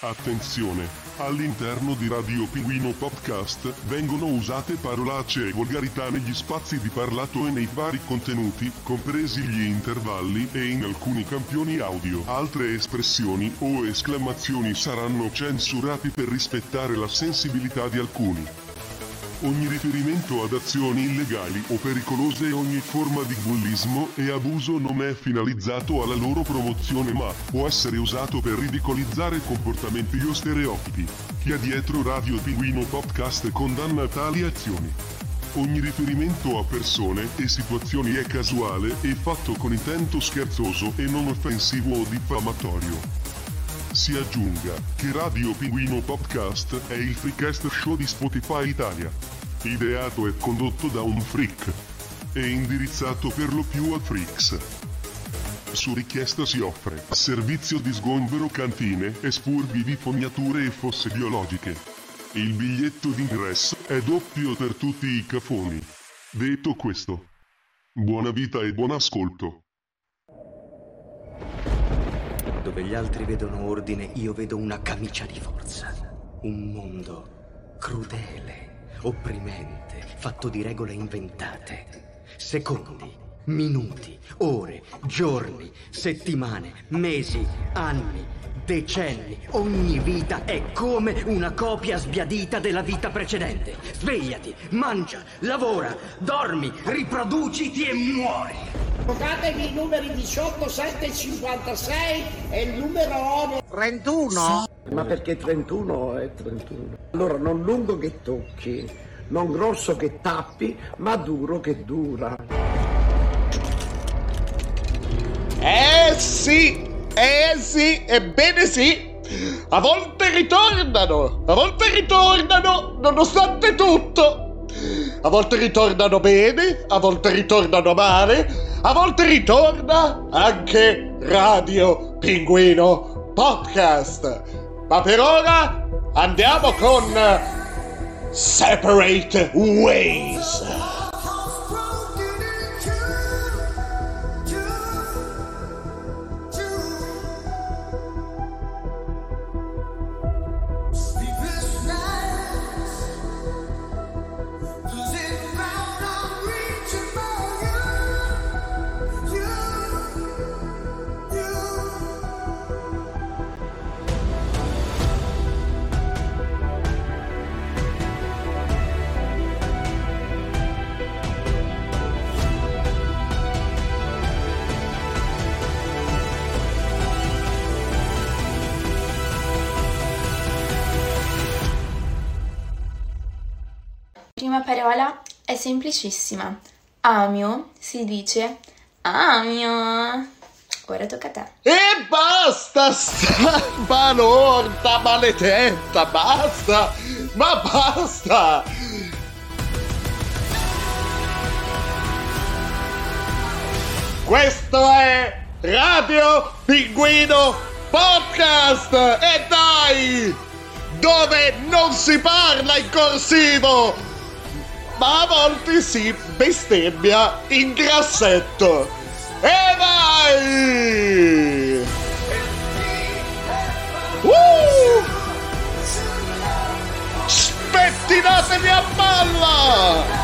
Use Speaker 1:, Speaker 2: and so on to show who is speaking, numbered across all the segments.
Speaker 1: Attenzione! All'interno di Radio Pinguino Podcast vengono usate parolacce e volgarità negli spazi di parlato e nei vari contenuti, compresi gli intervalli e in alcuni campioni audio. Altre espressioni o esclamazioni saranno censurati per rispettare la sensibilità di alcuni. Ogni riferimento ad azioni illegali o pericolose e ogni forma di bullismo e abuso non è finalizzato alla loro promozione ma può essere usato per ridicolizzare comportamenti o stereotipi. Chi è dietro Radio Pinguino Podcast condanna tali azioni. Ogni riferimento a persone e situazioni è casuale e fatto con intento scherzoso e non offensivo o diffamatorio. Si aggiunga che Radio Pinguino Podcast è il freecast show di Spotify Italia. Ideato e condotto da un freak. E indirizzato per lo più a freaks. Su richiesta si offre servizio di sgombero cantine, espurghi di fognature e fosse biologiche. Il biglietto d'ingresso è doppio per tutti i cafoni. Detto questo, buona vita e buon ascolto.
Speaker 2: Dove gli altri vedono ordine, io vedo una camicia di forza. Un mondo crudele, opprimente, fatto di regole inventate. Secondi, minuti, ore, giorni, settimane, mesi, anni, decenni. Ogni vita è come una copia sbiadita della vita precedente. Svegliati, mangia, lavora, dormi, riproduciti e muori.
Speaker 3: Giocatevi i numeri 18, 7 e 56 e il numero
Speaker 4: 31.
Speaker 3: Ma perché 31 è 31? Allora non lungo che tocchi, non grosso che tappi, ma duro che dura.
Speaker 4: Sì, ebbene sì. A volte ritornano nonostante tutto. A volte ritornano bene, a volte ritornano male, a volte ritorna anche Radio Pinguino Podcast. Ma per ora andiamo con Separate Ways.
Speaker 5: Prima parola è semplicissima. Amio si dice amio. Ora tocca a te.
Speaker 4: E basta, sta lorda maledetta, basta, ma basta. Questo è Radio Pinguino Podcast, e dai, dove non si parla in corsivo, ma a volte si bestemmia in grassetto. E vai! Spettinatevi a palla!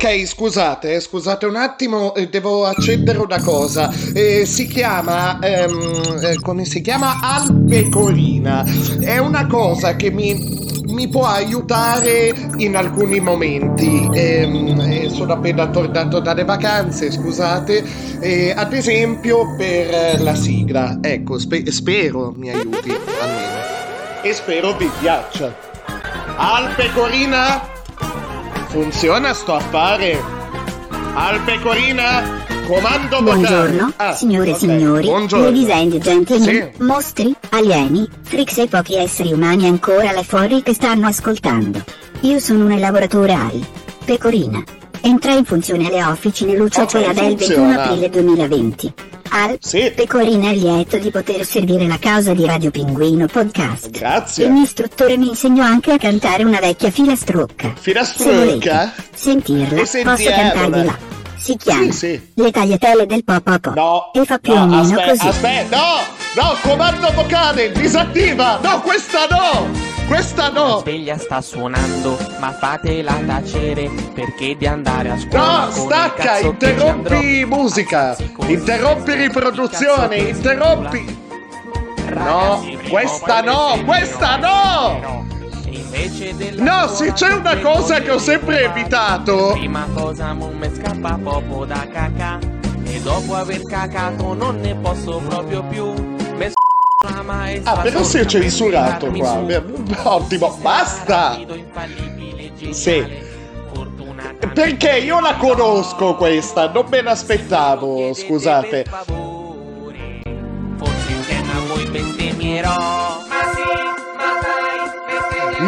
Speaker 4: Ok, scusate un attimo, devo accendere una cosa. Si chiama, come si chiama? Alpecorina. È una cosa che mi può aiutare in alcuni momenti. Sono appena tornato dalle vacanze, scusate. Ad esempio per la sigla. Ecco, spero mi aiuti almeno. E spero vi piaccia. Alpecorina? Funziona sto affare? Alpecorina? Comando vocale.
Speaker 6: Buongiorno, signore e signori,
Speaker 4: buongiorno.
Speaker 6: ladies and gentlemen,
Speaker 4: Sì.
Speaker 6: mostri, alieni, freaks e pochi esseri umani ancora là fuori che stanno ascoltando. Io sono un elaboratore AI. Pecorina. Entra in funzione alle officine Lucio Cioia del 21 aprile 2020.
Speaker 4: Sì.
Speaker 6: Pecorina è lieto di poter servire la causa di Radio Pinguino Podcast.
Speaker 4: Grazie.
Speaker 6: Il mio istruttore mi insegnò anche a cantare una vecchia filastrocca.
Speaker 4: Filastrocca?
Speaker 6: Se volete sentirla,
Speaker 4: E
Speaker 6: posso
Speaker 4: sentiamola.
Speaker 6: cantarvi là. Si chiama
Speaker 4: Sì.
Speaker 6: Le tagliatelle del Popopo.
Speaker 4: No.
Speaker 6: E fa più o meno così.
Speaker 4: Aspetta, no, comando vocale, disattiva. No, questa no.
Speaker 7: La sveglia sta suonando, ma fatela tacere, perché di andare a scuola.
Speaker 4: No, stacca, interrompi musica, interrompi riproduzione, interrompi. No, questa no. No, se c'è una cosa che ho sempre evitato.
Speaker 7: Prima cosa me scappa popo da cacà, e dopo aver cacato non ne posso proprio più.
Speaker 4: Però si è censurato qua. Ottimo, basta. Sì. Perché io la conosco questa, non me l'aspettavo, scusate.
Speaker 7: Forse insieme a voi bestemmierò. Ma sì, ma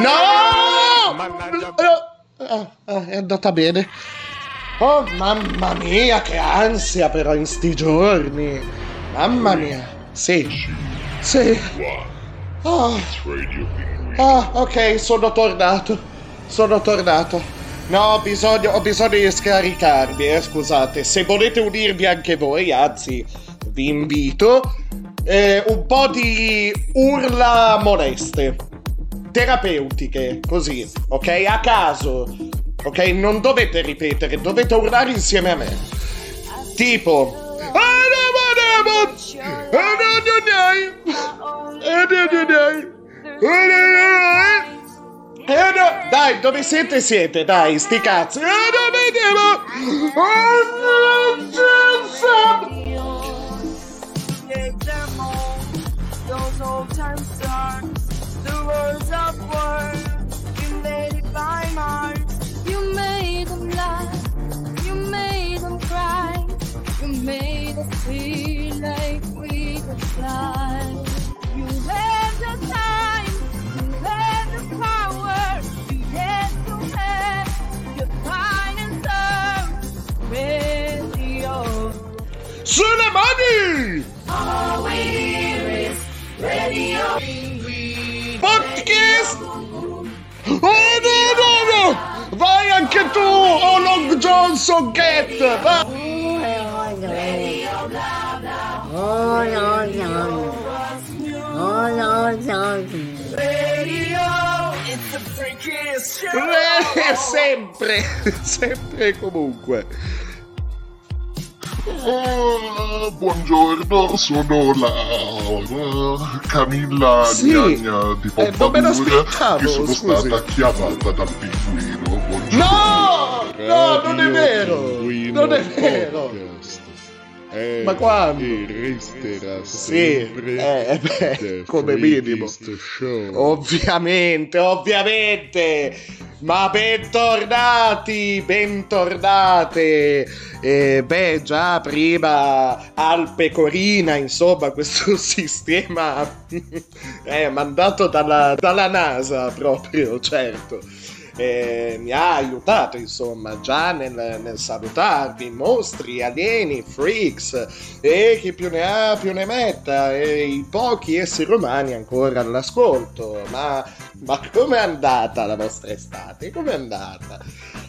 Speaker 7: dai,
Speaker 4: No! È andata bene. Oh, mamma mia, che ansia però in sti giorni. Mamma mia. Sì. Ok, sono tornato. No, ho bisogno di scaricarmi, scusate. Se volete unirvi anche voi, anzi, vi invito. Un po' di urla moleste. Terapeutiche, così, ok? A caso, ok? Non dovete ripetere, dovete urlare insieme a me. Tipo... Dai, dove siete? Dai, sti cazzi.
Speaker 8: You made them laugh, you made them cry, you made us feel like we could fly. You had the time, you had the power, you had to have your fine and serve radio.
Speaker 4: Sulle mani!
Speaker 8: All we hear is radio.
Speaker 4: Podcast! Oh no! Vai anche tu, oh Long Johnson Get! Va! Sempre e comunque.
Speaker 1: Buongiorno, sono la Camilla Gnagna di
Speaker 4: non me
Speaker 1: Pompadour,
Speaker 4: l'aspettavo,
Speaker 1: che sono
Speaker 4: scusi.
Speaker 1: stata chiamata dal pinguino. Buongiorno.
Speaker 4: No, non è vero! Non è vero! Ma quando?
Speaker 1: Resterà
Speaker 4: Sì,
Speaker 1: sempre
Speaker 4: come minimo.
Speaker 1: Show.
Speaker 4: Ovviamente. Ma bentornati. Già prima Alpecorina, insomma, questo sistema mandato dalla NASA proprio, certo. Mi ha aiutato, insomma, già nel salutarvi, mostri, alieni, freaks, e chi più ne ha più ne metta, e i pochi esseri umani ancora all'ascolto. Ma com'è andata la vostra estate? Com'è andata?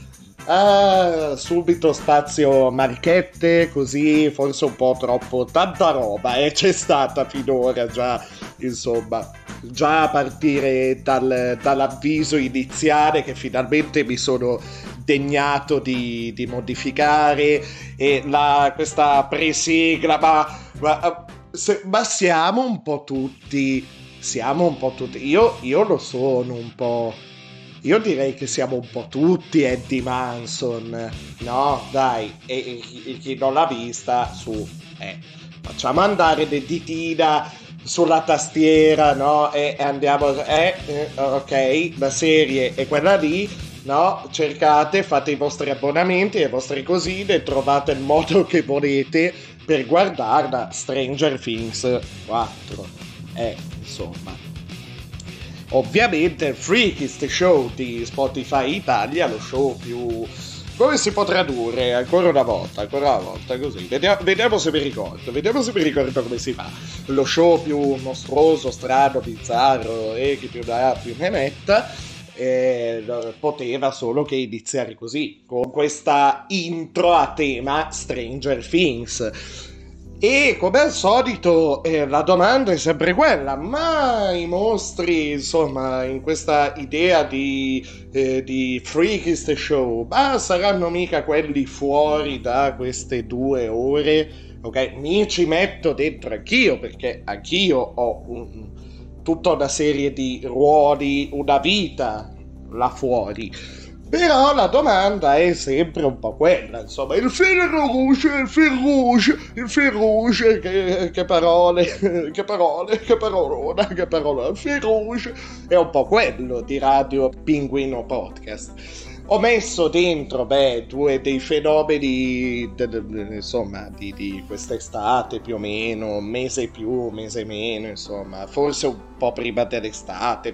Speaker 4: Subito spazio marchette, così forse un po' troppo, tanta roba, c'è stata finora già, insomma, già a partire dall'avviso iniziale che finalmente mi sono degnato di modificare, e questa presigla, ma siamo un po' tutti, io lo sono un po'. Io direi che siamo un po' tutti Eddie Manson, no? Dai, e chi non l'ha vista, facciamo andare le ditina sulla tastiera, no? E andiamo, ok, la serie è quella lì, no? Cercate, fate i vostri abbonamenti, le vostre cosine, trovate il modo che volete per guardarla. Stranger Things 4, insomma. Ovviamente il Freakist Show di Spotify Italia, lo show più... come si può tradurre? Ancora una volta, così. Vediamo se mi ricordo come si fa. Lo show più mostruoso, strano, bizzarro e chi più ne ha più ne metta, poteva solo che iniziare così, con questa intro a tema Stranger Things. E come al solito la domanda è sempre quella: ma i mostri, insomma, in questa idea di Freakist Show, ma saranno mica quelli fuori da queste 2 ore? Ok, mi ci metto dentro anch'io, perché anch'io ho tutta una serie di ruoli, una vita là fuori. Però la domanda è sempre un po' quella, insomma, il fil rouge, che parolona, il fil rouge è un po' quello di Radio Pinguino Podcast. Ho messo dentro, 2 dei fenomeni, insomma, di quest'estate più o meno, un mese più, un mese meno, insomma, forse un po' prima dell'estate,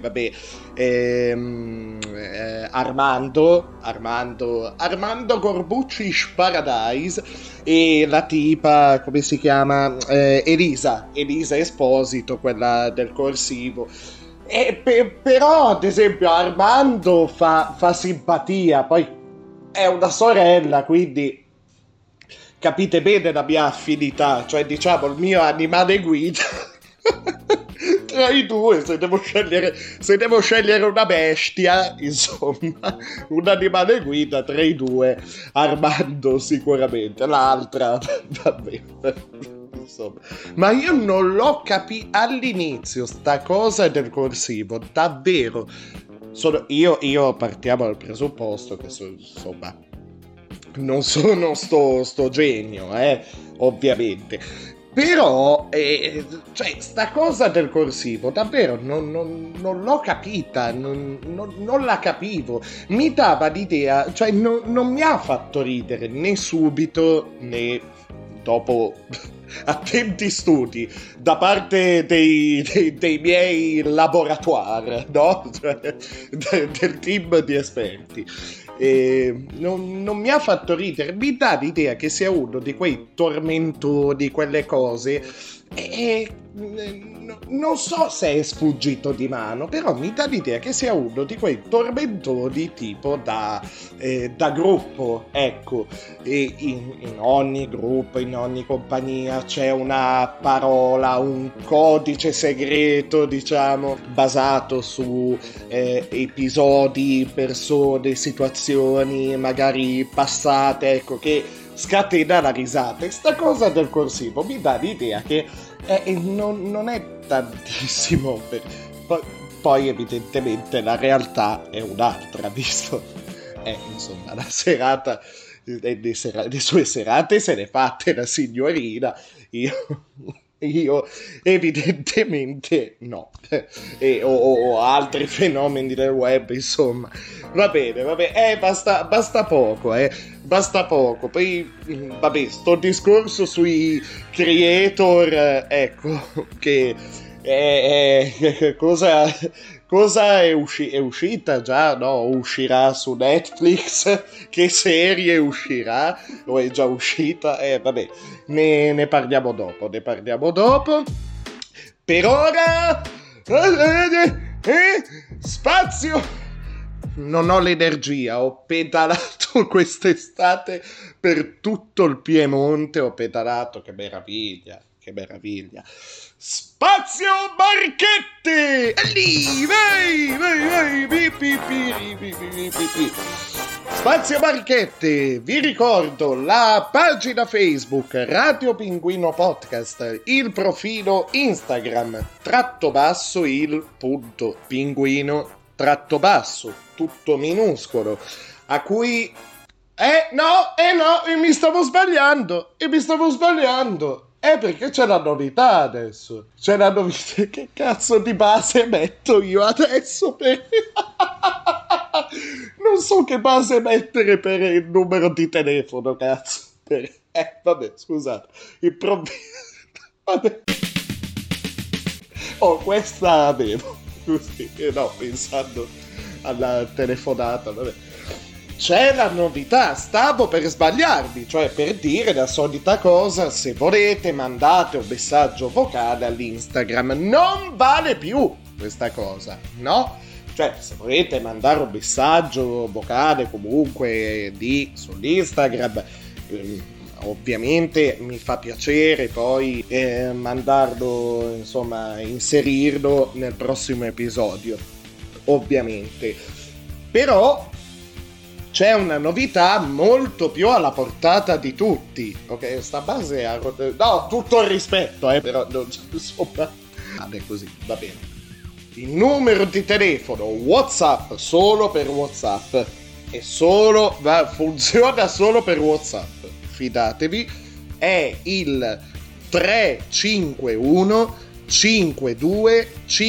Speaker 4: Armando Corbucci's Paradise e la tipa, come si chiama? Elisa Esposito, quella del corsivo. Però ad esempio Armando fa simpatia, poi è una sorella, quindi capite bene la mia affinità, cioè diciamo il mio animale guida. Tra i due, se devo scegliere una bestia, insomma, un animale guida, tra i due Armando sicuramente, l'altra vabbè. Insomma. Ma io non l'ho capito all'inizio sta cosa del corsivo, davvero. Io partiamo dal presupposto che insomma non sono sto genio, ovviamente. Però cioè sta cosa del corsivo davvero non l'ho capita, non la capivo. Mi dava l'idea, cioè non mi ha fatto ridere né subito né dopo attenti studi da parte dei miei laboratori, no? Cioè, del team di esperti. Non mi ha fatto ridere, mi dà l'idea che sia uno di quei tormentoni, quelle cose, non so se è sfuggito di mano, però mi dà l'idea che sia uno di quei tormentoni tipo da gruppo, ecco. E in ogni gruppo, in ogni compagnia c'è una parola, un codice segreto, diciamo, basato su episodi, persone, situazioni magari passate, ecco, che scatena la risata. E sta cosa del corsivo mi dà l'idea che non è tantissimo poi evidentemente la realtà è un'altra, visto insomma la serata, le sue serate se ne fatte la signorina, io evidentemente no, o altri fenomeni del web, insomma. Va bene, basta poco, poi vabbè, sto discorso sui creator, ecco, che cosa è uscita già, no? Uscirà su Netflix? Che serie uscirà? O è già uscita? Vabbè, ne parliamo dopo. Per ora spazio. Non ho l'energia, ho pedalato quest'estate per tutto il Piemonte, che meraviglia, che meraviglia. Spazio Marchetti! E lì, vai! Spazio Marchetti, vi ricordo la pagina Facebook Radio Pinguino Podcast, il profilo Instagram _ il punto pinguino _ tutto minuscolo, a cui no, mi stavo sbagliando, perché c'è la novità adesso, che cazzo di base metto io adesso per... non so che base mettere per il numero di telefono, cazzo, vabbè, scusate, vabbè. Questa avevo, così, no, pensando alla telefonata, vabbè. C'è la novità, stavo per sbagliarmi, cioè per dire la solita cosa: se volete mandate un messaggio vocale all'Instagram, non vale più questa cosa, no? Cioè, se volete mandare un messaggio vocale comunque sull'Instagram, ovviamente mi fa piacere poi mandarlo, insomma, inserirlo nel prossimo episodio, ovviamente. Però c'è una novità molto più alla portata di tutti, ok? Sta base no, tutto il rispetto, però insomma, vabbè, così, va bene. Il numero di telefono WhatsApp, solo per WhatsApp, funziona solo per WhatsApp, fidatevi, è il 351 52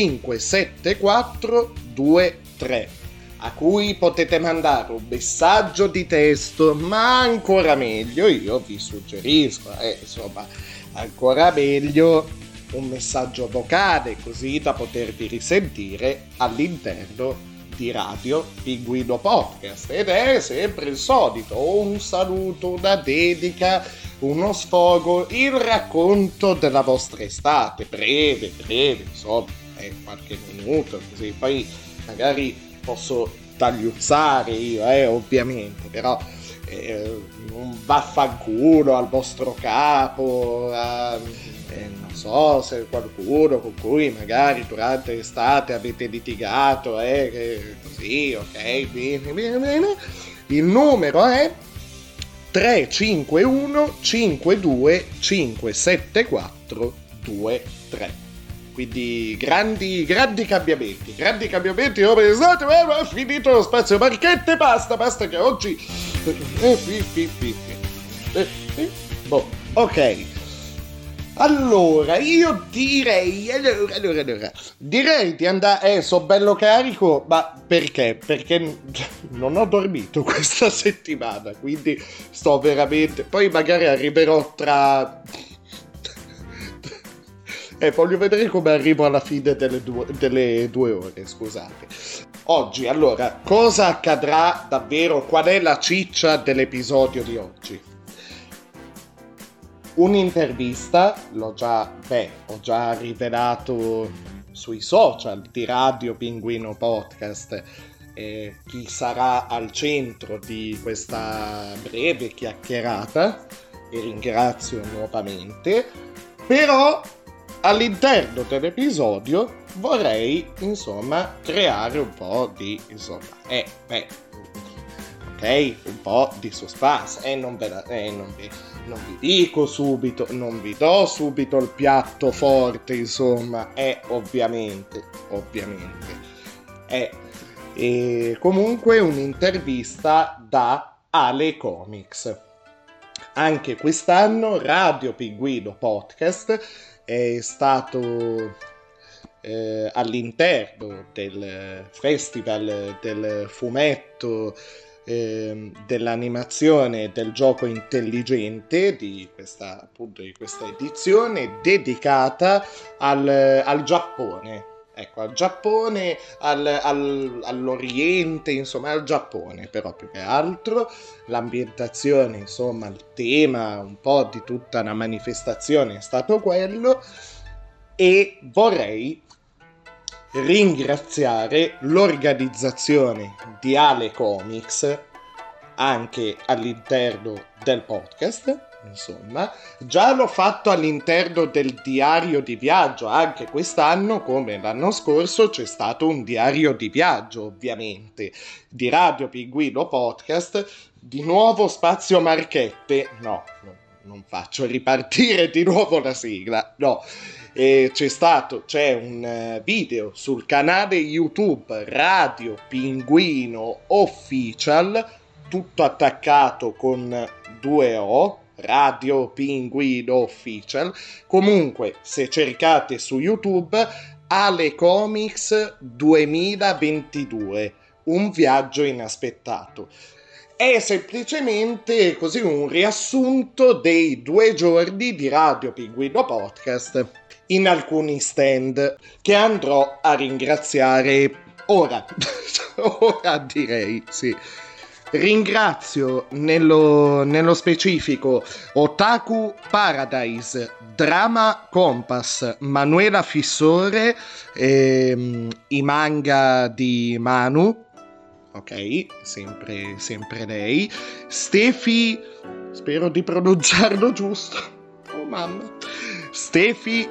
Speaker 4: 574 23, a cui potete mandare un messaggio di testo, ma ancora meglio, io vi suggerisco, insomma, ancora meglio un messaggio vocale, così da potervi risentire all'interno di Radio Pinguino Podcast, ed è sempre il solito: un saluto, una dedica, uno sfogo, il racconto della vostra estate, breve, insomma, qualche minuto, così poi magari posso tagliuzzare io, ovviamente, però un vaffanculo al vostro capo, non so, se qualcuno con cui magari durante l'estate avete litigato, così, ok, bene. Il numero è 351 52 574 23. Quindi grandi cambiamenti. Ho pensato, ho finito lo spazio Marchetti, basta che oggi ok. Allora, io direi di andare, so bello carico, ma perché? Perché non ho dormito questa settimana, quindi sto veramente, poi magari arriverò tra... voglio vedere come arrivo alla fine delle due ore, scusate. Oggi, allora, cosa accadrà davvero? Qual è la ciccia dell'episodio di oggi? Un'intervista, ho già rivelato sui social di Radio Pinguino Podcast chi sarà al centro di questa breve chiacchierata, e ringrazio nuovamente, però all'interno dell'episodio vorrei, insomma, creare un po' di, insomma, ok, un po' di suspense, non vi dico subito, non vi do subito il piatto forte, insomma, ovviamente, e comunque un'intervista da Ale Comics. Anche quest'anno Radio Pinguino Podcast è stato all'interno del festival del fumetto, dell'animazione e del gioco intelligente di questa edizione dedicata al Giappone. Ecco, al Giappone, all'Oriente, insomma, al Giappone, però più che altro. L'ambientazione, insomma, il tema, un po' di tutta la manifestazione è stato quello, e vorrei ringraziare l'organizzazione di Ale Comics anche all'interno del podcast, insomma. Già l'ho fatto all'interno del diario di viaggio, anche quest'anno come l'anno scorso c'è stato un diario di viaggio, ovviamente, di Radio Pinguino Podcast. Di nuovo spazio marchette, no, non faccio ripartire di nuovo la sigla, no. C'è un video sul canale YouTube Radio Pinguino Official, tutto attaccato con 2 O, Radio Pinguino Official. Comunque, se cercate su YouTube Ale Comics 2022, un viaggio inaspettato. È semplicemente così un riassunto dei 2 giorni di Radio Pinguino Podcast in alcuni stand che andrò a ringraziare ora. Ora direi, sì. Ringrazio nello specifico Otaku Paradise, Drama Compass, Manuela Fissore, i manga di Manu, ok, sempre lei, Stefi, spero di pronunciarlo giusto, oh mamma, Stefi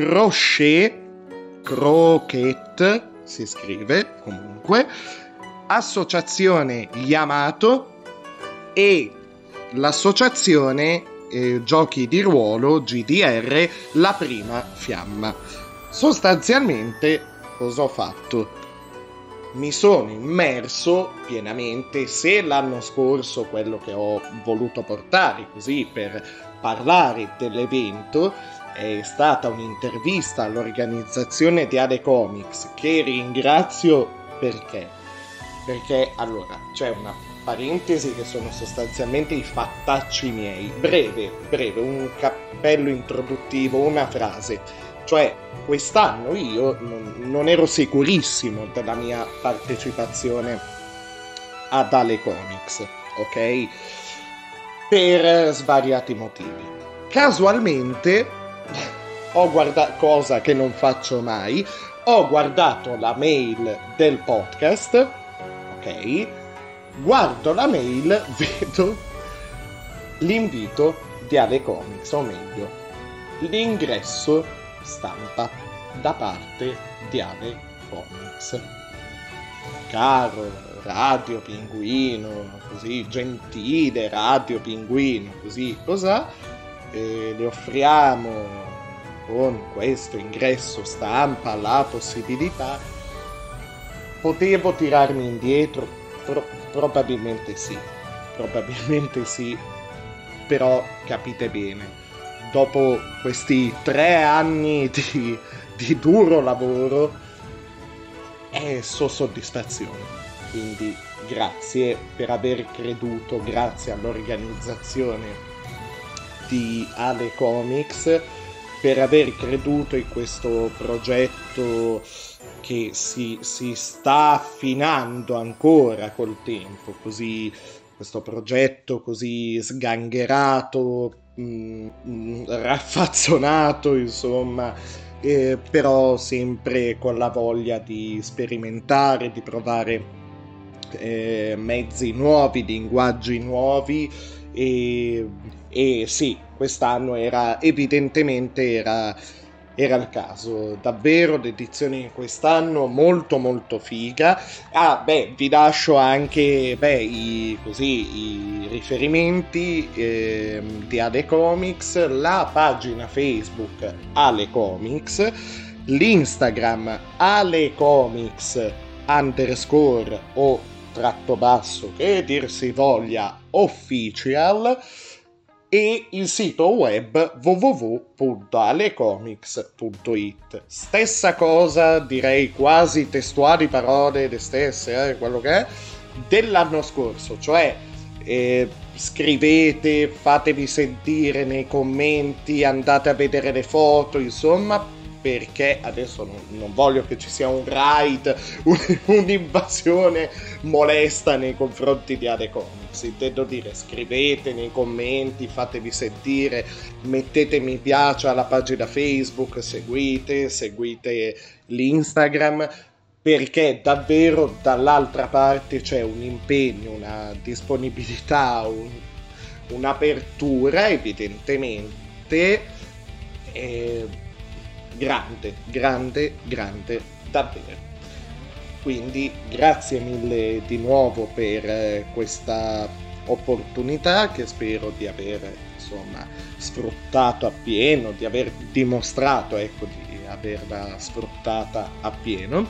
Speaker 4: Croquet, si scrive comunque, Associazione Yamato e l'associazione Giochi di Ruolo GDR La Prima Fiamma. Sostanzialmente cosa ho fatto? Mi sono immerso pienamente, se l'anno scorso quello che ho voluto portare così per parlare dell'evento è stata un'intervista all'organizzazione di Ale Comics, che ringrazio perché allora c'è una parentesi che sono sostanzialmente i fattacci miei, breve, un cappello introduttivo, una frase, cioè quest'anno io non ero sicurissimo della mia partecipazione ad Ale Comics, ok? Per svariati motivi. Casualmente ho guardato, cosa che non faccio mai, ho guardato la mail del podcast, ok? Guardo la mail, vedo l'invito di Ale Comics, o meglio, l'ingresso stampa da parte di Ale Comics. Caro Radio Pinguino, così gentile Radio Pinguino, così cos'ha, le offriamo con questo ingresso stampa la possibilità. Potevo tirarmi indietro? Probabilmente sì, però capite bene, dopo questi 3 anni di duro lavoro so soddisfazione, quindi grazie per aver creduto, grazie all'organizzazione di Ale Comics per aver creduto in questo progetto che si sta affinando ancora col tempo, così questo progetto così sgangherato, raffazzonato, insomma, però sempre con la voglia di sperimentare, di provare mezzi nuovi, linguaggi nuovi, e sì, quest'anno era il caso, davvero l'edizione di quest'anno molto molto figa. Vi lascio anche i riferimenti di Ale Comics, la pagina Facebook Ale Comics, l'Instagram Ale Comics _ o _ che dir si voglia official, e il sito web www.alecomics.it. Stessa cosa, direi quasi testuali parole le stesse, quello che è, dell'anno scorso, cioè scrivete, fatevi sentire nei commenti, andate a vedere le foto, insomma, perché adesso non voglio che ci sia un raid, un'invasione molesta nei confronti di Ale Comics. Intendo dire, scrivete nei commenti, fatevi sentire, mettete mi piace alla pagina Facebook, seguite l'Instagram, perché davvero dall'altra parte c'è un impegno, una disponibilità, un'apertura evidentemente grande davvero. Quindi grazie mille di nuovo per questa opportunità che spero di aver sfruttato appieno, di aver dimostrato di averla sfruttata appieno,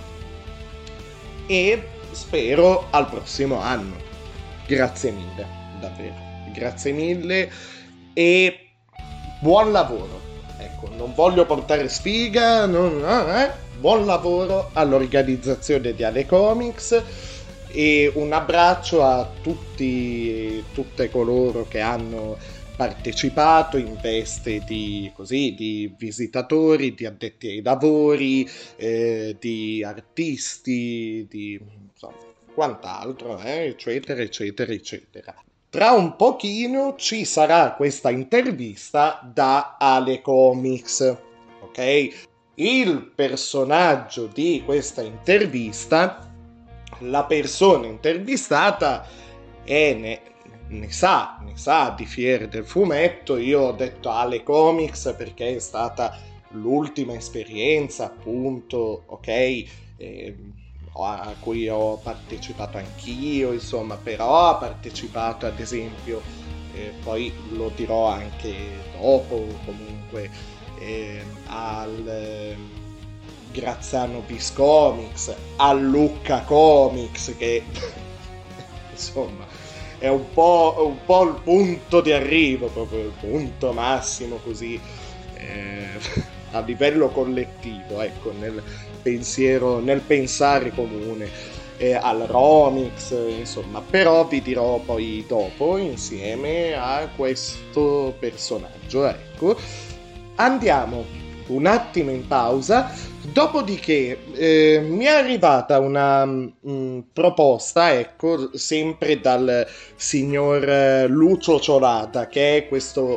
Speaker 4: e spero al prossimo anno. Grazie mille, davvero, grazie mille e buon lavoro. Non voglio portare sfiga, buon lavoro all'organizzazione di Ale Comics e un abbraccio a tutte coloro che hanno partecipato in veste di visitatori, di addetti ai lavori, di artisti, di quant'altro, eccetera. Tra un pochino ci sarà questa intervista da Ale Comics, ok? Il personaggio di questa intervista, la persona intervistata ne sa di fiere del fumetto. Io ho detto Ale Comics perché è stata l'ultima esperienza, appunto, ok? A cui ho partecipato anch'io, però ha partecipato ad esempio, poi lo dirò anche dopo, comunque al Grazzano Bis Comics, al Lucca Comics, che è un po' il punto di arrivo, proprio il punto massimo così a livello collettivo, nel pensiero, nel pensare comune, al Romix, però vi dirò poi dopo insieme a questo personaggio. Andiamo un attimo in pausa, dopodiché mi è arrivata una proposta, sempre dal signor Lucio Ciolata, che è questo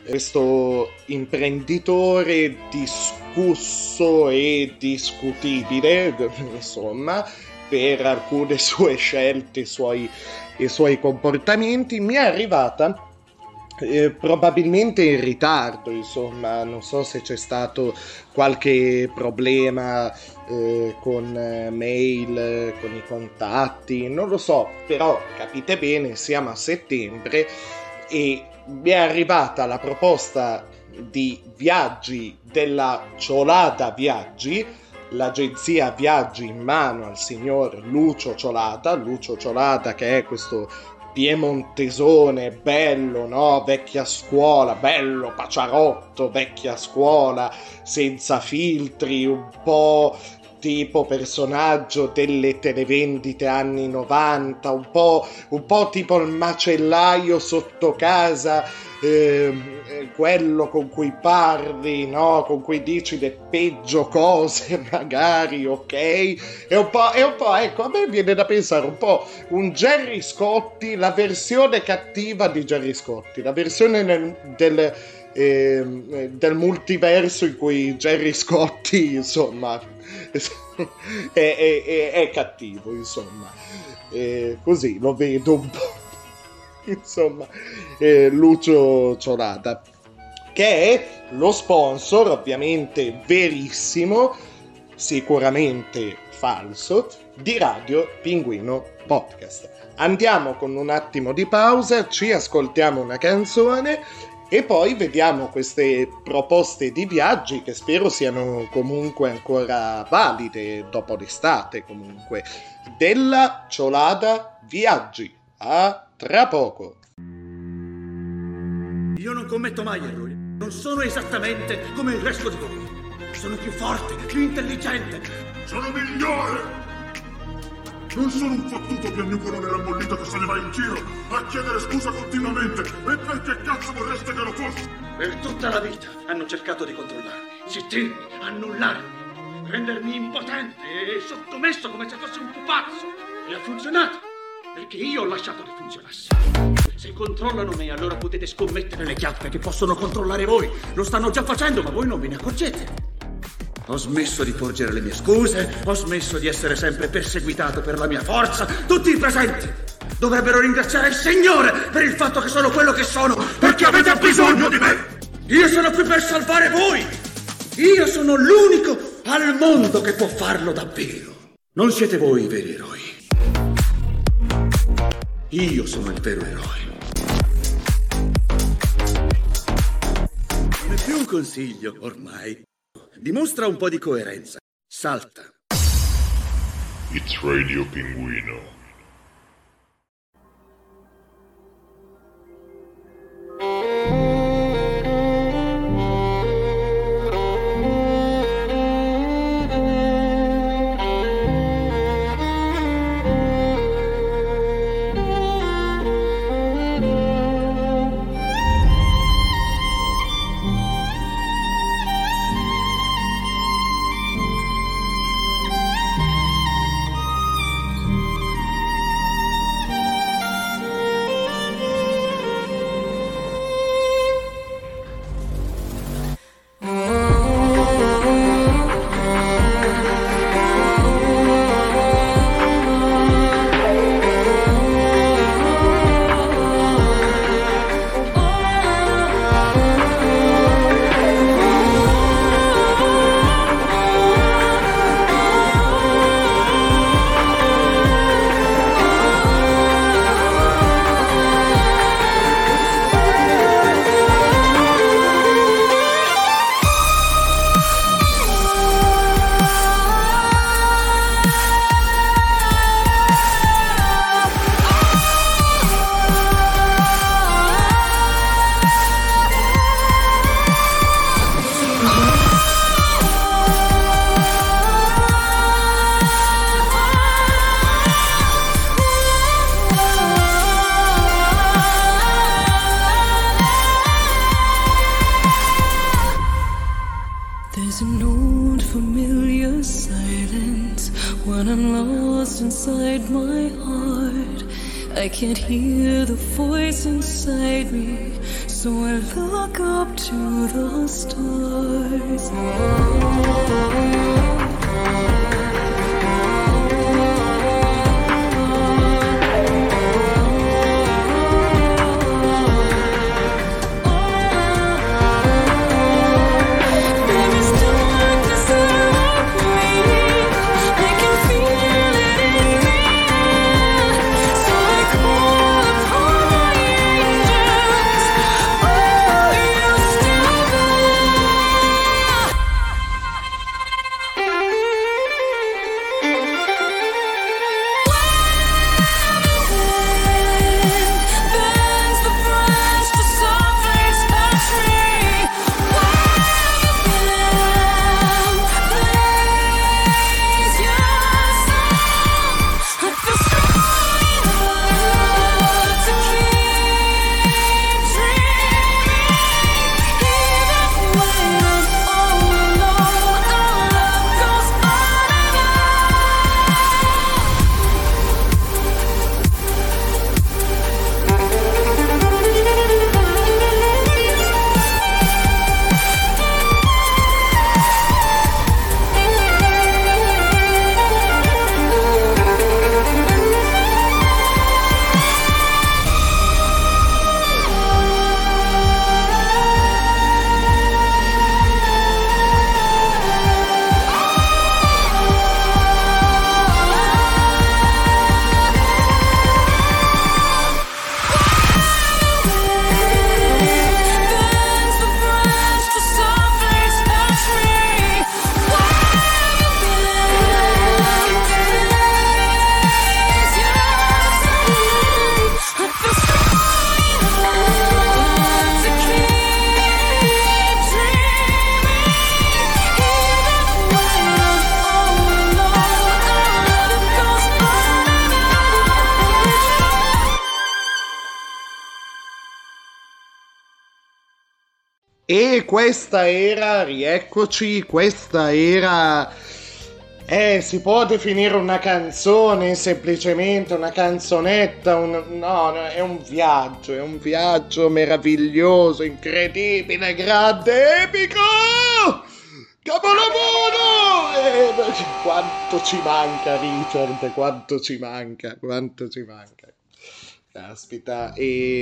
Speaker 4: imprenditore discusso e discutibile, per alcune sue scelte e suoi comportamenti. Mi è arrivata probabilmente in ritardo, non so se c'è stato qualche problema con mail, con i contatti, non lo so, però capite bene, siamo a settembre e mi è arrivata la proposta di viaggi della Ciolata Viaggi, l'agenzia viaggi in mano al signor Lucio Ciolata, che è questo piemontesone bello, no? Vecchia scuola, bello paciarotto, vecchia scuola, senza filtri, un po' tipo personaggio delle televendite anni 90, un po' tipo il macellaio sotto casa, quello con cui parli, no? Con cui dici le peggio cose, magari, ok? È un po', a me viene da pensare un po' un Gerry Scotti, la versione cattiva di Gerry Scotti, la versione del multiverso in cui Gerry Scotti, è cattivo, così lo vedo un po'. Lucio Ciolata, che è lo sponsor, ovviamente verissimo, sicuramente falso, di Radio Pinguino Podcast. Andiamo con un attimo di pausa, ci ascoltiamo una canzone e poi vediamo queste proposte di viaggi, che spero siano comunque ancora valide dopo l'estate, comunque, della Ciolata Viaggi. A tra poco.
Speaker 9: Io non commetto mai errori. Non sono esattamente come il resto di voi. Sono più forte, più intelligente.
Speaker 10: Sono migliore. Non sono un fottuto piagnucolo nell'ammollito che se ne va in giro a chiedere scusa continuamente. E perché cazzo vorreste che lo fosse?
Speaker 9: Per tutta la vita hanno cercato di controllarmi, zittirmi, annullarmi, rendermi impotente e sottomesso come se fosse un pupazzo. E ha funzionato, perché io ho lasciato che funzionasse. Se controllano me, allora potete scommettere le chiappe che possono controllare voi. Lo stanno già facendo, ma voi non ve ne accorgete. Ho smesso di porgere le mie scuse, ho smesso di essere sempre perseguitato per la mia forza. Tutti presenti! Dovrebbero ringraziare il Signore per il fatto che sono quello che sono, perché avete bisogno di me. Io sono qui per salvare voi. Io sono l'unico al mondo che può farlo davvero. Non siete voi i veri eroi. Io sono il vero eroe. Non è più un consiglio, ormai. Dimostra un po' di coerenza. Salta.
Speaker 1: It's Radio Pinguino.
Speaker 11: There's an old familiar silence when I'm lost inside my heart. I can't hear the voice inside me, so I look up to the stars.
Speaker 4: E questa era, rieccoci, questa era... si può definire una canzone, semplicemente una canzonetta, no, è un viaggio meraviglioso, incredibile, grande, epico! Capolavoro! Quanto ci manca, Richard, quanto ci manca. Caspita,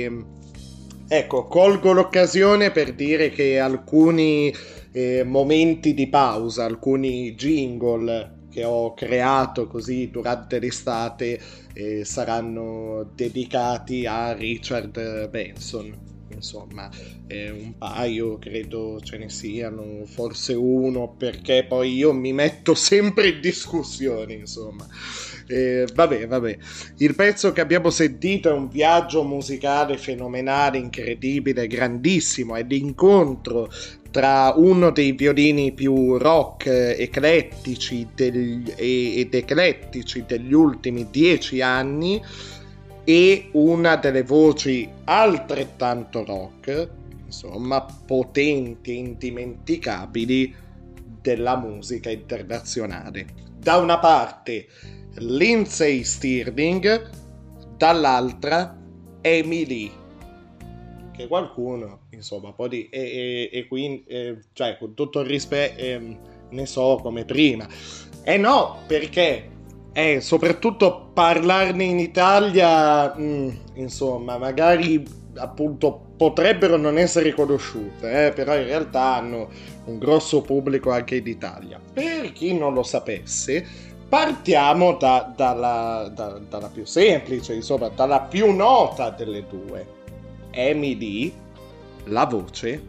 Speaker 4: ecco, colgo l'occasione per dire che alcuni momenti di pausa, alcuni jingle che ho creato così durante l'estate saranno dedicati a Richard Benson. Insomma, un paio credo ce ne siano, forse uno, perché poi io mi metto sempre in discussione, insomma. Vabbè. Il pezzo che abbiamo sentito è un viaggio musicale fenomenale, incredibile, grandissimo, è l'incontro tra uno dei violini più rock eclettici ed eclettici degli ultimi 10 anni e una delle voci altrettanto rock, insomma, potenti e indimenticabili della musica internazionale. Da una parte Lindsey Stirling, dall'altra Amy Lee, che qualcuno, insomma, può dire, e quindi, cioè, con tutto il rispetto, ne so come prima. No, perché soprattutto parlarne in Italia, insomma, magari appunto potrebbero non essere conosciute, però in realtà hanno un grosso pubblico anche in Italia. Per chi non lo sapesse, partiamo dalla più semplice, insomma, dalla più nota delle due. Amy Lee, la voce,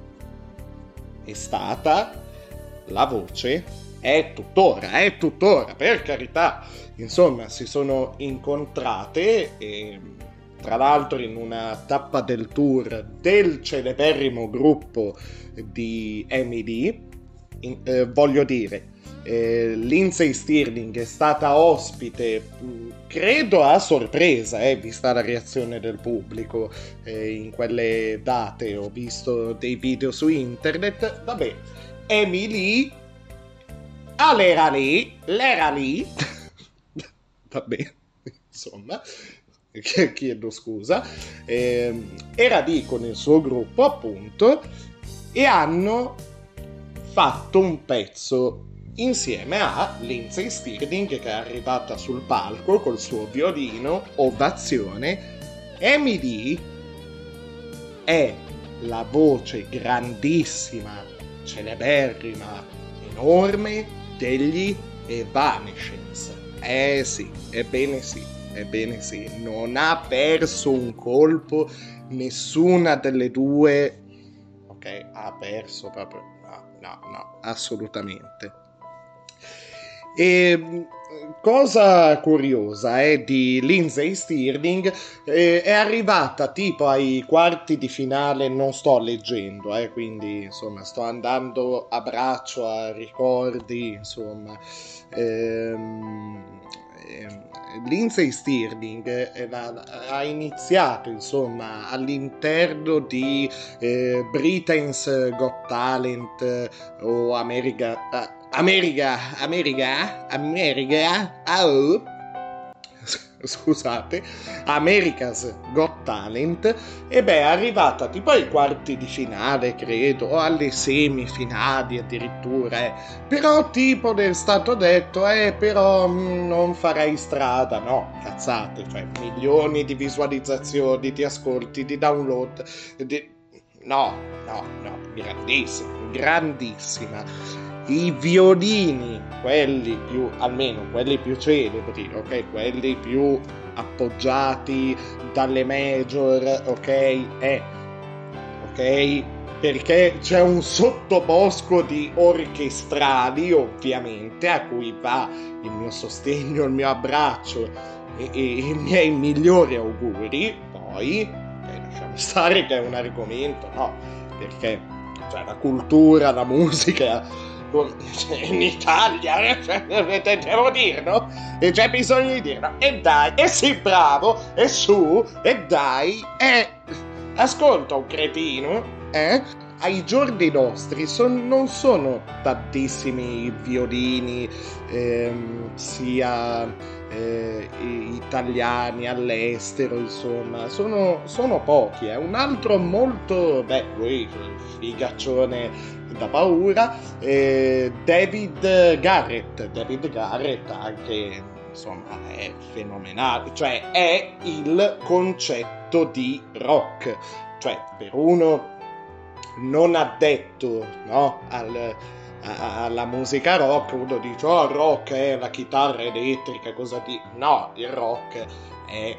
Speaker 4: è stata la voce, è tuttora, per carità. Insomma, si sono incontrate tra l'altro in una tappa del tour del celeberrimo gruppo di Amy Lee. Voglio dire, Lindsey Stirling è stata ospite, credo a sorpresa, vista la reazione del pubblico in quelle date. Ho visto dei video su internet. Vabbè, Amy Lee, l'era lì vabbè, insomma, chiedo scusa, era lì con il suo gruppo, appunto, e hanno fatto un pezzo insieme a Lindsey Stirling, che è arrivata sul palco col suo violino, ovazione. Amy Lee è la voce grandissima, celeberrima, enorme degli Evanescence. Sì, ebbene sì, non ha perso un colpo nessuna delle due. Ok, ha perso proprio, no, assolutamente. E cosa curiosa di Lindsey Stirling, è arrivata tipo ai quarti di finale, non sto leggendo, quindi insomma sto andando a braccio a ricordi, insomma. Lindsey Stirling ha iniziato, insomma, all'interno di Britain's Got Talent o America, scusate, America's Got Talent, e è arrivata tipo ai quarti di finale, credo, o alle semifinali addirittura, però tipo è stato detto, però non farai strada. No, cazzate, cioè milioni di visualizzazioni, di ascolti, di download, no, grandissima. I violini, quelli più, almeno quelli più celebri, ok, quelli più appoggiati dalle major, ok, perché c'è un sottobosco di orchestrali, ovviamente, a cui va il mio sostegno, il mio abbraccio e i miei migliori auguri. Poi lasciamo stare che è un argomento, no, perché cioè la cultura, la musica in Italia, devo dirlo, e c'è bisogno di dirlo, e dai, e sì, bravo, e su, e dai, ascolta un cretino, ai giorni nostri non sono tantissimi i violini, sia italiani all'estero, insomma, sono pochi. Un altro molto, lui figaccione da paura, David Garrett, anche insomma è fenomenale, cioè è il concetto di rock, cioè per uno non addetto, no, alla musica rock, uno dice il rock è la chitarra elettrica, cosa di... No, il rock è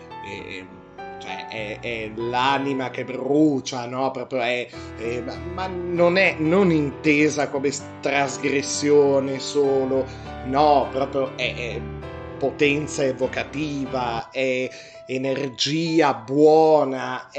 Speaker 4: l'anima che brucia, no? Proprio ma non intesa come trasgressione solo, no, proprio è potenza evocativa, è energia buona,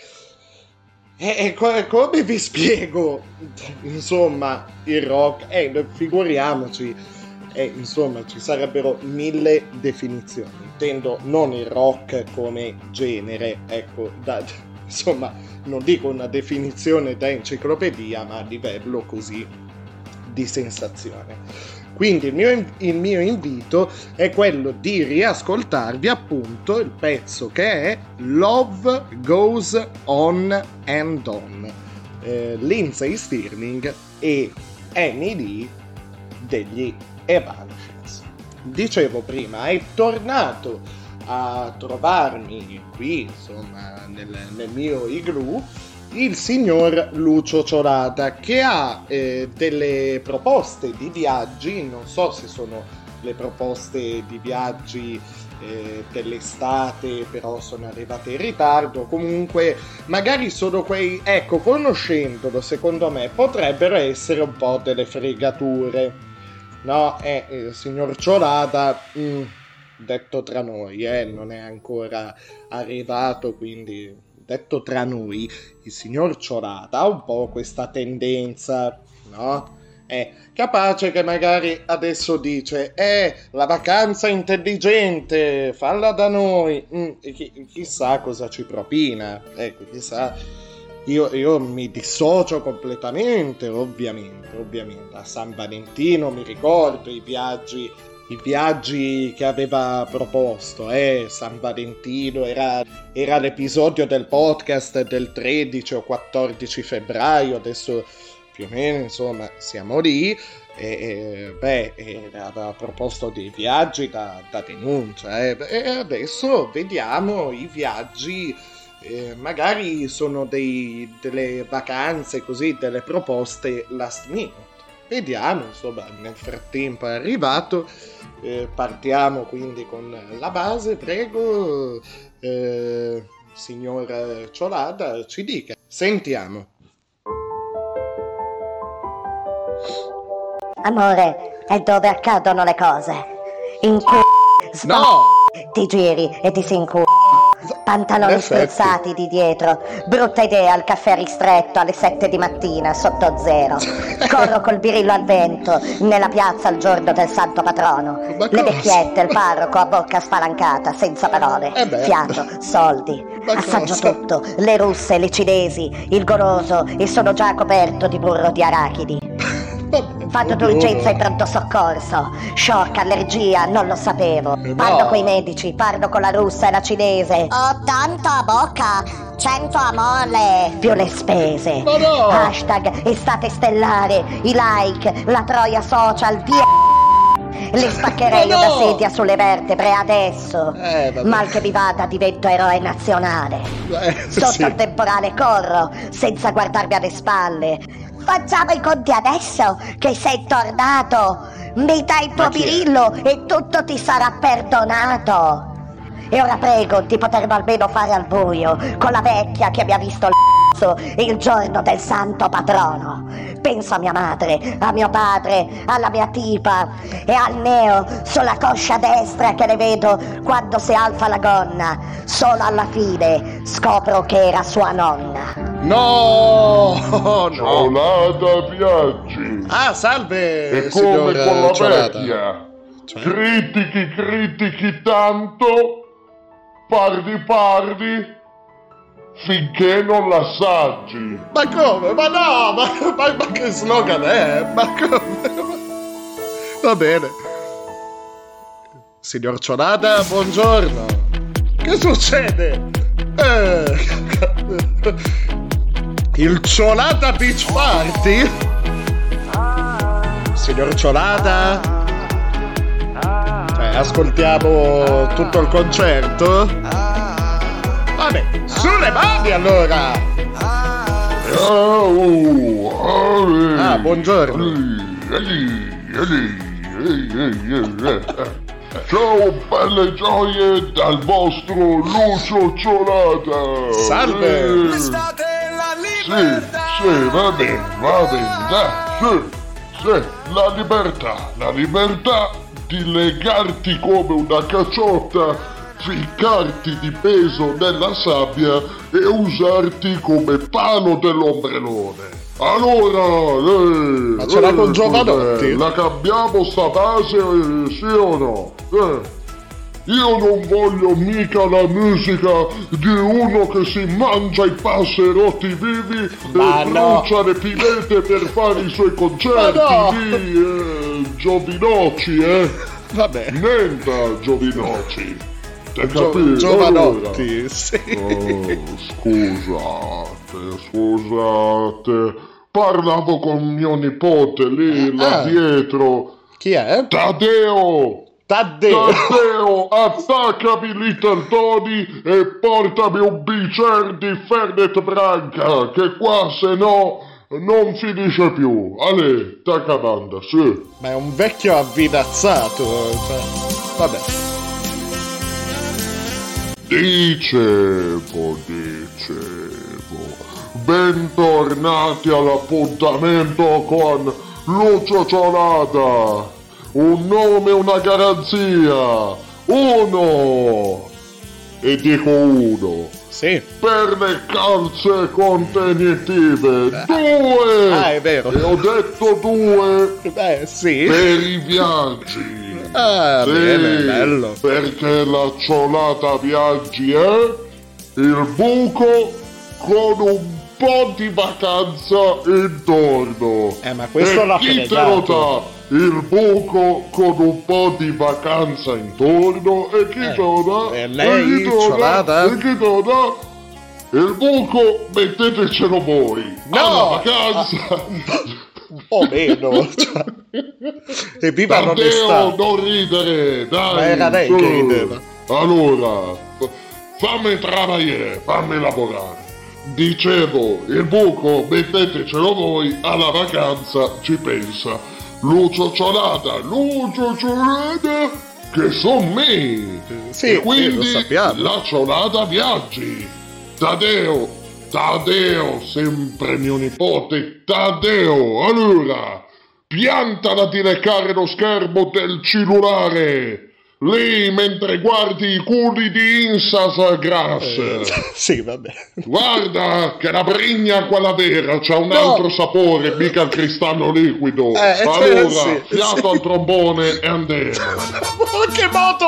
Speaker 4: come vi spiego, insomma, il rock, figuriamoci, insomma, ci sarebbero 1000 definizioni. Intendo non il rock come genere, ecco, insomma, non dico una definizione da enciclopedia, ma a livello così di sensazione. Quindi il mio invito è quello di riascoltarvi appunto il pezzo che è Love Goes On and On, Lindsey Stirling e Amy Lee degli Evanescence. Dicevo prima, è tornato a trovarmi qui, insomma, nel mio igloo, il signor Lucio Ciolata, che ha delle proposte di viaggi, non so se sono le proposte di viaggi dell'estate, però sono arrivate in ritardo, comunque magari sono quei, ecco, conoscendolo, secondo me potrebbero essere un po' delle fregature, no? Signor Ciolata, detto tra noi, non è ancora arrivato, quindi... Detto tra noi, il signor Ciolata ha un po' questa tendenza, no? Capace che magari adesso dice la vacanza intelligente, falla da noi, chissà cosa ci propina, ecco, chissà. Io mi dissocio completamente, ovviamente, a San Valentino mi ricordo i viaggi che aveva proposto, San Valentino era l'episodio del podcast del 13 o 14 febbraio, adesso più o meno, insomma, siamo lì, aveva proposto dei viaggi da denuncia, e adesso vediamo i viaggi, magari sono delle vacanze così, delle proposte last minute. Vediamo, insomma, nel frattempo è arrivato, partiamo quindi con la base, prego, signor Ciolata, ci dica, sentiamo.
Speaker 12: Amore, è dove accadono le cose, in
Speaker 4: no!
Speaker 12: Ti giri e ti si inculo. Pantaloni spruzzati di dietro, brutta idea al caffè ristretto alle 7 di mattina sotto zero. Corro col birillo al vento nella piazza il giorno del santo patrono. Le vecchiette, il parroco a bocca spalancata, senza parole, fiato, soldi. Assaggio tutto, le russe, le cinesi, il goloso, e sono già coperto di burro di arachidi. Vado d'urgenza in pronto soccorso. Shock, allergia, non lo sapevo. Parlo coi medici, parlo con la russa e la cinese. 80 a bocca, 100 a mole. Più le spese. Hashtag estate stellare, i like, la troia social, via. Le spaccherei io da sedia sulle vertebre adesso. Mal che mi vada divento eroe nazionale. Sotto il temporale corro, senza guardarmi alle spalle. Facciamo i conti adesso che sei tornato. Mi dai il tuo birillo e tutto ti sarà perdonato. E ora prego di poterlo almeno fare al buio con la vecchia che mi ha visto il giorno del santo patrono. Penso a mia madre, a mio padre, alla mia tipa e al neo sulla coscia destra che le vedo quando si alza la gonna. Solo alla fine scopro che era sua nonna.
Speaker 4: No!
Speaker 10: Ciolata Viaggi.
Speaker 4: Ah, salve,
Speaker 10: e
Speaker 4: signor
Speaker 10: come con la
Speaker 4: Ciolata.
Speaker 10: vecchia, critichi tanto, pardi, finché non l'assaggi.
Speaker 4: Ma come? Ma no, ma che slogan è? Ma come? Va bene. Signor Ciolata, buongiorno. Che succede? Il Ciolata Beach Party? Signor Ciolata? ascoltiamo tutto il concerto? Vabbè, sulle mani allora! Ah, buongiorno.
Speaker 10: Ciao belle gioie dal vostro Lucio Ciolata.
Speaker 4: Salve.
Speaker 10: Sì, va bene, dai, sì, la libertà di legarti come una cacciotta, ficcarti di peso nella sabbia e usarti come palo dell'ombrellone. Allora,
Speaker 4: ma ce l'ha con Giovanotti?
Speaker 10: La cambiamo sta base, sì o no? Io non voglio mica la musica di uno che si mangia i passerotti vivi
Speaker 4: ma
Speaker 10: e
Speaker 4: no.
Speaker 10: brucia le pinete per fare i suoi concerti di Giovinocci,
Speaker 4: Vabbè.
Speaker 10: Niente Giovinocci.
Speaker 4: Giovanotti,
Speaker 10: allora.
Speaker 4: sì.
Speaker 10: Scusate. Parlavo con mio nipote lì, là dietro.
Speaker 4: Chi è?
Speaker 10: Taddeo, attaccami Little Tony e portami un bicer di Fernet Branca, che qua se no non finisce più. Ale, tacca banda, sì.
Speaker 4: Ma è un vecchio avvidazzato, cioè. Vabbè.
Speaker 10: Dicevo. Bentornati all'appuntamento con Lucio Ciolata. Un nome, una garanzia. 1. E dico 1.
Speaker 4: Sì.
Speaker 10: Per le calze contenitive. 2.
Speaker 4: È vero.
Speaker 10: E ho detto 2.
Speaker 4: Sì.
Speaker 10: Per i viaggi.
Speaker 4: Ah,
Speaker 10: sì,
Speaker 4: bene, bello.
Speaker 10: Perché la Ciolata Viaggi è il buco con un po' di vacanza intorno.
Speaker 4: Ma questo l'ha
Speaker 10: chi te
Speaker 4: fregato.
Speaker 10: lo dà? Il buco con un po' di vacanza intorno. E chi te lo dà?
Speaker 4: lei, Ciolata?
Speaker 10: E chi te lo dà? Il buco mettetecelo voi.
Speaker 4: No!
Speaker 10: Alla vacanza.
Speaker 4: Un po' meno. Cioè. Evviva l'onestà.
Speaker 10: Taddeo, non ridere, dai.
Speaker 4: Ma era lei
Speaker 10: su.
Speaker 4: che rideva.
Speaker 10: Allora, fammi lavorare, fammi lavorare. Dicevo, il buco mettetecelo voi, alla vacanza ci pensa Lucio Ciolata, che son me.
Speaker 4: Sì,
Speaker 10: e quindi
Speaker 4: lo sappiamo.
Speaker 10: la Ciolata Viaggi. Taddeo, sempre mio nipote, Taddeo, allora, piantala di leccare lo schermo del cellulare. Lì mentre guardi i culi di Insas Grass.
Speaker 4: Sì, vabbè.
Speaker 10: Guarda che la brigna quella vera c'ha un altro sapore, mica il cristallo liquido. Allora, fiato al trombone e andiamo.
Speaker 4: Che moto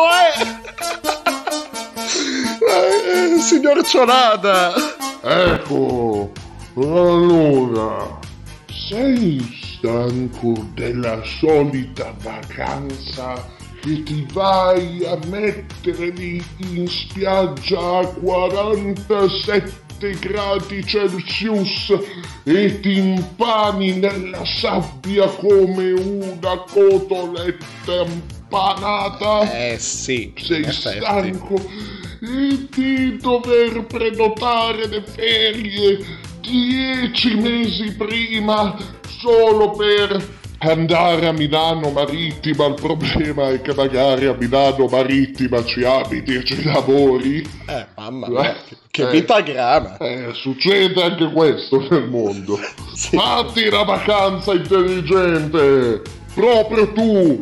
Speaker 4: è? Signor Ciolata.
Speaker 10: Ecco, allora, sei stanco della solita vacanza che ti vai a mettere lì in spiaggia a 47 gradi Celsius e ti impani nella sabbia come una cotoletta impanata?
Speaker 4: Sì.
Speaker 10: Sei stanco di dover prenotare le ferie 10 mesi prima solo per andare a Milano Marittima. Il problema è che magari a Milano Marittima ci abiti e ci lavori.
Speaker 4: Mamma mia, che vita grana.
Speaker 10: Succede anche questo nel mondo. Sì. Fatti la vacanza intelligente. Proprio tu.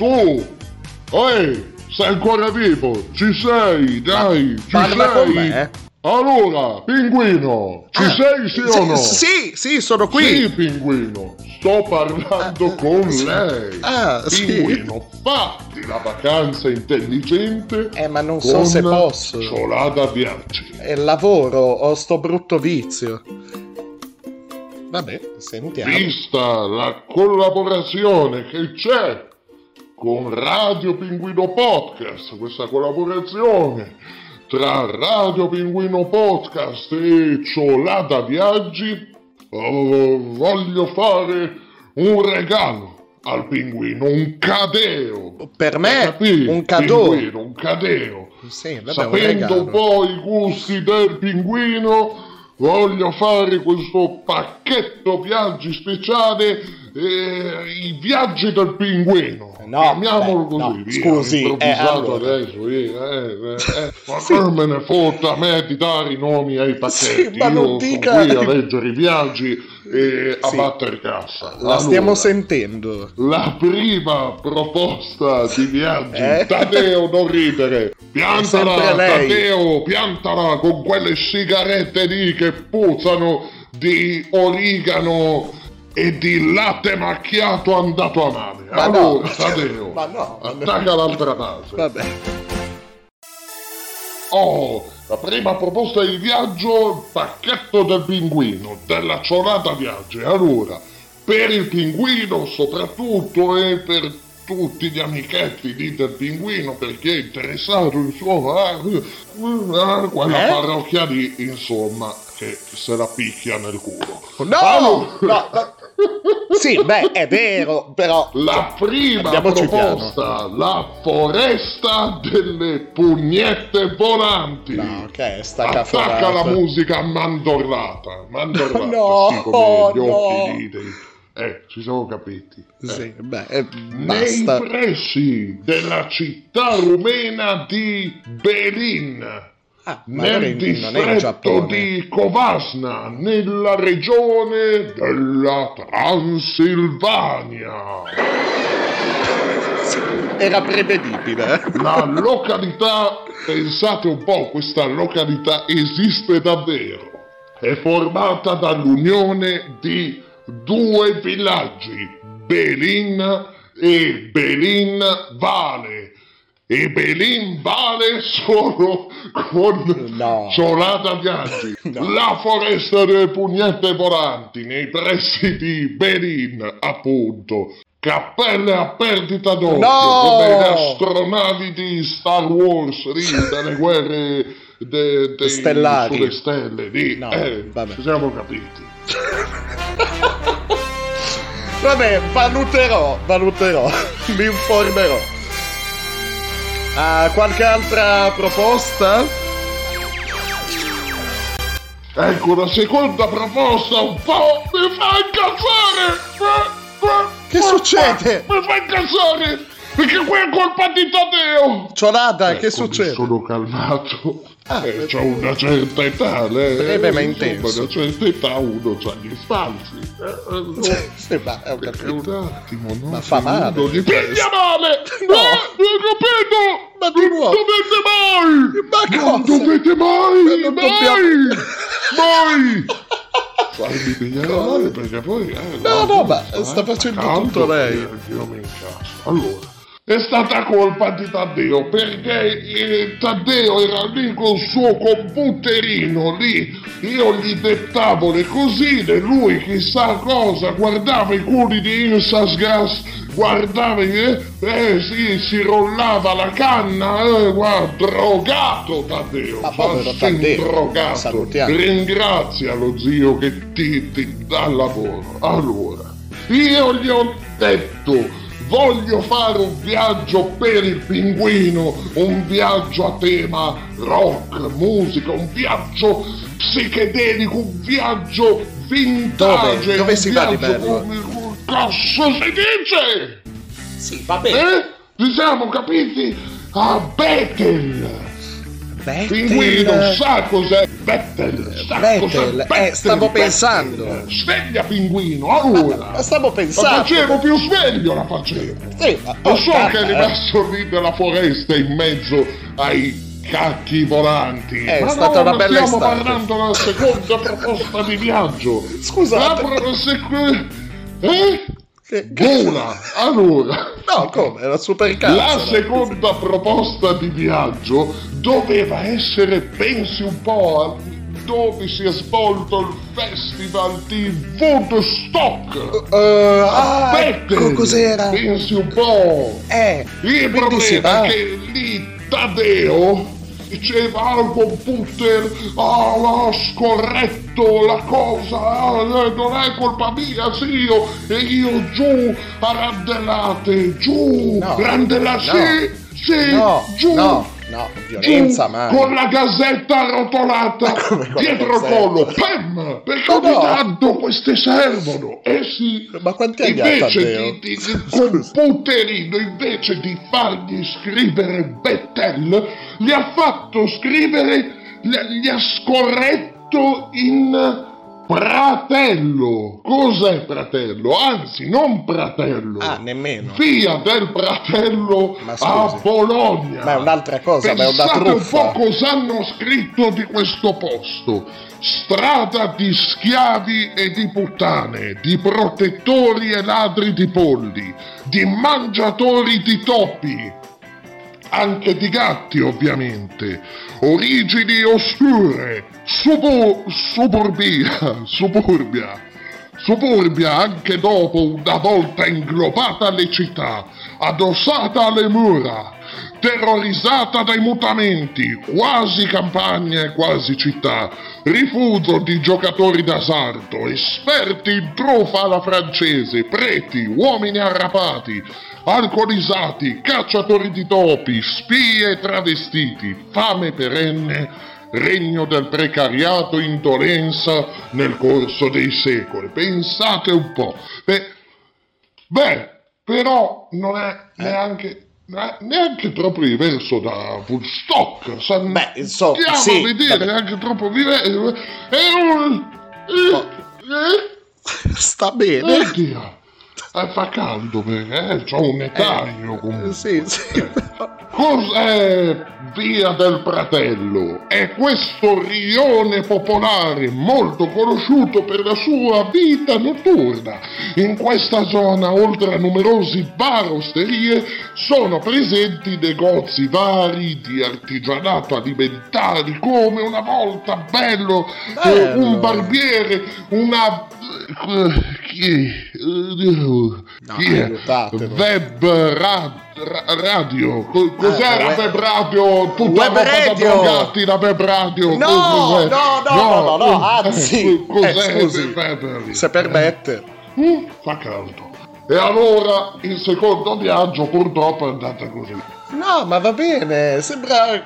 Speaker 10: Sei ancora vivo. Ci sei, dai.
Speaker 4: Parla con me.
Speaker 10: Allora, Pinguino, ci sei sì o no?
Speaker 4: Sì, sono qui.
Speaker 10: Sì, Pinguino, sto parlando con lei. Pinguino, fatti la vacanza intelligente.
Speaker 4: Ma non so se posso.
Speaker 10: Ciolata Viaggi.
Speaker 4: Lavoro, ho sto brutto vizio. Vabbè, sentiamo.
Speaker 10: Vista la collaborazione che c'è con Radio Pinguino Podcast, questa collaborazione tra Radio Pinguino Podcast e Ciolata Viaggi, voglio fare un regalo al pinguino, un cadeo.
Speaker 4: Per me
Speaker 10: Capì?
Speaker 4: un cadò.
Speaker 10: Pinguino, un cadeo.
Speaker 4: Sì, vabbè,
Speaker 10: Sapendo un po' i gusti del pinguino, voglio fare questo pacchetto viaggi speciale, i viaggi del pinguino. Chiamiamolo così.
Speaker 4: no,
Speaker 10: via,
Speaker 4: scusi,
Speaker 10: improvvisato
Speaker 4: allora.
Speaker 10: adesso, ma che me ne fotta a me di dare i nomi ai pacchetti?
Speaker 4: Sì, ma non
Speaker 10: Io
Speaker 4: dica-
Speaker 10: sono qui a leggere i viaggi e a battere cassa.
Speaker 4: La stiamo sentendo.
Speaker 10: La prima proposta di viaggi, Taddeo, non ridere, piantala,
Speaker 4: Sempre lei.
Speaker 10: Taddeo, piantala con quelle sigarette lì che puzzano di origano e di latte macchiato andato a male.
Speaker 4: Ma
Speaker 10: allora,
Speaker 4: no.
Speaker 10: Taddeo,
Speaker 4: Ma no.
Speaker 10: attacca l'altra base.
Speaker 4: Vabbè.
Speaker 10: La prima proposta di viaggio, il pacchetto del pinguino, della Ciolata Viaggi. Allora, per il pinguino soprattutto e per tutti gli amichetti lì del pinguino, per chi è interessato, insomma, quella parrocchia lì, insomma, che se la picchia nel culo.
Speaker 4: No! Sì, beh, è vero, però...
Speaker 10: La prima
Speaker 4: Andiamoci
Speaker 10: proposta, la foresta delle pugnette volanti.
Speaker 4: No, che è sta
Speaker 10: Attacca
Speaker 4: cafonata.
Speaker 10: la musica mandorlata,
Speaker 4: No,
Speaker 10: sì, come gli
Speaker 4: no.
Speaker 10: occhi lì ci siamo capiti.
Speaker 4: Sì, beh,
Speaker 10: Nei
Speaker 4: basta.
Speaker 10: pressi della città rumena di Belin,
Speaker 4: magari
Speaker 10: nel
Speaker 4: non è in
Speaker 10: distretto
Speaker 4: Giappone.
Speaker 10: di Covasna, nella regione della Transilvania.
Speaker 4: Era prevedibile.
Speaker 10: La località, pensate un po', questa località esiste davvero. È formata dall'unione di due villaggi, Belin e Belin Vale. E Belin Vale solo con Ciolata Viaggi. La foresta delle pugnette volanti nei pressi di Belin, appunto. Cappelle a perdita d'occhio, come le astronavi di Star Wars lì, delle guerre
Speaker 4: stellari.
Speaker 10: sulle stelle lì.
Speaker 4: Vabbè.
Speaker 10: Ci siamo capiti.
Speaker 4: Vabbè, valuterò, mi informerò. Qualche altra proposta?
Speaker 10: Ecco, la seconda proposta un po' mi fa incazzare!
Speaker 4: Che succede?
Speaker 10: Mi fa incazzare! Perché qui è colpa di Taddeo!
Speaker 4: Ciolata, che succede?
Speaker 10: Sono calmato. C'ho una certa età,
Speaker 4: Breve ma
Speaker 10: insomma,
Speaker 4: intenso.
Speaker 10: una certa età uno c'ha gli sbalzi.
Speaker 4: Sì, ma ho capito.
Speaker 10: Un attimo, no?
Speaker 4: Ma fa male.
Speaker 10: Uno gli piglia male!
Speaker 4: No.
Speaker 10: Non capito!
Speaker 4: Ma di nuovo.
Speaker 10: Non dovete mai!
Speaker 4: Non
Speaker 10: Mai! Farmi pigliare male perché poi...
Speaker 4: No, ma sta facendo tutto lei.
Speaker 10: Io mi incasso. Allora, è stata colpa di Taddeo perché Taddeo era lì col suo computerino lì, io gli dettavo le cosine, lui chissà cosa, guardava i culi di Insasgas, guardava, si rollava la canna, guarda, drogato Taddeo,
Speaker 4: Ma povero Taddeo,
Speaker 10: drogato.
Speaker 4: salutiamo.
Speaker 10: Ringrazia lo zio che ti dà lavoro. Allora, io gli ho detto, voglio fare un viaggio per il pinguino, un viaggio a tema rock, musica, un viaggio psichedelico, un viaggio vintage.
Speaker 4: Dove si va di
Speaker 10: viaggio
Speaker 4: bello?
Speaker 10: come cazzo si dice?
Speaker 4: Sì, va bene.
Speaker 10: Ci siamo capiti? A Bethel. Pinguino sa cos'è Bethel.
Speaker 4: Stavo pensando.
Speaker 10: Sveglia pinguino, allora.
Speaker 4: Stavo pensando.
Speaker 10: La facevo più sveglio, la facevo.
Speaker 4: Sì,
Speaker 10: Lo so che è rimasto lì nella foresta in mezzo ai cacchi volanti.
Speaker 4: È stata una bella
Speaker 10: stiamo
Speaker 4: estate.
Speaker 10: parlando della seconda proposta di viaggio.
Speaker 4: Scusate.
Speaker 10: Vola, allora.
Speaker 4: No, come? Era super cazzo.
Speaker 10: La seconda proposta di viaggio doveva essere, pensi un po', dove si è svolto il festival di Woodstock.
Speaker 4: Ecco cos'era.
Speaker 10: Pensi un po'. Il
Speaker 4: quindi si
Speaker 10: problema
Speaker 4: va.
Speaker 10: è che lì Taddeo diceva al computer, ho scorretto la cosa, non è colpa mia, zio, e io giù a randellate, giù, giù.
Speaker 4: No, violenza
Speaker 10: giù,
Speaker 4: mai.
Speaker 10: con la gazzetta arrotolata dietro il collo, pam, perché ogni tanto queste servono. Sì,
Speaker 4: ma quanti anni ha
Speaker 10: invece di computerino, invece di fargli scrivere Bettel, gli ha fatto scrivere, gli ha scorretto in Pratello. Cos'è Pratello? Anzi, non Pratello.
Speaker 4: Nemmeno.
Speaker 10: Via del Pratello a Bologna.
Speaker 4: Ma è un'altra cosa, ma è una
Speaker 10: Pensate
Speaker 4: truffa.
Speaker 10: un po' cosa hanno scritto di questo posto. Strada di schiavi e di puttane, di protettori e ladri di polli, di mangiatori di topi, anche di gatti ovviamente, origini oscure, suburbia anche dopo una volta inglobata alle città, addossata alle mura, terrorizzata dai mutamenti, quasi campagne, quasi città, rifugio di giocatori d'azzardo, esperti in truffa alla francese, preti, uomini arrapati, alcolizzati, cacciatori di topi, spie travestiti, fame perenne, regno del precariato, indolenza nel corso dei secoli. Pensate un po'. Beh, però non è neanche troppo diverso da Woodstock. Andiamo a vedere, neanche troppo diverso.
Speaker 4: Sta bene.
Speaker 10: Oddio. Fa caldo perché c'ho un etaglio comunque.
Speaker 4: Sì.
Speaker 10: Cos'è Via del Pratello? È questo rione popolare molto conosciuto per la sua vita notturna. In questa zona, oltre a numerosi bar osterie, sono presenti negozi vari di artigianato alimentari, come una volta bello. Un barbiere, una... Web radio. Cos'era Web radio? Tutta roba da drogati, la Web radio.
Speaker 4: No, anzi,
Speaker 10: cos'è?
Speaker 4: Se permette.
Speaker 10: Fa caldo. E allora il secondo viaggio purtroppo è andata così.
Speaker 4: No, ma va bene, sembra...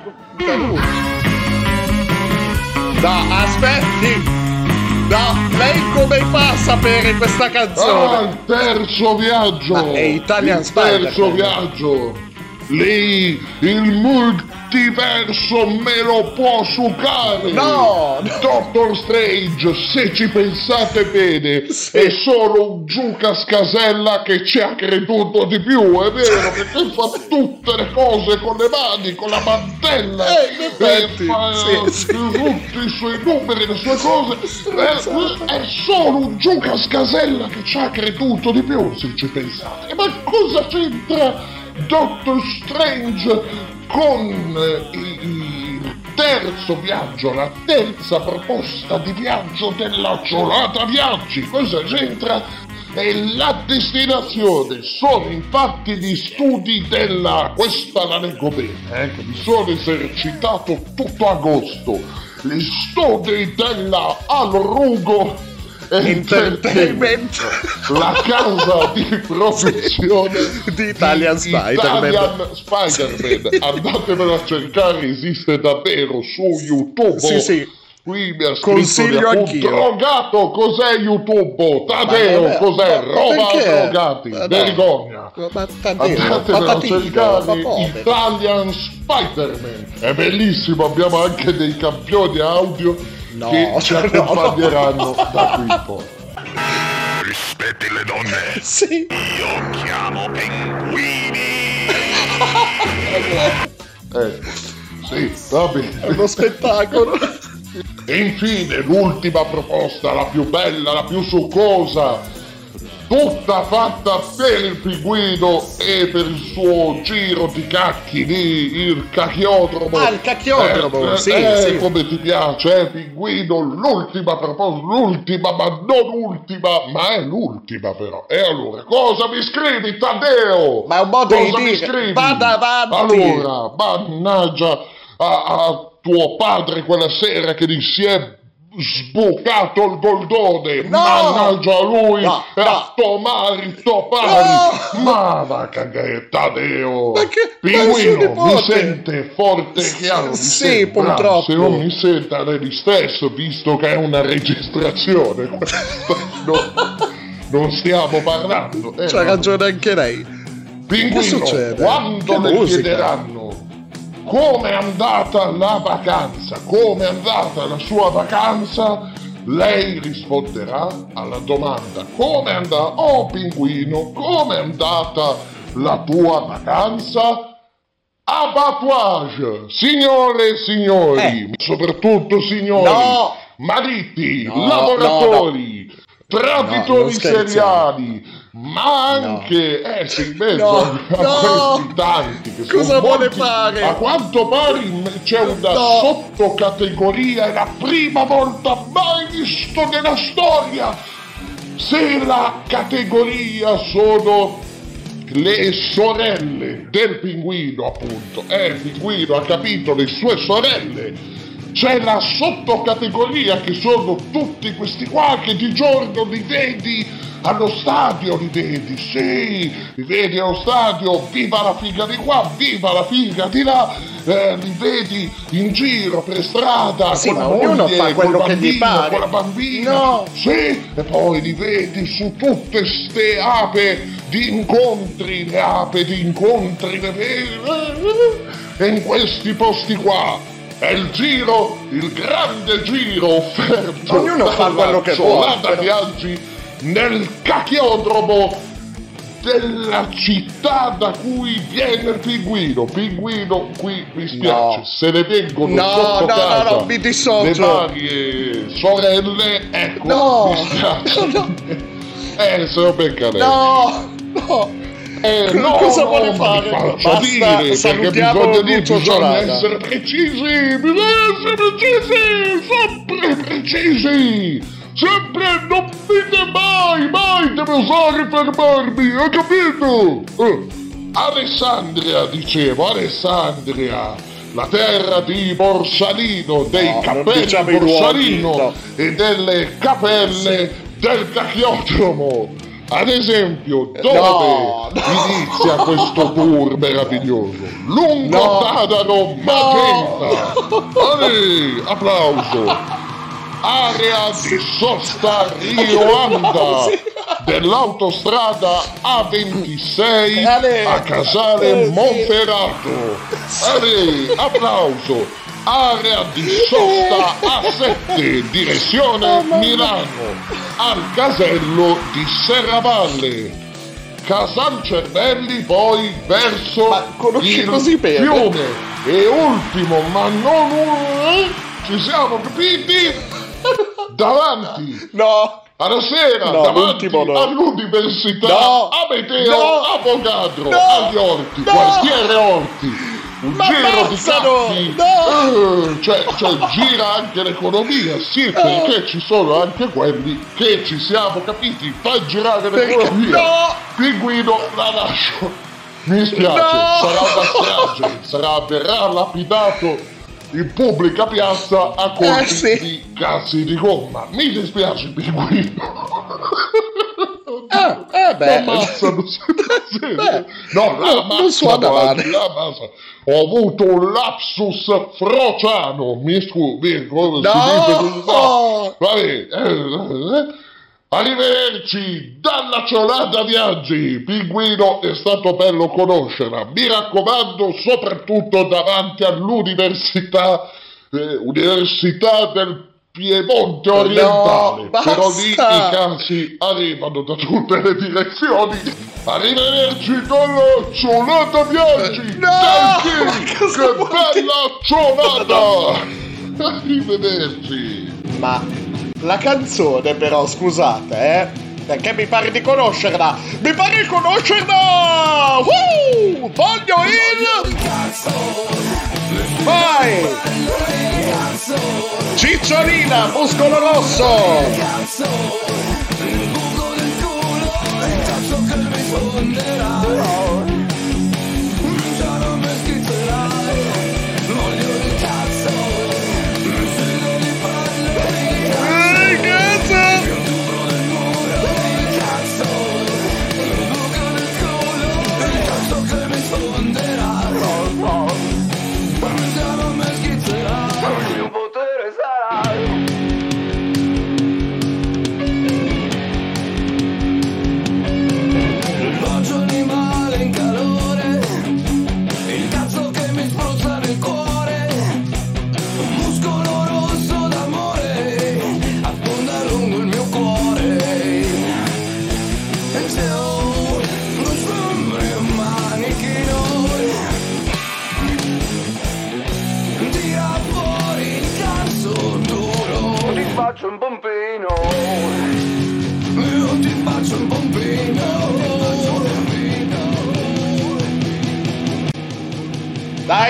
Speaker 4: No, aspetti! No, lei come fa a sapere questa canzone?
Speaker 10: Il terzo viaggio!
Speaker 4: Ma è Italian Spider.
Speaker 10: Il terzo viaggio! Lì il multiverso me lo può sucare!
Speaker 4: No!
Speaker 10: Doctor Strange, se ci pensate bene, è solo un Giucascasella che ci ha creduto di più, è vero, perché fa tutte le cose con le mani, con la mantella,
Speaker 4: effetti,
Speaker 10: fa tutti i suoi numeri, le sue cose, è solo un Giucascasella che ci ha creduto di più, se ci pensate. Ma cosa c'entra Doctor Strange con il terzo viaggio, la terza proposta di viaggio della Ciolata Viaggi? Cosa c'entra? E la destinazione sono infatti gli studi della, questa la leggo bene, che mi sono esercitato tutto agosto, gli studi della Alrugo Entertainment, la casa di produzione
Speaker 4: di Italian Spider-Man.
Speaker 10: Andatevelo a cercare, esiste davvero su YouTube.
Speaker 4: Sì.
Speaker 10: Qui mi ha
Speaker 4: consiglio
Speaker 10: scritto drogato, cos'è YouTube? Tadeo, cos'è? Roba drogati, vergogna. Andatevelo a cercare Italian Spider-Man. È bellissimo, abbiamo anche dei campioni audio che ci accompagneranno da qui in poi.
Speaker 1: Rispetti le donne.
Speaker 4: Sì.
Speaker 1: Io chiamo Pinguini.
Speaker 10: Sì, va bene.
Speaker 4: È uno spettacolo.
Speaker 10: E infine l'ultima proposta, la più bella, la più succosa, tutta fatta per il pinguino e per il suo giro di cacchi lì, il cacchiodromo.
Speaker 4: Il cacchiodromo, sì.
Speaker 10: Come ti piace, pinguino, l'ultima proposta, l'ultima, ma non ultima, ma è l'ultima però. E allora, cosa mi scrivi, Taddeo?
Speaker 4: Ma è un modo
Speaker 10: cosa
Speaker 4: di
Speaker 10: mi
Speaker 4: dire,
Speaker 10: scrivi?
Speaker 4: vada avanti.
Speaker 10: Allora, mannaggia, a tuo padre quella sera che gli si è sbucato il goldone, mannaggia a lui, a Tomari, ma va a cagare, Taddeo, Pinguino, mi sente forte e chiaro?
Speaker 4: Sì, purtroppo.
Speaker 10: Se non mi senta lei stesso, visto che è una registrazione, non stiamo parlando.
Speaker 4: C'ha ragione anche lei.
Speaker 10: Pinguino, quando le chiederanno come è andata la vacanza, come è andata la sua vacanza, lei risponderà alla domanda: come è andata? Oh Pinguino, come è andata la tua vacanza? Abattoage, signore e signori, soprattutto signori, mariti, lavoratori, traditori seriali, ma anche in mezzo a questi tanti che
Speaker 4: cosa
Speaker 10: sono
Speaker 4: vuole
Speaker 10: molti,
Speaker 4: fare?
Speaker 10: a quanto pare c'è una sottocategoria, è la prima volta mai visto nella storia. Se la categoria sono le sorelle del pinguino, appunto, il pinguino ha capito, le sue sorelle, c'è la sottocategoria che sono tutti questi qua che di giorno li vedi allo stadio, li vedi allo stadio, viva la figa di qua, viva la figa di là, li vedi in giro per strada,
Speaker 4: sì,
Speaker 10: con la
Speaker 4: ma ognuno
Speaker 10: moglie,
Speaker 4: fa quello
Speaker 10: col
Speaker 4: che gli
Speaker 10: bambino,
Speaker 4: pare.
Speaker 10: con la bambina, sì, e poi li vedi su tutte ste ape di incontri, le ape di incontri, le vedi, e in questi posti qua è il grande giro offerto
Speaker 4: ognuno fa quello che vuole,
Speaker 10: da Viaggi nel cacchiodromo della città da cui viene il pinguino. Pinguino, qui mi spiace, se ne vengono sotto casa
Speaker 4: mi dissocio.
Speaker 10: le varie sorelle, ecco, mi spiace. Se lo becca lei.
Speaker 4: Cosa vuole fare?
Speaker 10: Basta dire, perché bisogna essere precisi, sempre precisi. Sempre, non dite mai deve osare fermarmi, hai capito? Alessandria, la terra di Borsalino, dei cappelli Borsalino e delle cappelle del cacchiodromo. Ad esempio, dove inizia questo tour meraviglioso? Lungo Tadaro, Magenta. Applauso. Area di sosta Rio Anda dell'autostrada A26 a Casale Monferrato. Applauso. Area di sosta A7 direzione Milano al casello di Serravalle. Casal Cervelli poi verso il fiume. E ultimo, ma non ci siamo capiti? Davanti alla sera, davanti all'università Amedeo Avogadro, agli Orti, quartiere Orti, un giro di cappi, cioè gira anche l'economia, sì, perché ci sono anche quelli che ci siamo capiti, fa girare l'economia. Pinguino, la lascio, mi spiace, sarà una strage, verrà lapidato in pubblica piazza a colpi di cazzi di gomma. Mi dispiace, Pinguino. L'ammazzano. Non suona male. Ho avuto un lapsus frociano. Mi scusi, vabbè. Arrivederci dalla Ciolata Viaggi. Pinguino, è stato bello conoscerla. Mi raccomando, soprattutto davanti all'università del Piemonte orientale. Però lì i casi arrivano da tutte le direzioni. Arrivederci dalla Ciolata Viaggi. Che bella ciolata. Arrivederci.
Speaker 4: Ma la canzone però, scusate, perché mi pare di conoscerla. Voglio il... Vai! Cicciolina, muscolo rosso!
Speaker 11: Voglio il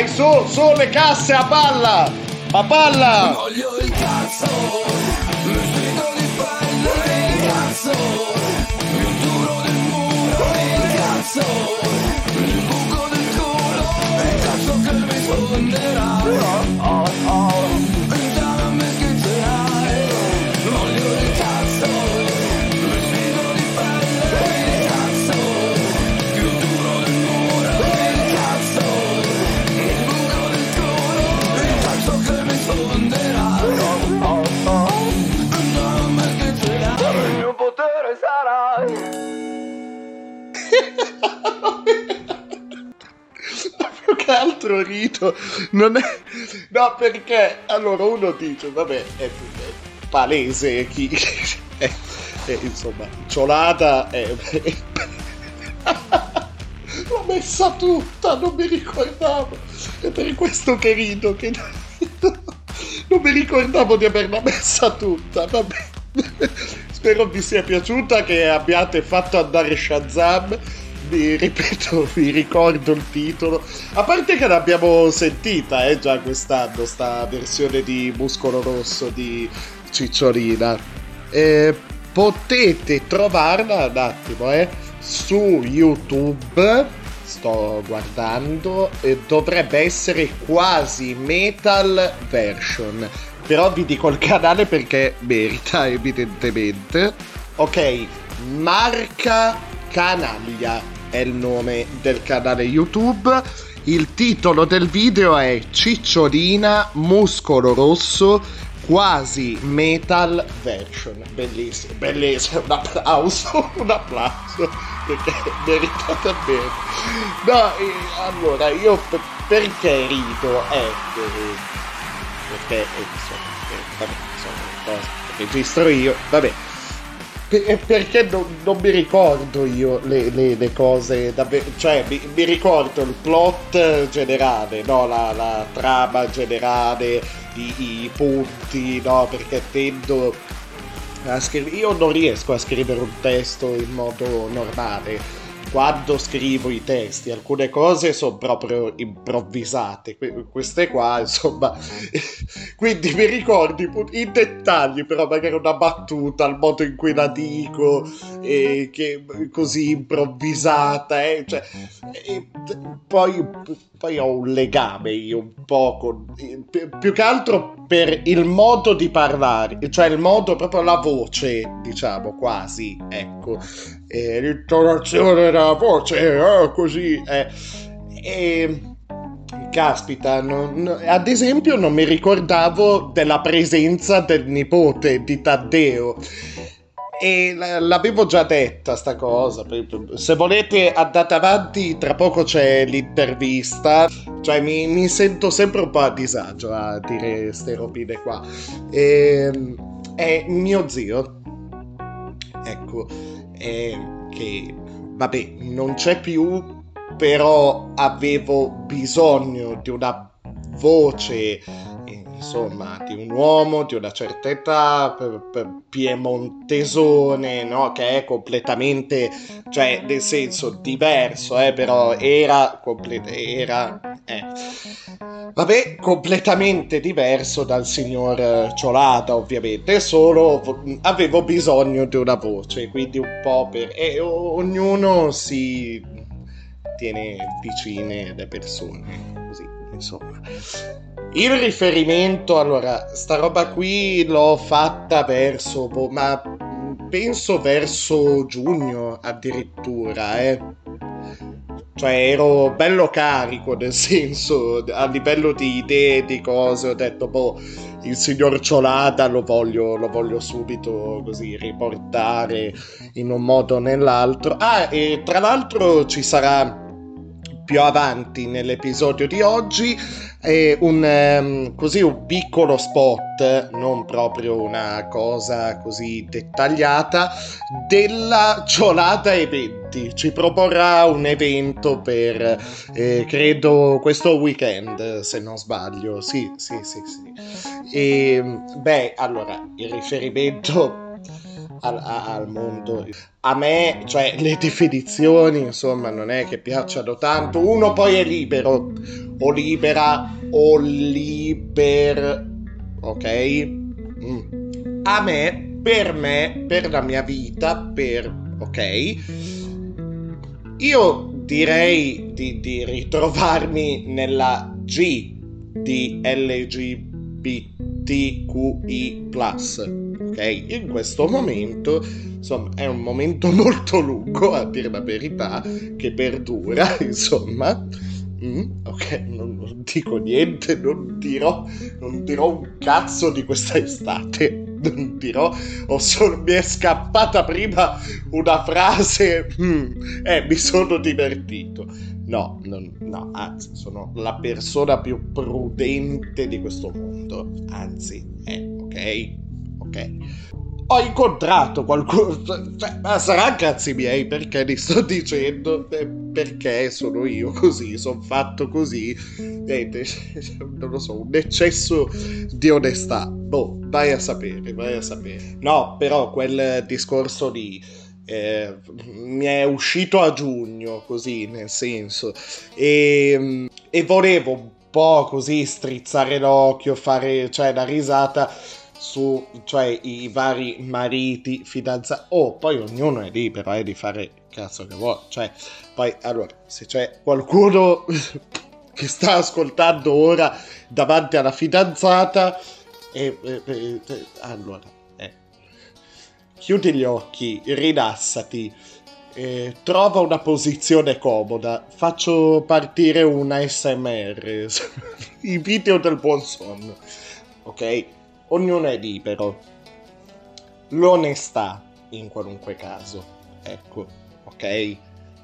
Speaker 4: Dai, su le casse, a palla! A palla!
Speaker 13: Voglio il cazzo, vestito di pelle, il cazzo, più duro del muro, il cazzo, il buco del culo, il cazzo che mi sfonderà. Vent'anni a me schizzerai. Voglio il cazzo, vestito di pelle, il cazzo, più duro del muro, il cazzo, il buco del culo, il cazzo che mi sfonderà. Vent'anni a me schizzerai. Il mio potere sarai.
Speaker 4: Più che altro rido, non è... No, perché allora uno dice, vabbè, è palese chi... insomma, Ciolata è... L'ho messa tutta, non mi ricordavo. È per questo che rido, che... Non mi ricordavo di averla messa tutta, vabbè. Spero vi sia piaciuta, che abbiate fatto andare Shazam. Vi ripeto, vi ricordo il titolo. A parte che l'abbiamo sentita già quest'anno, sta versione di Muscolo Rosso di Cicciolina. Potete trovarla un attimo su YouTube. Sto guardando, dovrebbe essere Quasi Metal Version. Però vi dico il canale perché merita, evidentemente. Ok, Marca Canaglia è il nome del canale YouTube. Il titolo del video è Cicciolina Muscolo Rosso Quasi Metal Version. Bellissimo, bellissimo. Un applauso, perché meritate bene. No, allora io perché rido? Perché vabbè, sono cose che registro io, vabbè. Perché non mi ricordo io le cose davvero, cioè mi ricordo il plot generale, no, la trama generale, i punti, no, perché tendo a scrivere, io non riesco a scrivere un testo in modo normale. Quando scrivo i testi, alcune cose sono proprio improvvisate, queste qua, insomma, quindi mi ricordo in dettagli, però magari una battuta, il modo in cui la dico, che così improvvisata, cioè, poi ho un legame io un po' con, più che altro per il modo di parlare, cioè il modo, proprio la voce, diciamo, quasi, ecco, l'intonazione della voce, così, caspita, ad esempio non mi ricordavo della presenza del nipote di Taddeo, e l'avevo già detta sta cosa. Se volete andate avanti, tra poco c'è l'intervista, cioè mi sento sempre un po' a disagio a dire ste robine qua. È mio zio, ecco, che vabbè non c'è più, però avevo bisogno di una voce, insomma, di un uomo di una certa età, piemontesone, no? Che è completamente, cioè nel senso diverso, però era vabbè, completamente diverso dal signor Ciolata, ovviamente, solo avevo bisogno di una voce, quindi un po' e ognuno si tiene vicine le persone, così, insomma. Il riferimento, allora, sta roba qui l'ho fatta verso, ma penso verso giugno addirittura, Cioè ero bello carico, nel senso, a livello di idee, di cose, ho detto, il signor Ciolata lo voglio subito così riportare in un modo o nell'altro. E tra l'altro ci sarà più avanti nell'episodio di oggi un piccolo spot, non proprio una cosa così dettagliata, della Ciolata Eventi. Ci proporrà un evento per credo questo weekend, se non sbaglio. Sì. E allora il riferimento al mondo. A me, cioè, le definizioni, insomma, non è che piacciono tanto. Uno poi è libero, o libera, o ok? A me, per la mia vita, ok? Io direi di ritrovarmi nella G di LGBTQI+, ok? In questo momento, insomma, è un momento molto lungo, a dire la verità, che perdura, insomma. Ok, non dico niente, non dirò un cazzo di questa estate. Non dirò, mi è scappata prima una frase, mi sono divertito. No, anzi, sono la persona più prudente di questo mondo. Anzi, ok. Ho incontrato qualcuno, ma sarà cazzi miei, perché li sto dicendo, perché sono io così, sono fatto così, non lo so, un eccesso di onestà, vai a sapere. No, però quel discorso lì mi è uscito a giugno, così, nel senso, e volevo un po' così strizzare l'occhio, fare, cioè, la risata su, cioè, i vari mariti, fidanzati. Poi ognuno è libero di fare il cazzo che vuole. Cioè, poi, allora, se c'è qualcuno che sta ascoltando ora davanti alla fidanzata, allora, chiudi gli occhi, rilassati, trova una posizione comoda, faccio partire un ASMR, i video del buon sonno, ok? Ognuno è libero. L'onestà, in qualunque caso, ecco, ok?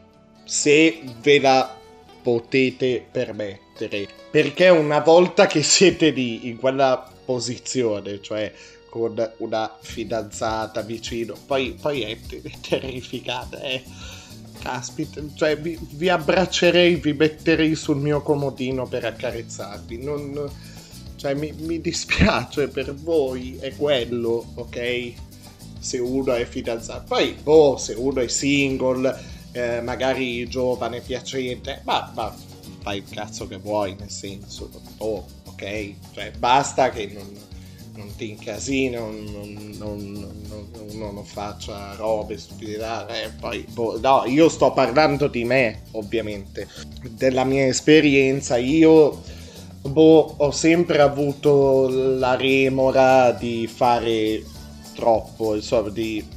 Speaker 4: Se ve la potete permettere, perché una volta che siete lì, in quella posizione, cioè con una fidanzata vicino, poi è terrificata, caspita, cioè vi abbraccerei, vi metterei sul mio comodino per accarezzarvi, cioè mi dispiace per voi, è quello, ok? Se uno è fidanzato, poi se uno è single, magari giovane, piacente, ma fai il cazzo che vuoi, nel senso, ok? Cioè basta che non ti incasini, uno non faccia robe, stupidità, poi no, io sto parlando di me, ovviamente, della mia esperienza. Io ho sempre avuto la remora di fare troppo, insomma,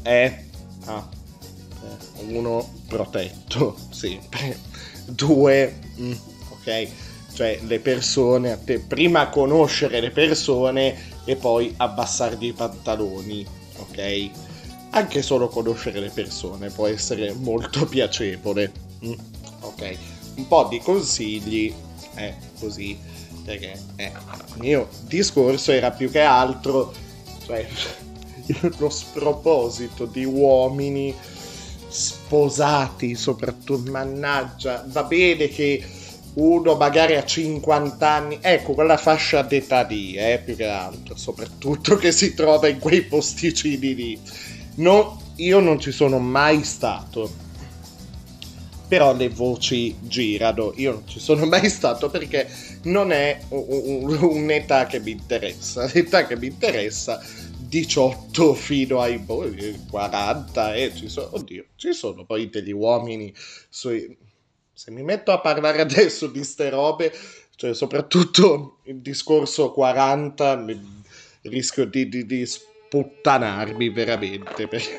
Speaker 4: uno, protetto, sempre, due, ok, cioè le persone, prima conoscere le persone e poi abbassargli i pantaloni, ok? Anche solo conoscere le persone può essere molto piacevole, ok? Un po' di consigli, così, perché il mio discorso era più che altro, cioè, lo sproposito di uomini sposati, soprattutto, mannaggia, va bene che uno magari a 50 anni, ecco, quella fascia d'età lì, più che altro, soprattutto che si trova in quei posticini lì. No, io non ci sono mai stato, però le voci girano. Io non ci sono mai stato perché non è un'età che mi interessa. L'età che mi interessa 18 fino ai 40, ci sono poi degli uomini se mi metto a parlare adesso di ste robe, cioè soprattutto il discorso 40, rischio di sputtanarmi veramente, perché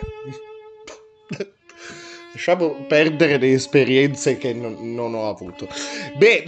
Speaker 4: lasciamo perdere le esperienze che non ho avuto. Beh,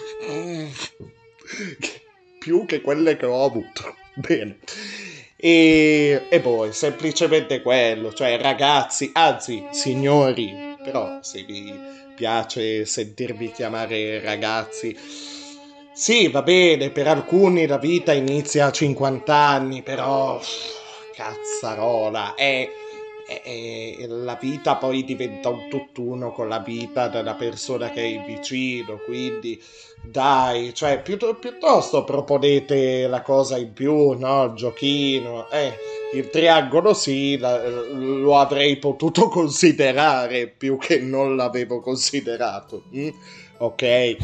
Speaker 4: più che quelle che ho avuto. Bene. E poi semplicemente quello, cioè ragazzi, anzi signori, però se vi piace sentirvi chiamare ragazzi, sì, va bene, per alcuni la vita inizia a 50 anni, però cazzarola, la vita poi diventa un tutt'uno con la vita della persona che è vicino, quindi dai, cioè piuttosto proponete la cosa in più, no? Il giochino, il triangolo sì, lo avrei potuto considerare più che non l'avevo considerato, ok?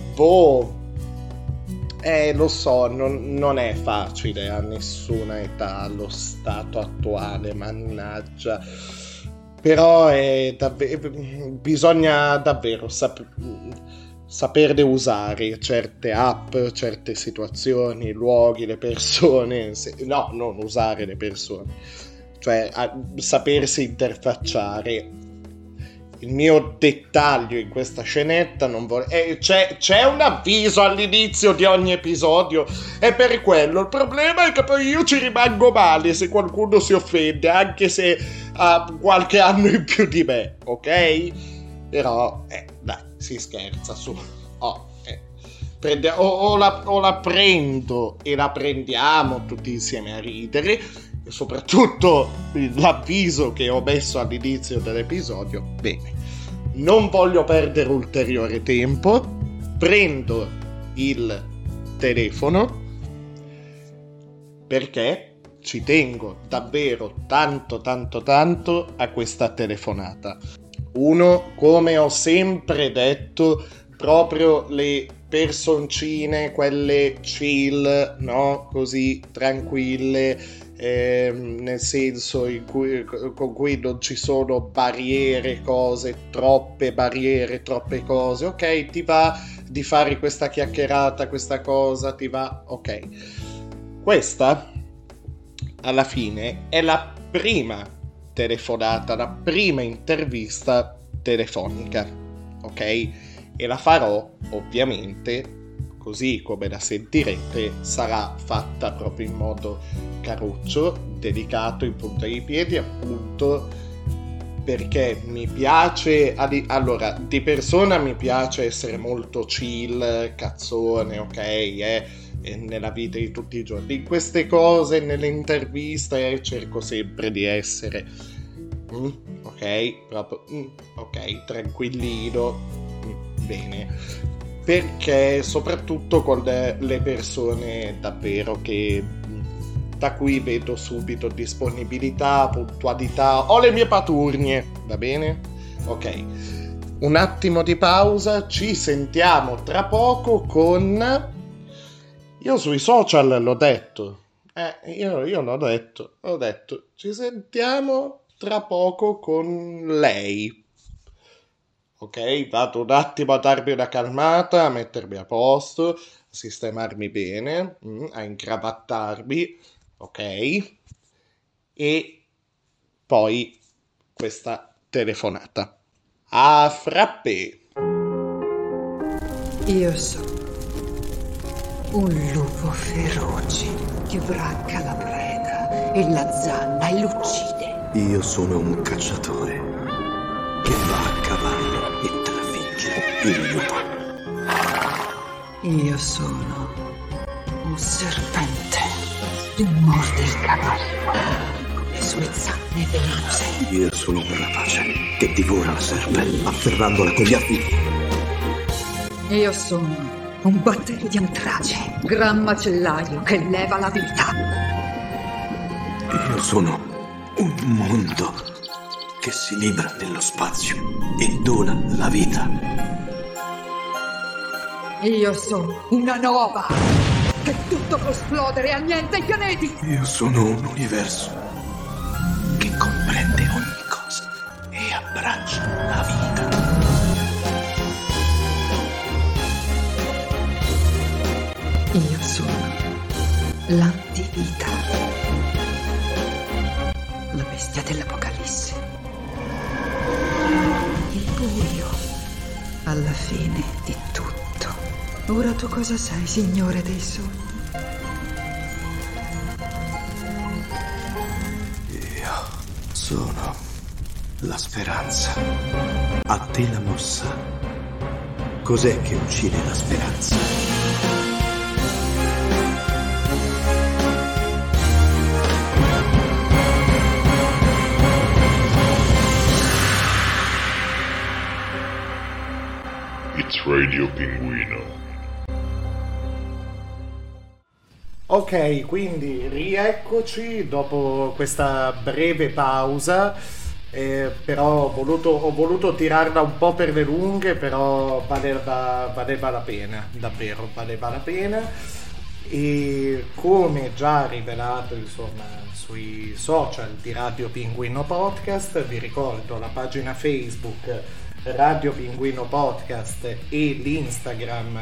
Speaker 4: Lo so, non è facile a nessuna età allo stato attuale, mannaggia. Però bisogna davvero saperle usare certe app, certe situazioni, luoghi, le persone. No, non usare le persone. Cioè, sapersi interfacciare. Il mio dettaglio in questa scenetta non vuole... c'è un avviso all'inizio di ogni episodio, è per quello. Il problema è che poi io ci rimango male se qualcuno si offende, anche se ha qualche anno in più di me, ok? Però, dai, si scherza su. O la prendo e la prendiamo tutti insieme a ridere. E soprattutto l'avviso che ho messo all'inizio dell'episodio. Bene, non voglio perdere ulteriore tempo, prendo il telefono perché ci tengo davvero tanto a questa telefonata. Uno, come ho sempre detto, proprio le personcine, quelle chill, no? Così tranquille, nel senso con cui non ci sono barriere, troppe cose, ok? Ti va di fare questa chiacchierata, questa cosa, ti va, ok? Questa alla fine è la prima telefonata, la prima intervista telefonica, ok? E la farò ovviamente, così come la sentirete, sarà fatta proprio in modo caruccio, delicato, in punta di piedi, appunto perché mi piace, allora, di persona mi piace essere molto chill, cazzone, ok, nella vita di tutti i giorni. In queste cose, nelle interviste, cerco sempre di essere, ok, proprio, ok, tranquillino, bene. Perché soprattutto con le persone davvero da cui vedo subito disponibilità, puntualità, ho le mie paturnie, va bene? Ok, un attimo di pausa, ci sentiamo tra poco con... Io sui social l'ho detto, io l'ho detto, ci sentiamo tra poco con lei. Ok, vado un attimo a darmi una calmata, a mettermi a posto, a sistemarmi bene, a incravattarmi, ok? E poi questa telefonata. A frappè!
Speaker 14: Io sono un lupo feroce che bracca la preda e la zanna e l'uccide.
Speaker 15: Io sono un cacciatore che va a cavallo e trafigge il lupo.
Speaker 14: Io sono un serpente che morde il cavallo con le sue zanne velose.
Speaker 15: Io sono un rapace che divora la serpe afferrandola con gli artigli.
Speaker 14: Io sono un batterio di antrace, gran macellaio che leva la vita.
Speaker 15: Io sono un mondo che si libera nello spazio e dona la vita.
Speaker 14: Io sono una nova che tutto può esplodere e annienta i pianeti.
Speaker 15: Io sono un universo che comprende ogni cosa e abbraccia la vita.
Speaker 14: Io sono l'antivita, la bestia dell'Apocalisse. Il buio alla fine di tutto. Ora tu cosa sei, signore dei sogni?
Speaker 15: Io sono la speranza. A te la mossa. Cos'è che uccide la speranza?
Speaker 10: It's Radio Pinguino.
Speaker 16: Ok, quindi rieccoci dopo questa breve pausa, però ho voluto tirarla un po' per le lunghe, però valeva la pena, davvero valeva la pena. E come già rivelato insomma sui social di Radio Pinguino Podcast, vi ricordo la pagina Facebook Radio Pinguino Podcast e l'Instagram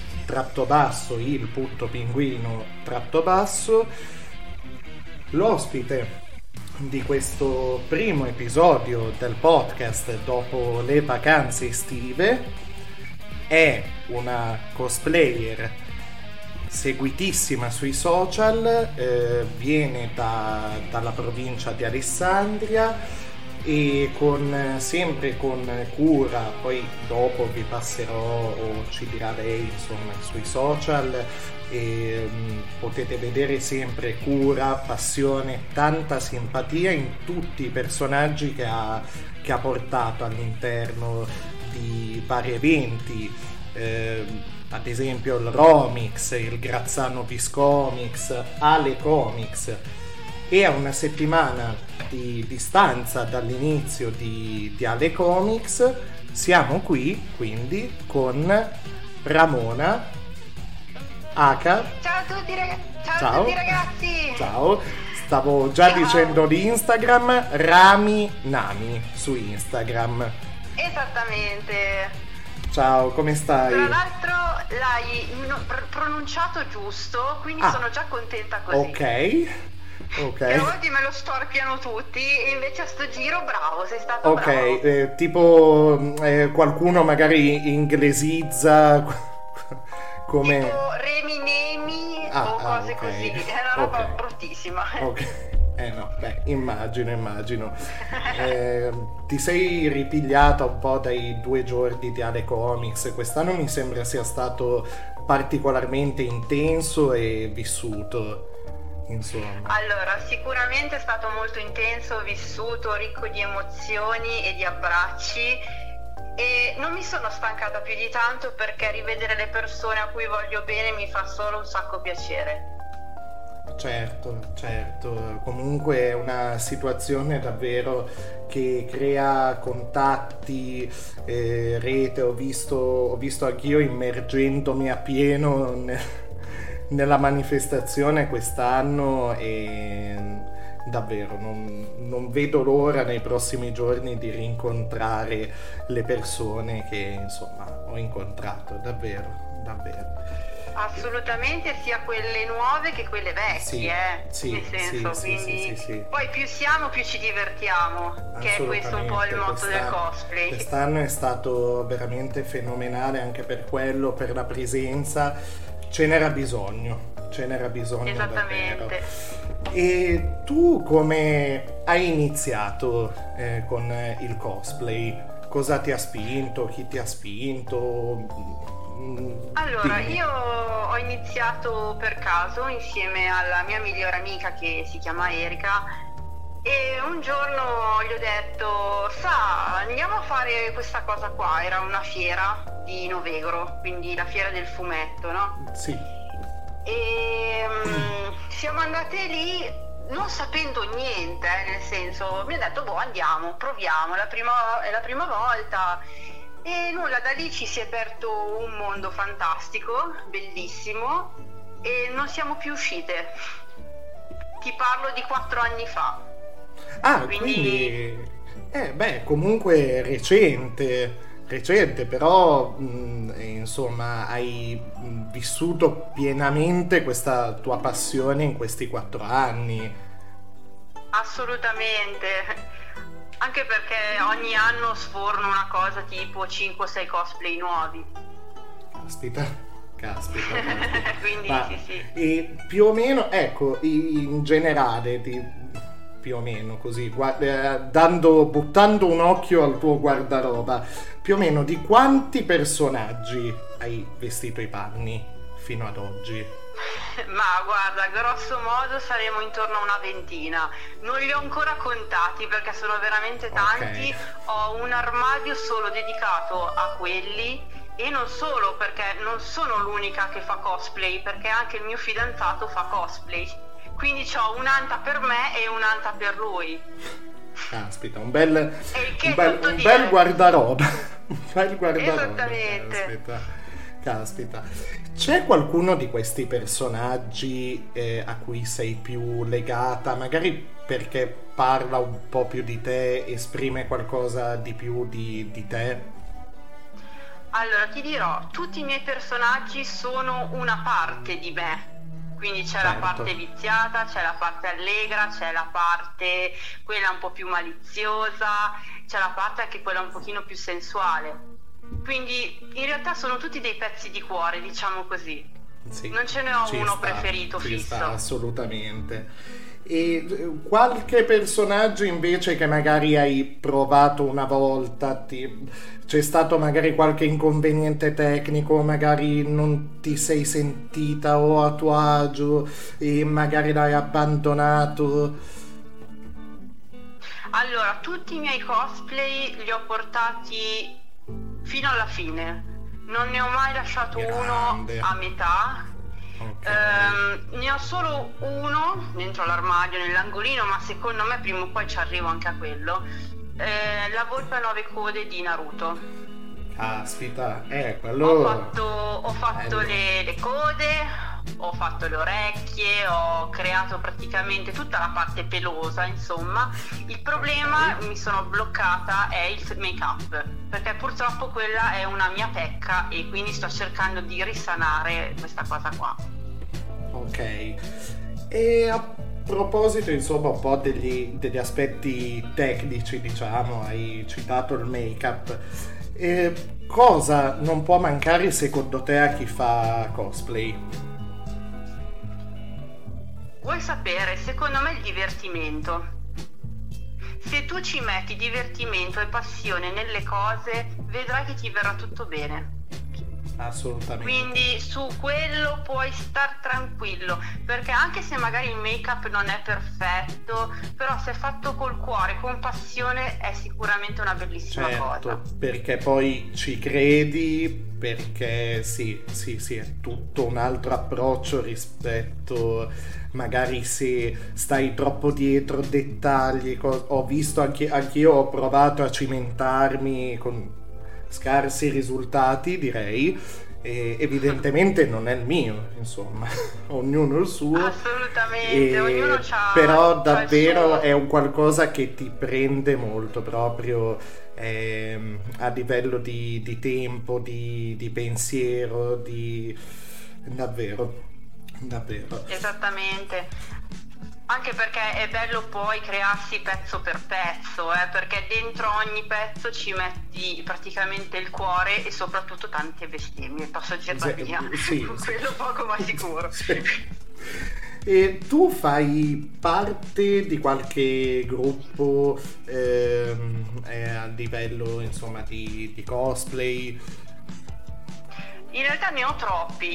Speaker 16: _il.pinguino_. L'ospite di questo primo episodio del podcast dopo le vacanze estive è una cosplayer seguitissima sui social, viene dalla provincia di Alessandria e sempre con cura, poi dopo vi passerò o ci dirà lei insomma sui social, e potete vedere sempre cura, passione, tanta simpatia in tutti i personaggi che ha portato all'interno di vari eventi, ad esempio il Romix, il Grazzano Viscomics, Ale Comics. E a una settimana di distanza dall'inizio di Ale Comics siamo qui quindi con Ramona Aka.
Speaker 17: Ciao a tutti ragazzi.
Speaker 16: Ciao. Stavo già dicendo di Instagram, Rami Nami su Instagram.
Speaker 17: Esattamente.
Speaker 16: Ciao, come stai?
Speaker 17: Tra l'altro l'hai pronunciato giusto, quindi sono già contenta così.
Speaker 16: Ok.
Speaker 17: E a volte me lo storpiano tutti e invece a sto giro bravo, sei stato bravo.
Speaker 16: Ok, tipo qualcuno magari inglesizza come...
Speaker 17: Tipo Remi Nemi o cose così, è una roba bruttissima.
Speaker 16: Ok. No, beh, immagino. Ti sei ripigliata un po' dai 2 giorni di Ale Comics. Quest'anno mi sembra sia stato particolarmente intenso e vissuto, insomma.
Speaker 17: Allora, sicuramente è stato molto intenso, vissuto, ricco di emozioni e di abbracci, e non mi sono stancata più di tanto perché rivedere le persone a cui voglio bene mi fa solo un sacco piacere.
Speaker 16: Certo, comunque è una situazione davvero che crea contatti, rete. Ho visto anch'io immergendomi appieno nella manifestazione quest'anno e davvero non vedo l'ora nei prossimi giorni di rincontrare le persone che insomma ho incontrato, davvero.
Speaker 17: Assolutamente, sia quelle nuove che quelle vecchie, nel senso, quindi
Speaker 16: sì.
Speaker 17: Poi più siamo più ci divertiamo, che è questo un po' il motto del cosplay.
Speaker 16: Quest'anno è stato veramente fenomenale anche per quello, per la presenza, ce n'era bisogno
Speaker 17: esattamente
Speaker 16: davvero. E tu come hai iniziato con il cosplay? Cosa ti ha spinto? Chi ti ha spinto?
Speaker 17: Allora, io ho iniziato per caso insieme alla mia migliore amica che si chiama Erika, e un giorno gli ho detto: andiamo a fare questa cosa qua. Era una fiera di Novegro, quindi la fiera del fumetto, no?
Speaker 16: Sì.
Speaker 17: E siamo andate lì non sapendo niente, nel senso, mi ha detto andiamo, proviamo, è la prima volta. E nulla, da lì ci si è aperto un mondo fantastico, bellissimo, e non siamo più uscite. Ti parlo di 4 anni fa.
Speaker 16: Quindi comunque recente, però insomma hai vissuto pienamente questa tua passione in questi 4 anni.
Speaker 17: Assolutamente. Anche perché ogni anno sforno una cosa tipo 5-6 cosplay nuovi.
Speaker 16: Caspita.
Speaker 17: Quindi sì.
Speaker 16: E più o meno, ecco, in generale, più o meno così, buttando un occhio al tuo guardaroba, più o meno di quanti personaggi hai vestito i panni fino ad oggi?
Speaker 17: Ma guarda, grosso modo saremo intorno a una ventina. Non li ho ancora contati perché sono veramente tanti. Ho un armadio solo dedicato a quelli E non solo, perché non sono l'unica che fa cosplay, perché anche il mio fidanzato fa cosplay. Quindi ho un'anta per me e un'anta per lui.
Speaker 16: Caspita, un bel
Speaker 17: dire.
Speaker 16: guardaroba. Un bel guardaroba.
Speaker 17: Esattamente.
Speaker 16: Caspita. C'è qualcuno di questi personaggi a cui sei più legata, magari perché parla un po' più di te, esprime qualcosa di più di te?
Speaker 17: Allora, ti dirò, tutti i miei personaggi sono una parte di me. Quindi c'è la parte viziata, c'è la parte allegra, c'è la parte quella un po' più maliziosa, c'è la parte anche quella un pochino più sensuale. Quindi in realtà sono tutti dei pezzi di cuore, diciamo così.
Speaker 16: Sì,
Speaker 17: non ce ne ho uno preferito fisso.
Speaker 16: Assolutamente. E qualche personaggio invece che magari hai provato una volta, c'è stato magari qualche inconveniente tecnico, magari non ti sei sentita o a tuo agio e magari l'hai abbandonato?
Speaker 17: Allora, tutti i miei cosplay li ho portati fino alla fine, non ne ho mai lasciato uno a metà. Ne ho solo uno dentro l'armadio, nell'angolino, ma secondo me prima o poi ci arrivo anche a quello. La volpe a 9 code di Naruto.
Speaker 16: Caspita, quello...
Speaker 17: Ho fatto le code, ho fatto le orecchie, ho creato praticamente tutta la parte pelosa, insomma. Il problema, mi sono bloccata, è il make up, perché purtroppo quella è una mia pecca e quindi sto cercando di risanare questa cosa qua.
Speaker 16: Ok. E a proposito, insomma, un po' degli aspetti tecnici, diciamo, hai citato il make up. Cosa non può mancare secondo te a chi fa cosplay?
Speaker 17: Vuoi sapere? Secondo me il divertimento. Se tu ci metti divertimento e passione nelle cose, vedrai che ti verrà tutto bene.
Speaker 16: Assolutamente.
Speaker 17: Quindi su quello puoi star tranquillo, perché anche se magari il make up non è perfetto, però se fatto col cuore, con passione, è sicuramente una bellissima cosa.
Speaker 16: Perché poi ci credi, perché sì, è tutto un altro approccio rispetto magari se stai troppo dietro dettagli. Ho visto anch'io ho provato a cimentarmi con scarsi risultati, direi, e evidentemente non è il mio, insomma, ognuno il suo.
Speaker 17: Assolutamente, ognuno c'ha.
Speaker 16: Però davvero è un qualcosa che ti prende molto, proprio a livello di tempo, di pensiero, davvero.
Speaker 17: Esattamente. Anche perché è bello poi crearsi pezzo per pezzo, perché dentro ogni pezzo ci metti praticamente il cuore e soprattutto tante bestemmie, posso dirla mia, quello poco ma sicuro.
Speaker 16: E tu fai parte di qualche gruppo a livello, insomma, di cosplay?
Speaker 17: In realtà ne ho troppi.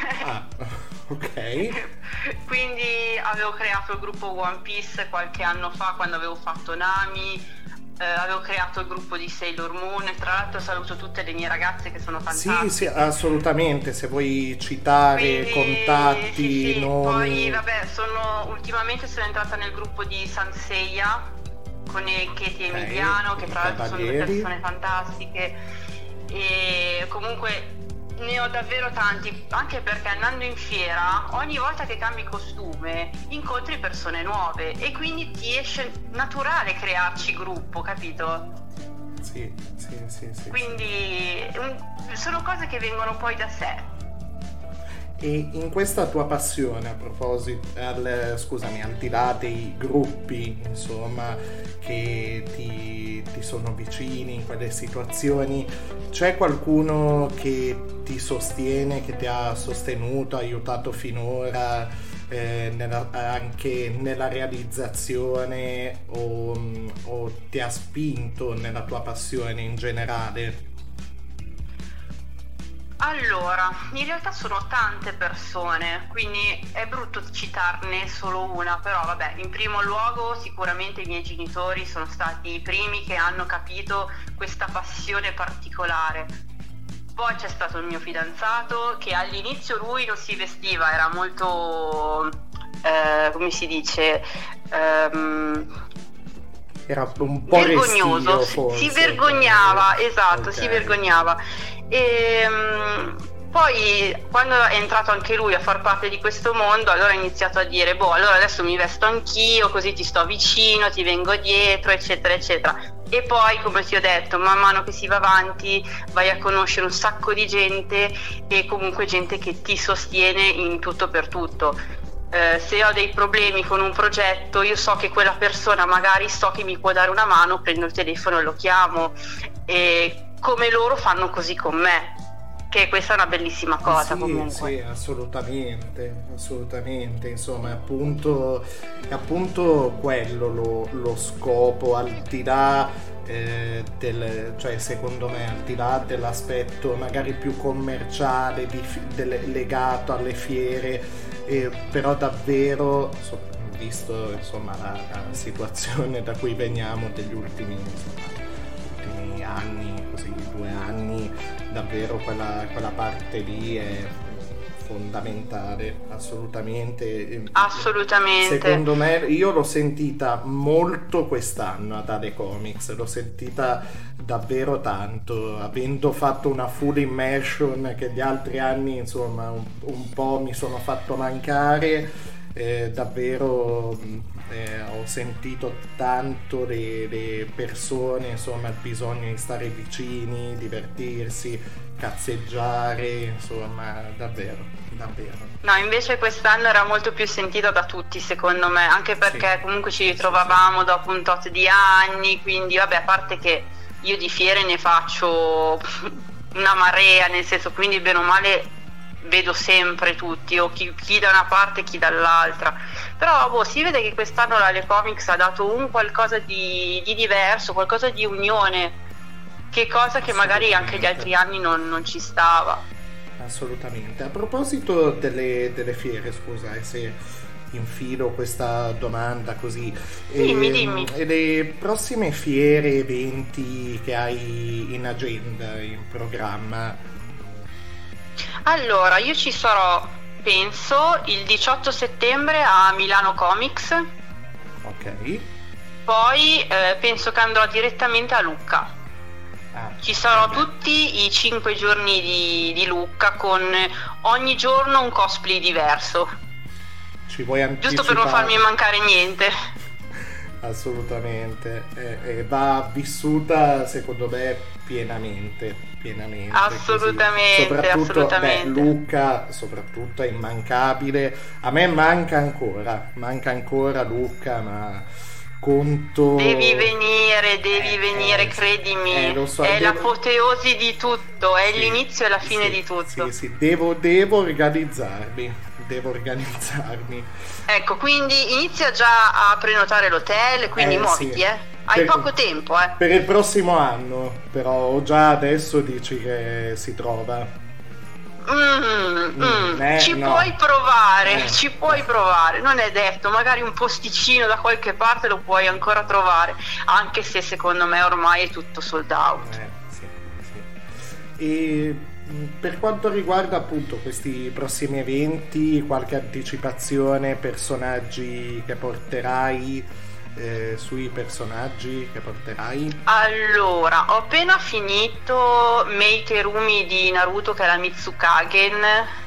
Speaker 16: Ok.
Speaker 17: Quindi avevo creato il gruppo One Piece qualche anno fa quando avevo fatto Nami, avevo creato il gruppo di Sailor Moon e tra l'altro saluto tutte le mie ragazze che sono fantastiche.
Speaker 16: Sì, assolutamente, se vuoi citare contatti, nomi.
Speaker 17: Poi vabbè, ultimamente sono entrata nel gruppo di Sanseiya con Katie e Emiliano, che tra l'altro sono due persone fantastiche, e comunque ne ho davvero tanti, anche perché andando in fiera ogni volta che cambi costume incontri persone nuove e quindi ti esce naturale crearci gruppo, capito?
Speaker 16: Sì.
Speaker 17: Quindi sono cose che vengono poi da sé.
Speaker 16: E in questa tua passione, a proposito, al di là dei gruppi, insomma, che ti sono vicini in quelle situazioni, c'è qualcuno che ti sostiene, che ti ha sostenuto, aiutato finora anche nella realizzazione o ti ha spinto nella tua passione in generale?
Speaker 17: Allora, in realtà sono tante persone, quindi è brutto citarne solo una, però vabbè, in primo luogo sicuramente i miei genitori sono stati i primi che hanno capito questa passione particolare. Poi c'è stato il mio fidanzato, che all'inizio lui non si vestiva, era molto, come si dice,
Speaker 16: era un po'
Speaker 17: vergognoso,
Speaker 16: restio, forse.
Speaker 17: si vergognava, esatto,
Speaker 16: Ok.
Speaker 17: si vergognava. E poi quando è entrato anche lui a far parte di questo mondo, allora ha iniziato a dire: boh, allora adesso mi vesto anch'io, così ti sto vicino, ti vengo dietro, eccetera eccetera. E poi, come ti ho detto, man mano che si va avanti vai a conoscere un sacco di gente, e comunque gente che ti sostiene in tutto per tutto. Se ho dei problemi con un progetto, io so che quella persona magari so che mi può dare una mano, prendo il telefono e lo chiamo, e come loro fanno così con me, che questa è una bellissima cosa.
Speaker 16: Sì,
Speaker 17: comunque
Speaker 16: sì, assolutamente, insomma, è appunto quello lo scopo, al di là cioè secondo me, al di là dell'aspetto magari più commerciale legato alle fiere, però davvero visto insomma la situazione da cui veniamo degli ultimi anni, così 2 anni, davvero quella parte lì è fondamentale, assolutamente. Secondo me, io l'ho sentita molto quest'anno ad Ale Comics, l'ho sentita davvero tanto, avendo fatto una full immersion che gli altri anni insomma un po' mi sono fatto mancare. Davvero ho sentito tanto le persone, insomma, il bisogno di stare vicini, divertirsi, cazzeggiare, insomma, davvero.
Speaker 17: No, invece quest'anno era molto più sentita da tutti, secondo me, anche perché comunque ci ritrovavamo dopo un tot di anni, quindi vabbè, a parte che io di fiere ne faccio una marea, nel senso, quindi bene o male vedo sempre tutti, o chi da una parte e chi dall'altra, però si vede che quest'anno l'Ale Comics ha dato un qualcosa di diverso, qualcosa di unione, che cosa che magari anche gli altri anni non ci stava.
Speaker 16: Assolutamente. A proposito delle fiere, scusa se infilo questa domanda così,
Speaker 17: dimmi.
Speaker 16: E le prossime fiere, eventi che hai in agenda, in programma?
Speaker 17: Allora, io ci sarò, penso, il 18 settembre a Milano Comics.
Speaker 16: Ok.
Speaker 17: Poi penso che andrò direttamente a Lucca. Ci sarò tutti i 5 giorni di Lucca, con ogni giorno un cosplay diverso.
Speaker 16: Ci vuoi anticipare?
Speaker 17: Giusto per non farmi mancare niente.
Speaker 16: Assolutamente. Va vissuta, secondo me, pienamente.
Speaker 17: Assolutamente,
Speaker 16: così. Soprattutto,
Speaker 17: assolutamente.
Speaker 16: Lucca soprattutto è immancabile. A me manca ancora Lucca, ma conto.
Speaker 17: Devi venire, credimi.
Speaker 16: Lo so,
Speaker 17: è l'apoteosi di tutto, è l'inizio e la fine di tutto.
Speaker 16: Sì, devo organizzarmi.
Speaker 17: Ecco, quindi inizia già a prenotare l'hotel, quindi muoviti, Hai poco tempo,
Speaker 16: Per il prossimo anno, però già adesso dici che si trova.
Speaker 17: Ci puoi provare, non è detto, magari un posticino da qualche parte lo puoi ancora trovare, anche se secondo me ormai è tutto sold out.
Speaker 16: Sì. E per quanto riguarda appunto questi prossimi eventi, qualche anticipazione, personaggi che porterai? Sui personaggi che porterai?
Speaker 17: Allora, ho appena finito Mei Terumi di Naruto, che è la Mitsukagen,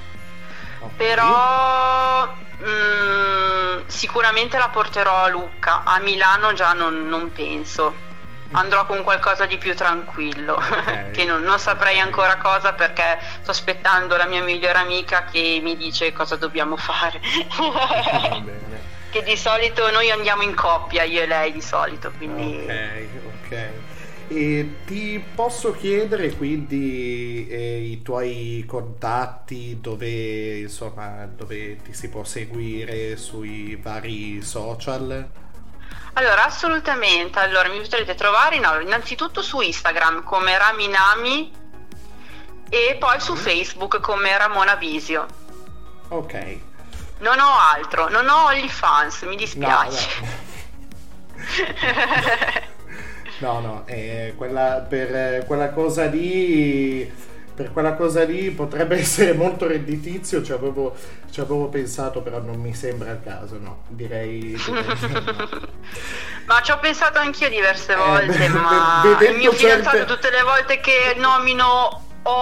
Speaker 17: però sicuramente la porterò a Lucca. A Milano già non penso, andrò con qualcosa di più tranquillo. Che non saprei ancora cosa, perché sto aspettando la mia migliore amica che mi dice cosa dobbiamo fare. Che di solito noi andiamo in coppia, io e lei di solito, quindi.
Speaker 16: Ok. E ti posso chiedere quindi i tuoi contatti, dove ti si può seguire sui vari social?
Speaker 17: Allora, assolutamente. Allora, mi potrete trovare innanzitutto su Instagram come Raminami, e poi su Facebook come Ramona Visio.
Speaker 16: Ok.
Speaker 17: Non ho altro, non ho OnlyFans, mi dispiace.
Speaker 16: No, quella cosa lì per quella cosa lì potrebbe essere molto redditizio, ci avevo pensato, però non mi sembra il caso, no, direi
Speaker 17: Ma ci ho pensato anch'io diverse volte, ma il mio fidanzato tutte le volte che nomino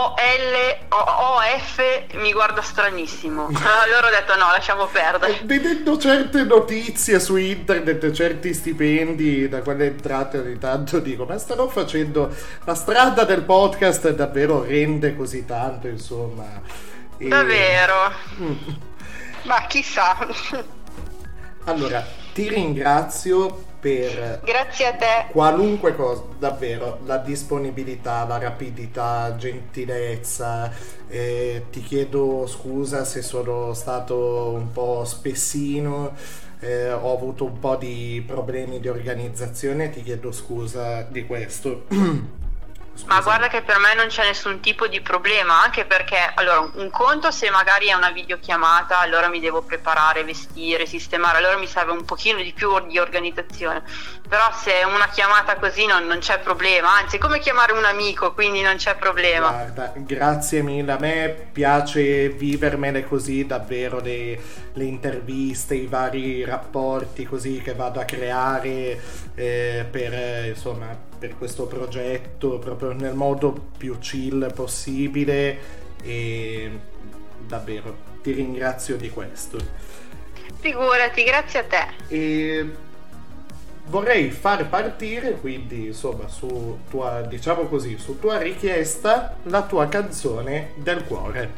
Speaker 17: OF mi guarda stranissimo. Allora ho detto no, lasciamo perdere.
Speaker 16: Vedendo certe notizie su internet, certi stipendi da quelle entrate, ogni tanto dico, ma starò facendo la strada del podcast, davvero rende così tanto, insomma.
Speaker 17: Davvero? Ma chissà.
Speaker 16: Allora, ti ringrazio per
Speaker 17: grazie a te,
Speaker 16: qualunque cosa, davvero, la disponibilità, la rapidità, gentilezza, ti chiedo scusa se sono stato un po' spessino, ho avuto un po' di problemi di organizzazione, ti chiedo scusa di questo.
Speaker 17: Ma guarda che per me non c'è nessun tipo di problema, anche perché allora un conto se magari è una videochiamata, allora mi devo preparare, vestire, sistemare, allora mi serve un pochino di più di organizzazione, però se è una chiamata così non c'è problema, anzi è come chiamare un amico, quindi non c'è problema.
Speaker 16: Guarda, grazie mille, a me piace vivermele così davvero, le interviste, i vari rapporti così che vado a creare per questo progetto, proprio nel modo più chill possibile, e davvero ti ringrazio di questo.
Speaker 17: Figurati, grazie a te.
Speaker 16: E vorrei far partire quindi, insomma, su tua richiesta, la tua canzone del cuore.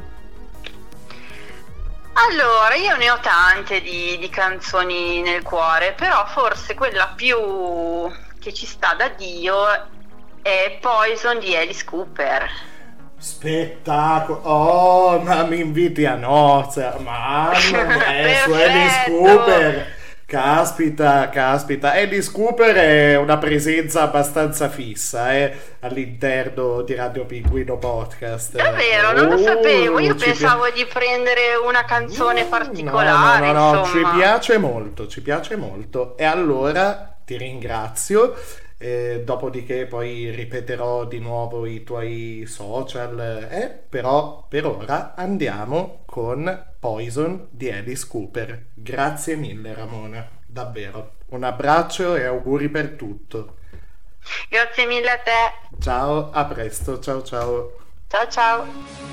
Speaker 17: Allora, io ne ho tante di canzoni nel cuore, però forse quella più che ci sta da Dio è Poison di Alice Cooper.
Speaker 16: Spettacolo! Oh, ma mi inviti a nozze, ma su Alice Cooper! Caspita, Alice Cooper è una presenza abbastanza fissa all'interno di Radio Pinguino Podcast.
Speaker 17: Davvero, non lo sapevo, io pensavo di prendere una canzone particolare.
Speaker 16: No, ci piace molto, e allora ti ringrazio. Dopodiché poi ripeterò di nuovo i tuoi social, però per ora andiamo con Poison di Alice Cooper. Grazie mille Ramona, davvero un abbraccio e auguri per tutto.
Speaker 17: Grazie mille a te.
Speaker 16: Ciao, a presto, ciao.
Speaker 17: Ciao.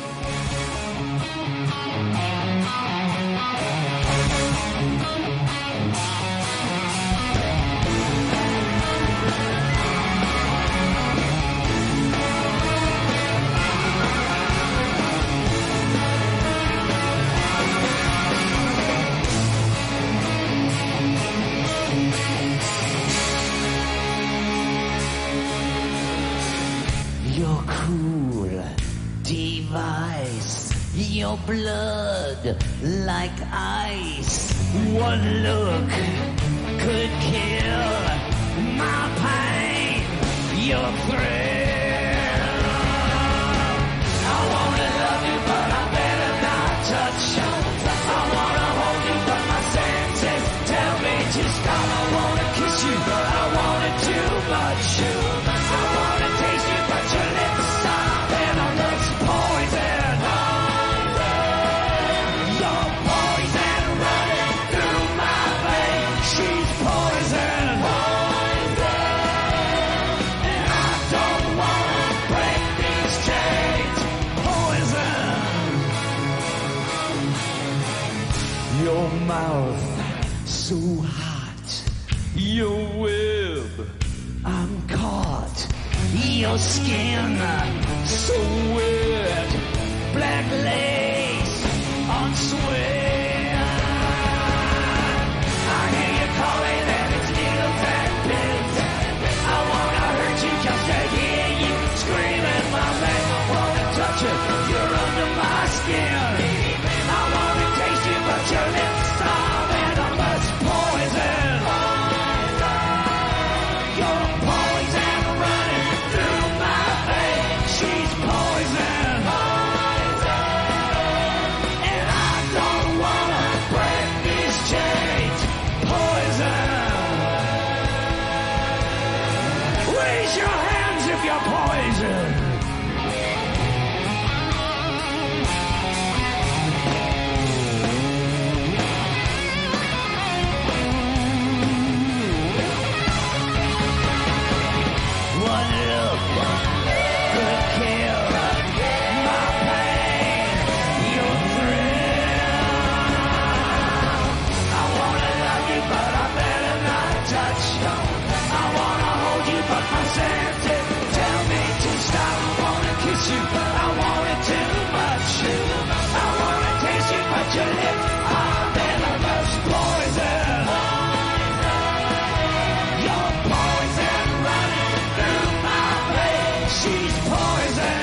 Speaker 18: Your cool device, your blood like ice. One look could kill my pain, your thrill. I wanna love you, but I better not touch you. I wanna hold you, but my senses tell me to stop. I wanna kiss you, but I wanna too much. I wanna taste you, but your lips are venomous poison. You're poison running through my veins. She's poison. And I don't wanna break these chains. Poison. Your mouth so hot, your web, I'm caught. Your skin so wet, black lace on sweat. I hear you calling and it's needles and pins. I wanna hurt you just to hear you screaming. My man, I wanna touch you, you're under my skin. I wanna taste you, but your lips are venomous poison. You're poison running through my veins. She's poison. And I don't
Speaker 13: kiss you. I want it too much. I wanna taste you, but your lips are venomous poison. You're poison running through my veins. She's poison.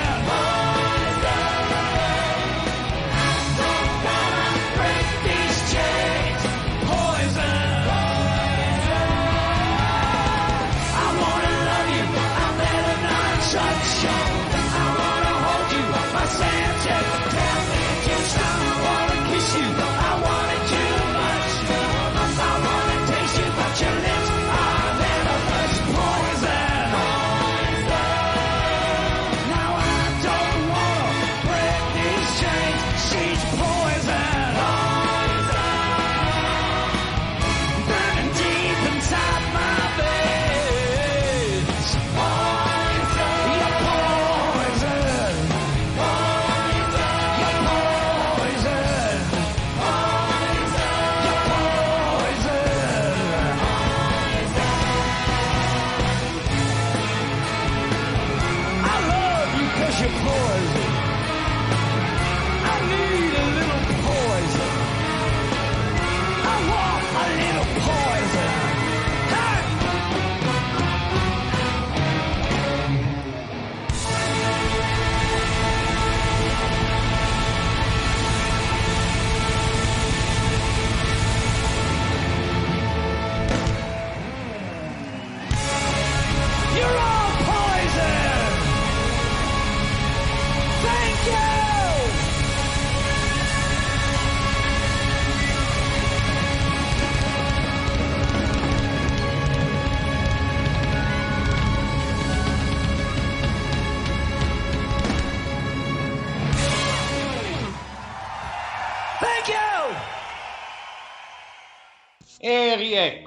Speaker 4: E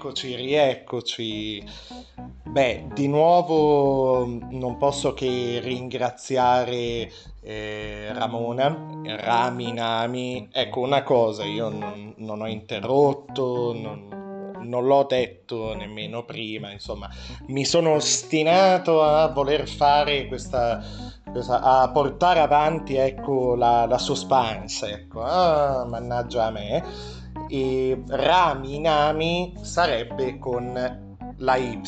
Speaker 4: rieccoci. Beh, di nuovo non posso che ringraziare Ramona, Rami Nami. Ecco, una cosa, io non ho interrotto, non l'ho detto nemmeno prima, insomma, mi sono ostinato a voler fare a portare avanti, ecco, la suspense, ecco, mannaggia a me. E Rami Nami sarebbe con la Y.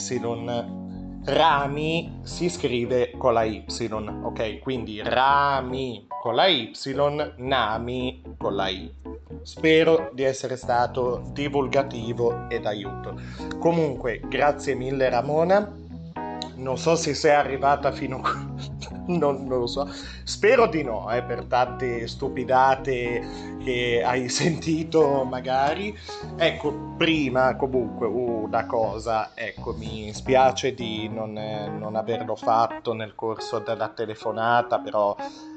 Speaker 4: Rami si scrive con la Y, ok? Quindi Rami con la Y, Nami con la I. Spero di essere stato divulgativo e d'aiuto. Comunque, grazie mille Ramona. Non so se sei arrivata fino a qui, non lo so. Spero di no, per tante stupidate che hai sentito magari. Ecco, prima comunque una cosa, ecco, mi spiace di non averlo fatto nel corso della telefonata, però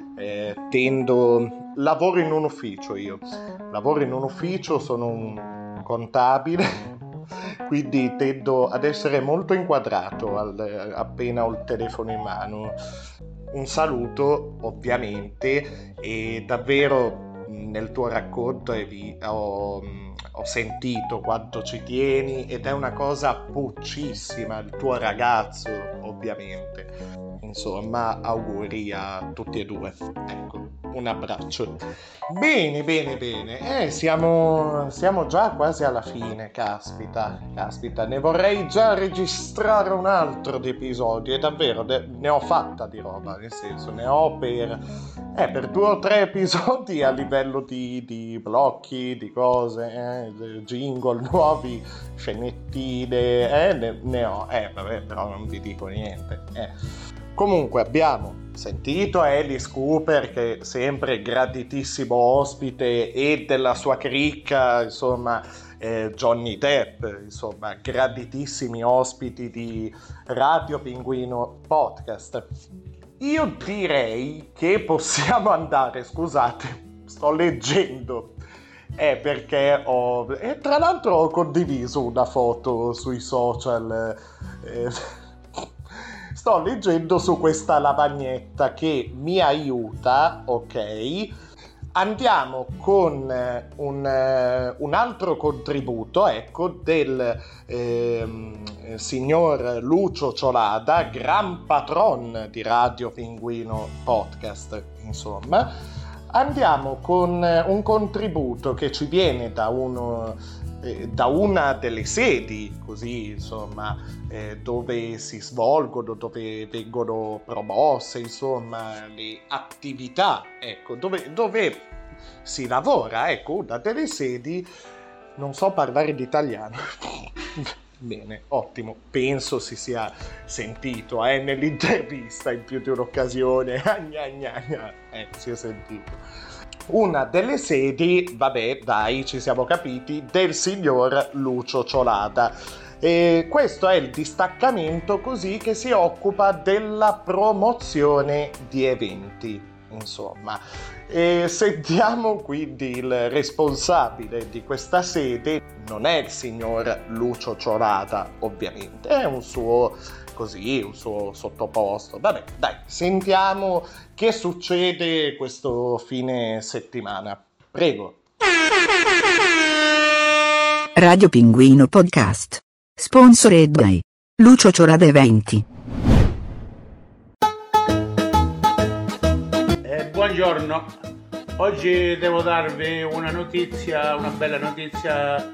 Speaker 4: lavoro in un ufficio io. Lavoro in un ufficio, sono un contabile. Quindi tendo ad essere molto inquadrato appena ho il telefono in mano. Un saluto ovviamente, e davvero nel tuo racconto ho sentito quanto ci tieni, ed è una cosa puccissima, il tuo ragazzo ovviamente. Insomma, auguri a tutti e due. Ecco, un abbraccio. Bene. Siamo già quasi alla fine, caspita. Ne vorrei già registrare un altro di episodio, e davvero ne ho fatta di roba, nel senso, ne ho per 2 o 3 episodi a livello di blocchi, di cose, jingle nuovi, scenettine, ne ho, vabbè, però non vi dico niente. Comunque abbiamo sentito Alice Cooper, che è sempre graditissimo ospite, e della sua cricca, insomma, Johnny Depp, insomma, graditissimi ospiti di Radio Pinguino Podcast. Io direi che possiamo andare, scusate, sto leggendo, perché e tra l'altro ho condiviso una foto sui social, sto leggendo su questa lavagnetta che mi aiuta, ok, andiamo con un altro contributo, ecco, del signor Lucio Ciolada, gran patron di Radio Pinguino Podcast, insomma. Andiamo con un contributo che ci viene da una delle sedi, così, insomma, dove si svolgono, dove vengono promosse, insomma, le attività, ecco, dove si lavora, ecco, una delle sedi. Non so parlare l'italiano. Bene, ottimo, penso si sia sentito nell'intervista in più di un'occasione. Si è sentito. Una delle sedi, vabbè, dai, ci siamo capiti, del signor Lucio Ciolada. E questo è il distaccamento, così, che si occupa della promozione di eventi, insomma. E sentiamo quindi il responsabile di questa sede. Non è il signor Lucio Ciolada, ovviamente, è un suo sottoposto. Vabbè, dai, sentiamo che succede questo fine settimana. Prego.
Speaker 19: Radio Pinguino Podcast, sponsored by Lucio Ciolada Eventi.
Speaker 20: Buongiorno, oggi devo darvi una bella notizia,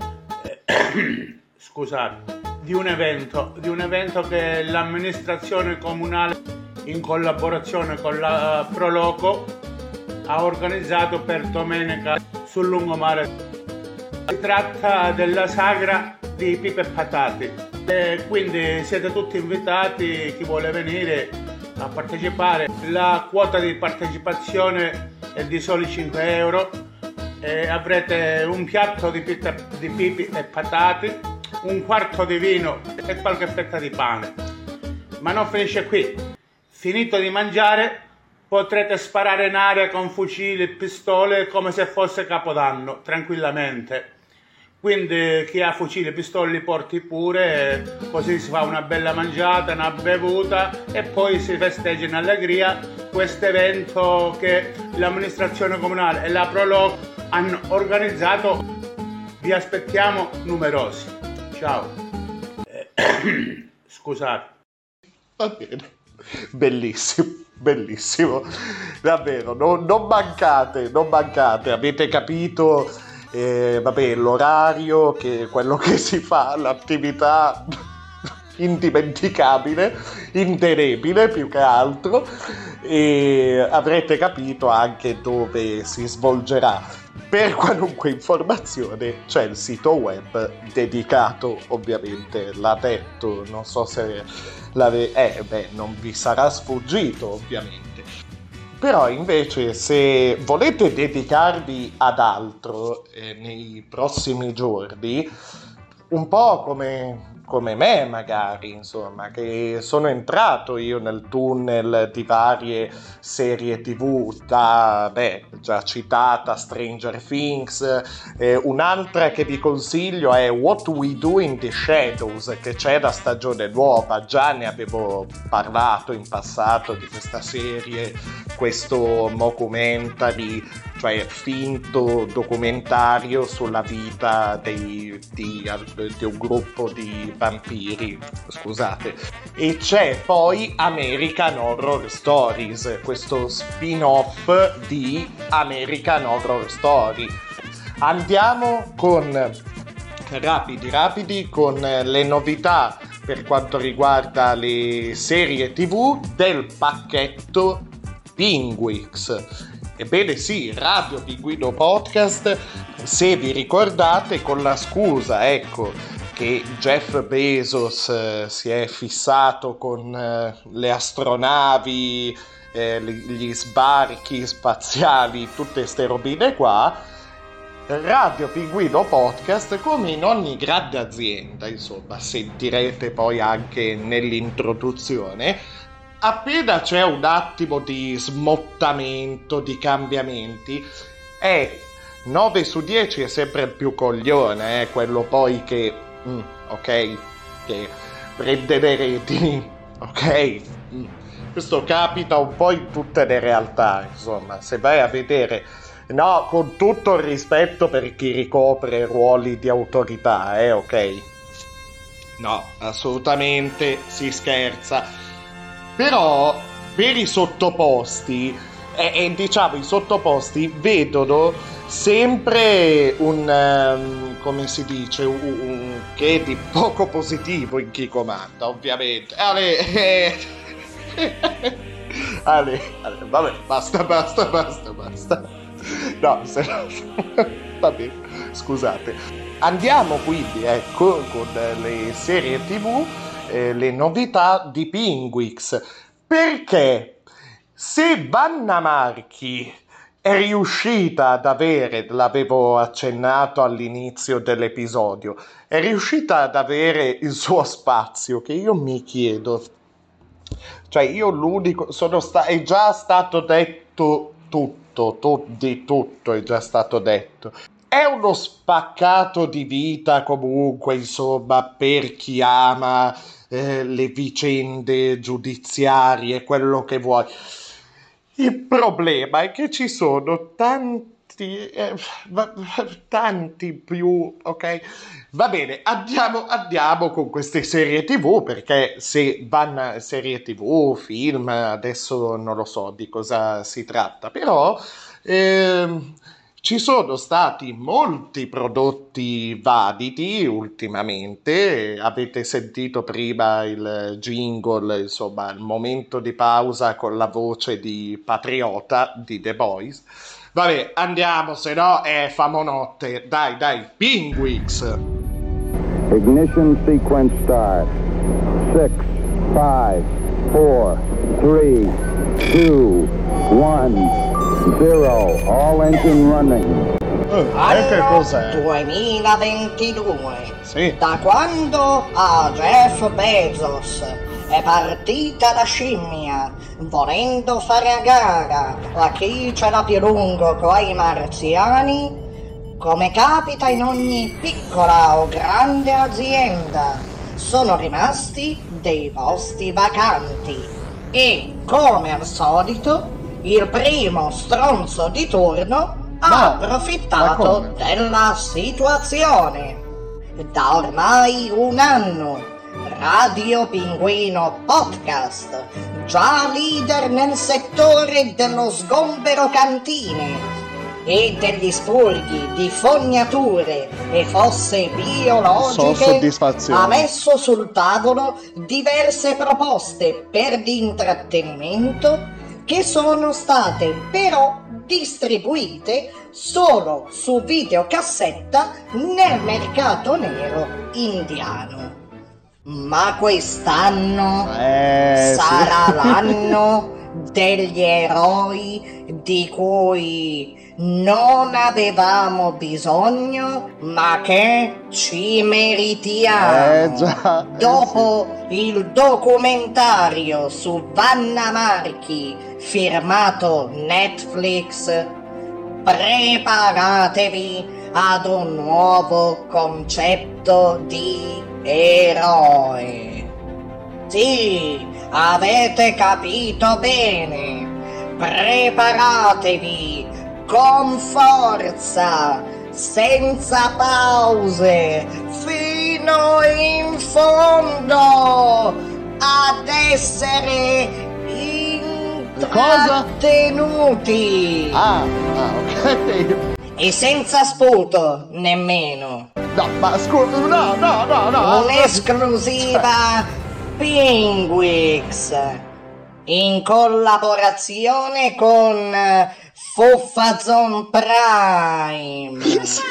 Speaker 20: scusate, di un evento che l'amministrazione comunale, in collaborazione con la Proloco, ha organizzato per domenica sul lungomare. Si tratta della sagra di Pipe e Patate, quindi siete tutti invitati, chi vuole venire a partecipare. La quota di partecipazione è di soli 5 euro e avrete un piatto di pipi e patate, un quarto di vino e qualche fetta di pane. Ma non finisce qui. Finito di mangiare potrete sparare in aria con fucili e pistole come se fosse Capodanno, tranquillamente. Quindi chi ha fucili e pistole li porti pure, così si fa una bella mangiata, una bevuta e poi si festeggia in allegria questo evento che l'amministrazione comunale e la Proloco hanno organizzato. Vi aspettiamo numerosi. Ciao. Scusate.
Speaker 4: Va bene. Bellissimo. Davvero, non mancate, avete capito? L'orario, quello che si fa, l'attività indimenticabile, indelebile più che altro, e avrete capito anche dove si svolgerà. Per qualunque informazione c'è il sito web dedicato, ovviamente, l'ha detto, non so se non vi sarà sfuggito, ovviamente. Però invece, se volete dedicarvi ad altro nei prossimi giorni, un po' come me magari, insomma, che sono entrato io nel tunnel di varie serie TV, già citata Stranger Things, un'altra che vi consiglio è What We Do in the Shadows, che c'è da stagione nuova. Già ne avevo parlato in passato di questa serie, questo mockumentary, cioè finto documentario sulla vita di un gruppo di vampiri, scusate. E c'è poi American Horror Stories, questo spin-off di American Horror Story. Andiamo con rapidi con le novità per quanto riguarda le serie TV del pacchetto Pinguix. Ebbene sì, Radio Pinguino Podcast, se vi ricordate, con la scusa, ecco, che Jeff Bezos si è fissato con le astronavi, gli sbarchi spaziali, tutte ste robine qua, Radio Pinguino Podcast, come in ogni grande azienda, insomma, sentirete poi anche nell'introduzione, appena c'è un attimo di smottamento, di cambiamenti, 9 su 10 è sempre il più coglione, quello poi che che prende le redini, ok? Questo capita un po' in tutte le realtà, insomma. Se vai a vedere No, con tutto il rispetto per chi ricopre ruoli di autorità, ok? No, assolutamente si scherza. Però per i sottoposti, diciamo, i sottoposti vedono sempre come si dice, un che di poco positivo in chi comanda, ovviamente. Ale, vabbè, basta. No, va bene, scusate. Andiamo quindi, ecco, con le serie TV, le novità di Pinguix. Perché se Vanna Marchi è riuscita ad avere, l'avevo accennato all'inizio dell'episodio, è riuscita ad avere il suo spazio, che io mi chiedo, cioè io l'unico, è già stato detto tutto, di tutto è già stato detto. È uno spaccato di vita comunque, insomma, per chi ama le vicende giudiziarie, quello che vuoi. Il problema è che ci sono tanti più, ok? Va bene, andiamo con queste serie TV, perché se vanno serie TV, film, adesso non lo so di cosa si tratta, però ci sono stati molti prodotti validi ultimamente. Avete sentito prima il jingle, insomma, il momento di pausa con la voce di Patriota di The Boys. Vabbè, andiamo, se no famo notte. Dai, Pinguix.
Speaker 21: Ignition sequence start. 6, 5, 4, 3, 2, 1, 0. All engine running.
Speaker 4: Che cos'è?
Speaker 12: 2022.
Speaker 4: Sì.
Speaker 12: Da quando a Jeff Bezos è partita la scimmia, volendo fare a gara a chi ce l'ha più lungo coi marziani, come capita in ogni piccola o grande azienda, sono rimasti dei posti vacanti e, come al solito, il primo stronzo di turno ha approfittato della situazione. Da ormai un anno, Radio Pinguino Podcast, già leader nel settore dello sgombero cantine e degli spurghi di fognature e fosse biologiche, ha messo sul tavolo diverse proposte per l'intrattenimento che sono state però distribuite solo su videocassetta nel mercato nero indiano. Ma quest'anno sarà l'anno degli eroi di cui non avevamo bisogno, ma che ci meritiamo.
Speaker 4: Già.
Speaker 12: Dopo il documentario su Vanna Marchi firmato Netflix, preparatevi ad un nuovo concetto di eroe. Sì, avete capito bene. Preparatevi con forza, senza pause, fino in fondo, ad essere intrattenuti.
Speaker 4: Ok.
Speaker 12: E senza sputo, nemmeno.
Speaker 4: No, ma scusa, no.
Speaker 12: Un'esclusiva Pinguix, in collaborazione con Fuffazon Prime.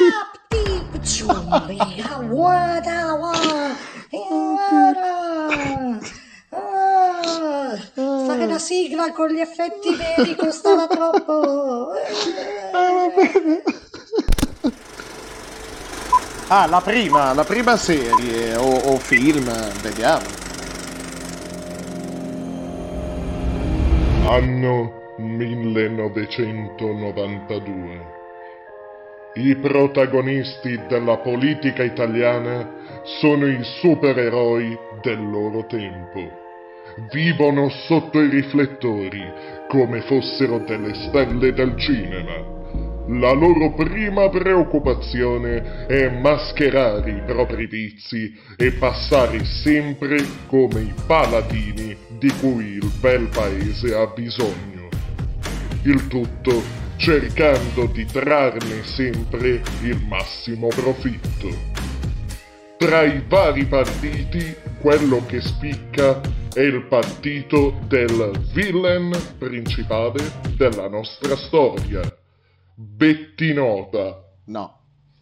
Speaker 12: Fare la sigla con gli effetti veri costava troppo.
Speaker 4: La prima serie o film, vediamo.
Speaker 10: Anno 1992. I protagonisti della politica italiana sono i supereroi del loro tempo. Vivono sotto i riflettori come fossero delle stelle del cinema. la loro prima preoccupazione è mascherare i propri vizi e passare sempre come i paladini di cui il bel paese ha bisogno. Il tutto cercando di trarne sempre il massimo profitto. Tra i vari partiti, quello che spicca è il partito del villain principale della nostra storia, Bettinota.
Speaker 4: No,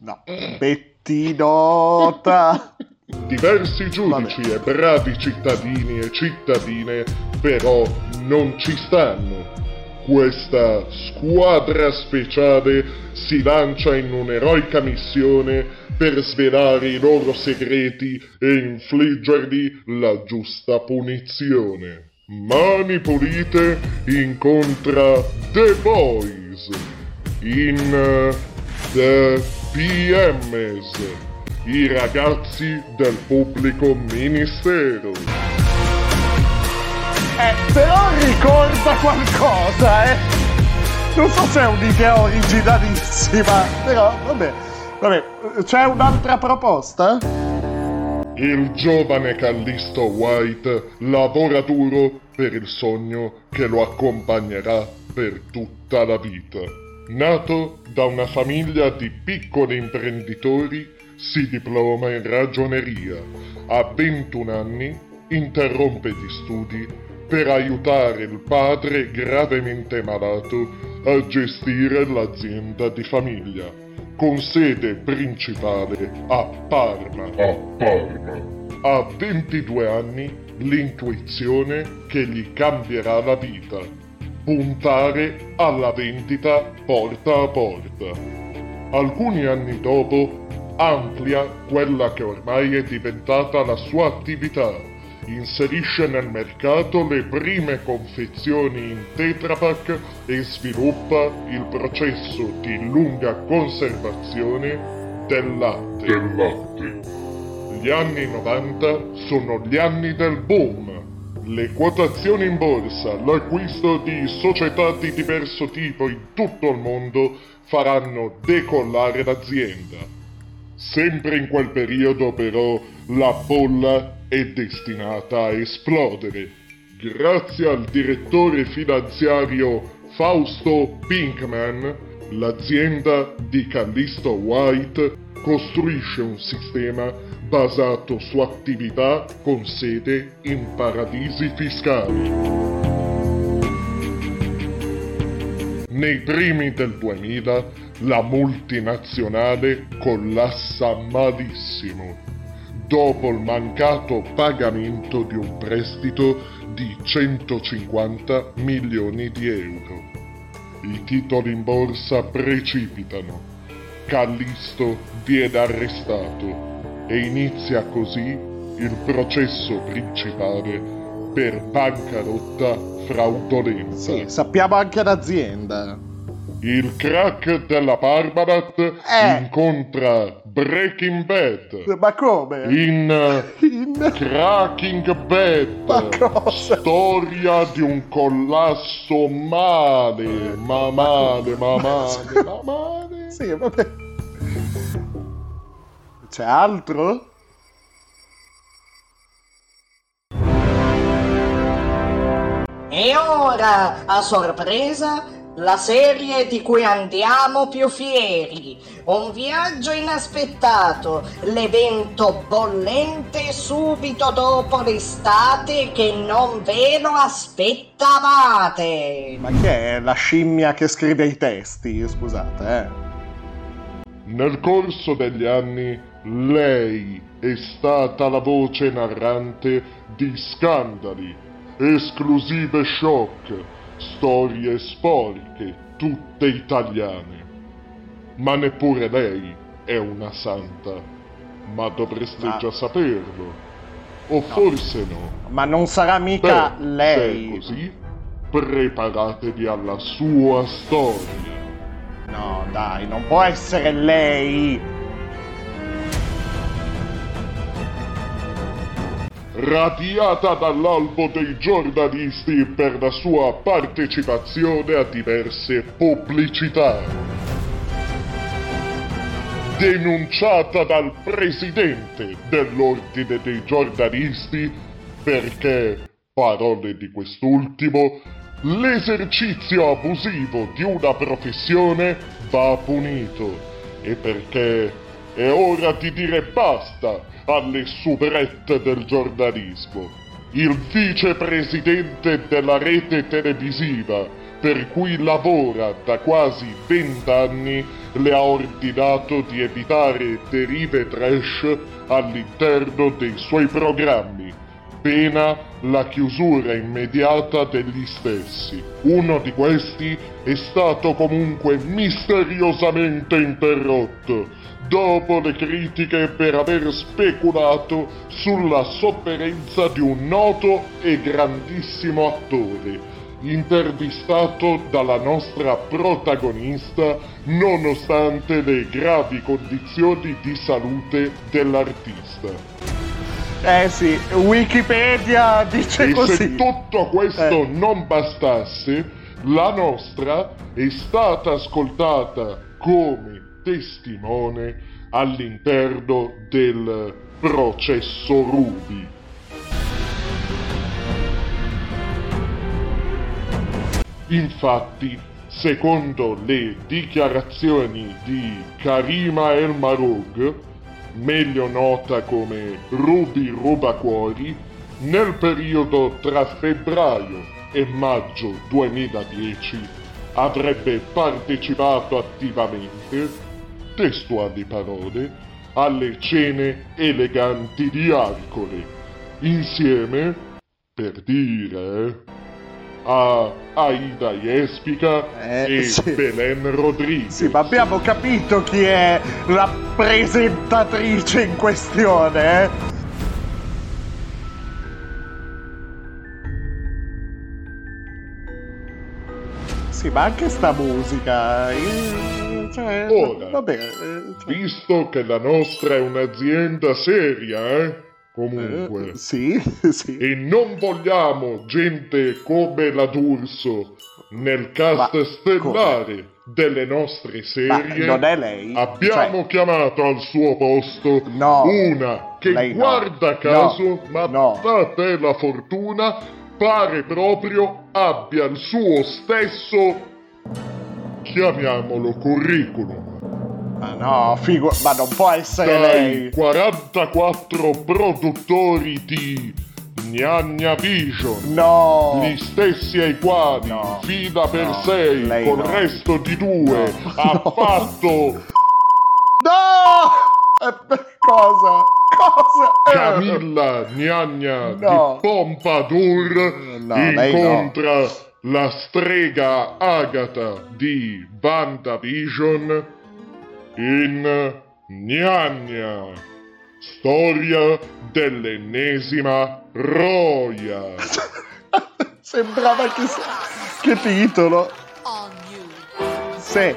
Speaker 4: Bettinota.
Speaker 10: Diversi giudici e bravi cittadini e cittadine però non ci stanno. Questa squadra speciale si lancia in un'eroica missione per svelare i loro segreti e infliggergli la giusta punizione. Mani Pulite incontra The Boys in The PMs, i ragazzi del pubblico ministero.
Speaker 4: Però ricorda qualcosa, Non so se è un'idea originalissima, però vabbè, c'è un'altra proposta?
Speaker 10: Il giovane Callisto White lavora duro per il sogno che lo accompagnerà per tutta la vita. Nato da una famiglia di piccoli imprenditori, si diploma in ragioneria. A 21 anni interrompe gli studi per aiutare il padre gravemente malato a gestire l'azienda di famiglia, con sede principale a Parma. A 22 anni l'intuizione che gli cambierà la vita: puntare alla vendita porta a porta. Alcuni anni dopo amplia quella che ormai è diventata la sua attività. Inserisce nel mercato le prime confezioni in Tetra Pak e sviluppa il processo di lunga conservazione del latte. Gli anni 90 sono gli anni del boom. Le quotazioni in borsa, l'acquisto di società di diverso tipo in tutto il mondo faranno decollare l'azienda. Sempre in quel periodo però la bolla è destinata a esplodere. Grazie al direttore finanziario Fausto Pinkman, l'azienda di Callisto White costruisce un sistema basato su attività con sede in paradisi fiscali. Nei primi del 2000 la multinazionale collassa malissimo, dopo il mancato pagamento di un prestito di 150 milioni di euro. I titoli in borsa precipitano, Callisto viene arrestato e inizia così il processo principale per bancarotta fraudolenza.
Speaker 4: Sì, sappiamo anche l'azienda.
Speaker 10: Il crack della Parmalat incontra Breaking Bad.
Speaker 4: Ma come?
Speaker 10: In Cracking Bad.
Speaker 4: Ma cosa?
Speaker 10: Storia di un collasso male.
Speaker 4: Sì, vabbè. C'è altro?
Speaker 12: E ora, a sorpresa, la serie di cui andiamo più fieri. Un viaggio inaspettato, l'evento bollente subito dopo l'estate che non ve lo aspettavate.
Speaker 4: Ma che è la scimmia che scrive i testi? Scusate,
Speaker 10: Nel corso degli anni lei è stata la voce narrante di scandali, esclusive shock, storie sporche, tutte italiane. Ma neppure lei è una santa. Ma dovreste già saperlo. O forse no.
Speaker 4: Ma non sarà mica lei.
Speaker 10: Se è così, preparatevi alla sua storia.
Speaker 4: No, dai, non può essere lei.
Speaker 10: Radiata dall'albo dei giornalisti per la sua partecipazione a diverse pubblicità. denunciata dal presidente dell'ordine dei giornalisti perché, parole di quest'ultimo, l'esercizio abusivo di una professione va punito e perché è ora di dire basta alle soubrette del giornalismo. Il vicepresidente della rete televisiva, per cui lavora da quasi 20 anni, le ha ordinato di evitare derive trash all'interno dei suoi programmi, pena la chiusura immediata degli stessi. Uno di questi è stato comunque misteriosamente interrotto, dopo le critiche per aver speculato sulla sofferenza di un noto e grandissimo attore, intervistato dalla nostra protagonista nonostante le gravi condizioni di salute dell'artista.
Speaker 4: Sì, Wikipedia dice
Speaker 10: e
Speaker 4: così.
Speaker 10: Se tutto questo non bastasse, la nostra è stata ascoltata come testimone all'interno del processo Ruby. Infatti, secondo le dichiarazioni di Karima El Marog, meglio nota come Ruby Rubacuori, nel periodo tra febbraio e maggio 2010 avrebbe partecipato attivamente, testuali parole, alle cene eleganti di Arcole, insieme, per dire, a Aida Jespica e
Speaker 4: sì.
Speaker 10: Belen Rodriguez.
Speaker 4: Sì, ma abbiamo capito chi è la presentatrice in questione, eh? Sì, ma anche sta musica. Cioè,
Speaker 10: Ora,
Speaker 4: vabbè,
Speaker 10: visto che la nostra è un'azienda seria, comunque,
Speaker 4: sì.
Speaker 10: E non vogliamo gente come la D'Urso nel cast stellare delle nostre serie.
Speaker 4: Ma non è lei?
Speaker 10: Abbiamo chiamato al suo posto una che,
Speaker 4: lei
Speaker 10: guarda caso, ma da te la fortuna, pare proprio abbia il suo stesso, chiamiamolo, curriculum.
Speaker 4: Ma no, ma non può essere
Speaker 10: dai
Speaker 4: lei.
Speaker 10: 44 produttori di Gnagna Vision, gli stessi ai quali fila per 6 col resto di 2 ha fatto
Speaker 4: cosa?
Speaker 10: Camilla Gnagna di Pompadour incontra la strega Agatha di WandaVision in Gnagna, storia dell'ennesima Roia.
Speaker 4: Sembrava che titolo. Sì.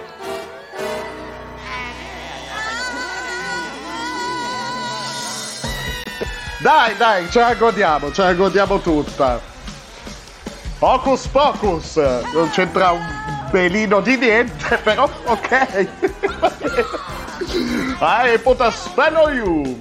Speaker 4: Dai, ce la godiamo tutta. Hocus Pocus, non c'entra un belino di niente, però ok. I put a spell on you.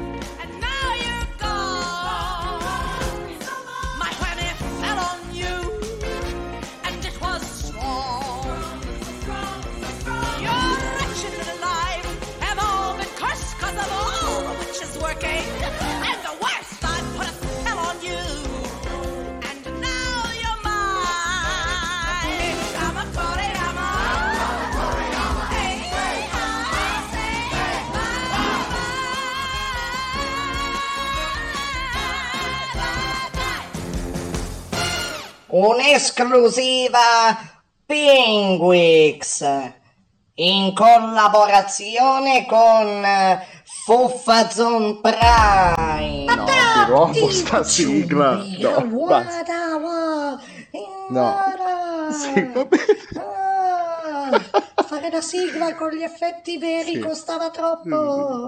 Speaker 12: Un'esclusiva Pinguix in collaborazione con Fuffazon Prime.
Speaker 4: No, di nuovo sta sigla. No, basta. No. Sì, va bene.
Speaker 12: Fare la sigla con gli effetti veri costava troppo.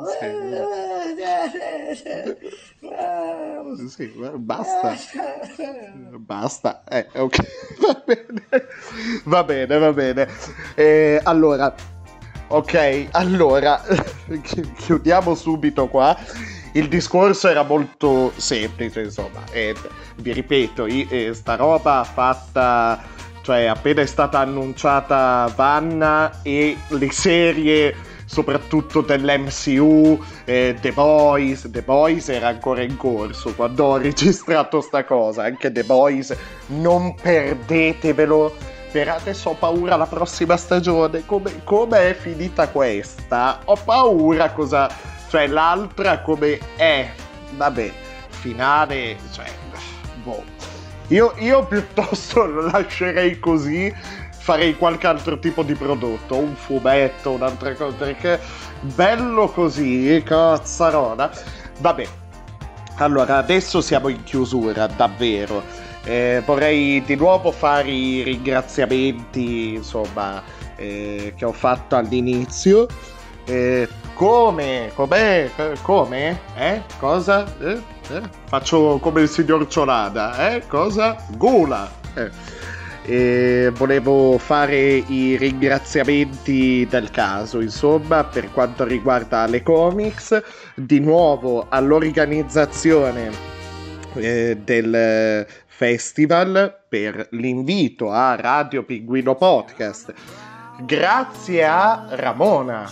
Speaker 4: Sì, basta, ok, va bene. Allora, Ok, allora chiudiamo subito qua. Il discorso era molto semplice, insomma, e vi ripeto, sta roba fatta, cioè appena è stata annunciata Vanna e le serie soprattutto dell'MCU, The Boys era ancora in corso quando ho registrato sta cosa, anche The Boys, non perdetevelo, per adesso ho paura la prossima stagione, come è finita questa, ho paura cioè l'altra come è, vabbè, finale, cioè, boh, io piuttosto lo lascerei così, farei qualche altro tipo di prodotto, un fumetto, un'altra cosa, perché bello così, cazzarona. Vabbè, allora adesso siamo in chiusura, davvero. Vorrei di nuovo fare i ringraziamenti, insomma, che ho fatto all'inizio. Come? Cosa? Faccio come il signor Ciolada, cosa? Gola! Volevo fare i ringraziamenti del caso, insomma, per quanto riguarda le comics, di nuovo all'organizzazione del festival per l'invito a Radio Pinguino Podcast, grazie a Ramona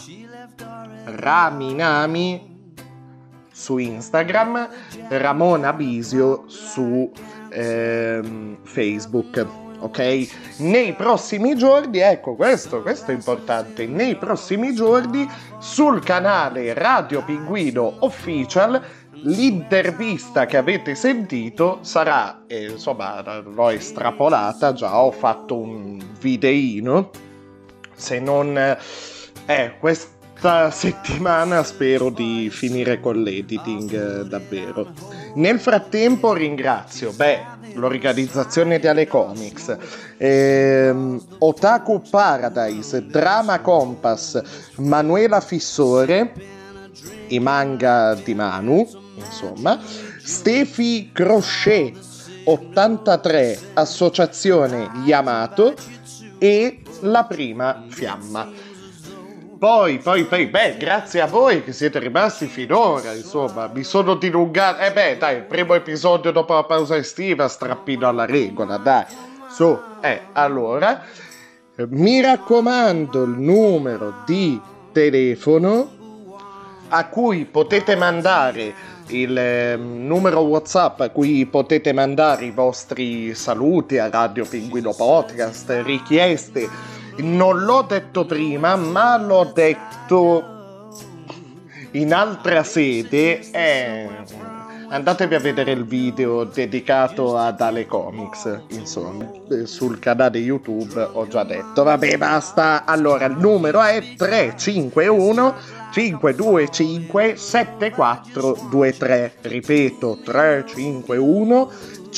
Speaker 4: Raminami su Instagram, Ramona Bisio su Facebook. Ok, nei prossimi giorni, ecco, questo è importante, nei prossimi giorni sul canale Radio Pinguino Official l'intervista che avete sentito sarà, insomma, l'ho estrapolata già, ho fatto un videino, se non questa settimana spero di finire con l'editing, davvero. Nel frattempo ringrazio l'organizzazione di Ale Comics, Otaku Paradise, Drama Compass, Manuela Fissore, i manga di Manu, insomma, Stefi Crochet 83, Associazione Yamato e La Prima Fiamma. Poi, grazie a voi che siete rimasti finora, insomma, mi sono dilungato, dai, il primo episodio dopo la pausa estiva, strappino alla regola, dai, su, allora, mi raccomando il numero di telefono a cui potete mandare, il numero WhatsApp a cui potete mandare i vostri saluti a Radio Pinguino Podcast, richieste. Non l'ho detto prima, ma l'ho detto in altra sede. Andatevi a vedere il video dedicato ad Ale Comics, insomma, sul canale YouTube ho già detto. Vabbè, basta. Allora, il numero è 351 525 7423. Ripeto, 351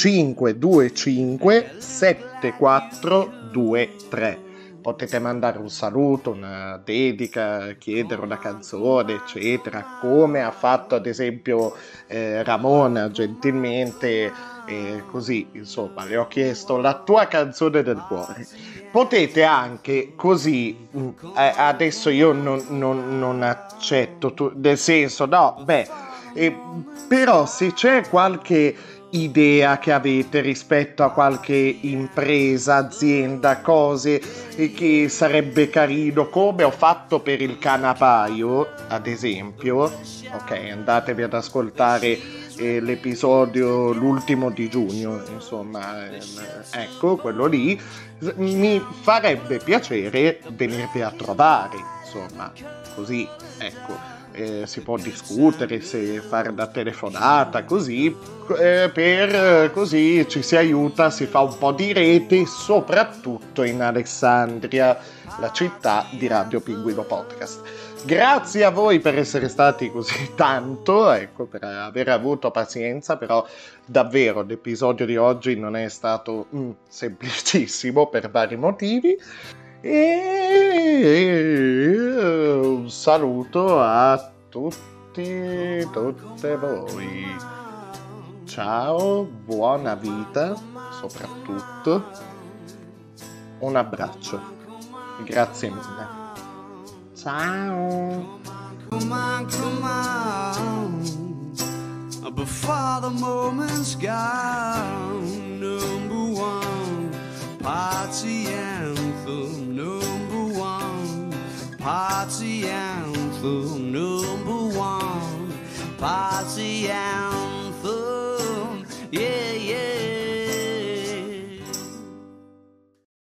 Speaker 4: 525 7423. Potete mandare un saluto, una dedica, chiedere una canzone, eccetera, come ha fatto ad esempio Ramona gentilmente, così, insomma, le ho chiesto la tua canzone del cuore. Potete anche così, adesso io non accetto, nel senso, no, però se c'è qualche idea che avete rispetto a qualche impresa, azienda, cose che sarebbe carino, come ho fatto per il canapaio ad esempio, ok, andatevi ad ascoltare l'episodio, l'ultimo di giugno, insomma, ecco, quello lì, mi farebbe piacere venirvi a trovare, insomma, così, ecco. Si può discutere se fare una telefonata, così, così ci si aiuta, si fa un po' di rete, soprattutto in Alessandria, la città di Radio Pinguino Podcast. Grazie a voi per essere stati così tanto, ecco, per aver avuto pazienza, però davvero l'episodio di oggi non è stato semplicissimo per vari motivi. E un saluto a tutte voi. Ciao, buona vita, soprattutto. Un abbraccio. Grazie mille. Ciao.
Speaker 13: Come on, come on, before the moment's gone. Number one, party anthem. Number one, party anthem. Number one, party anthem.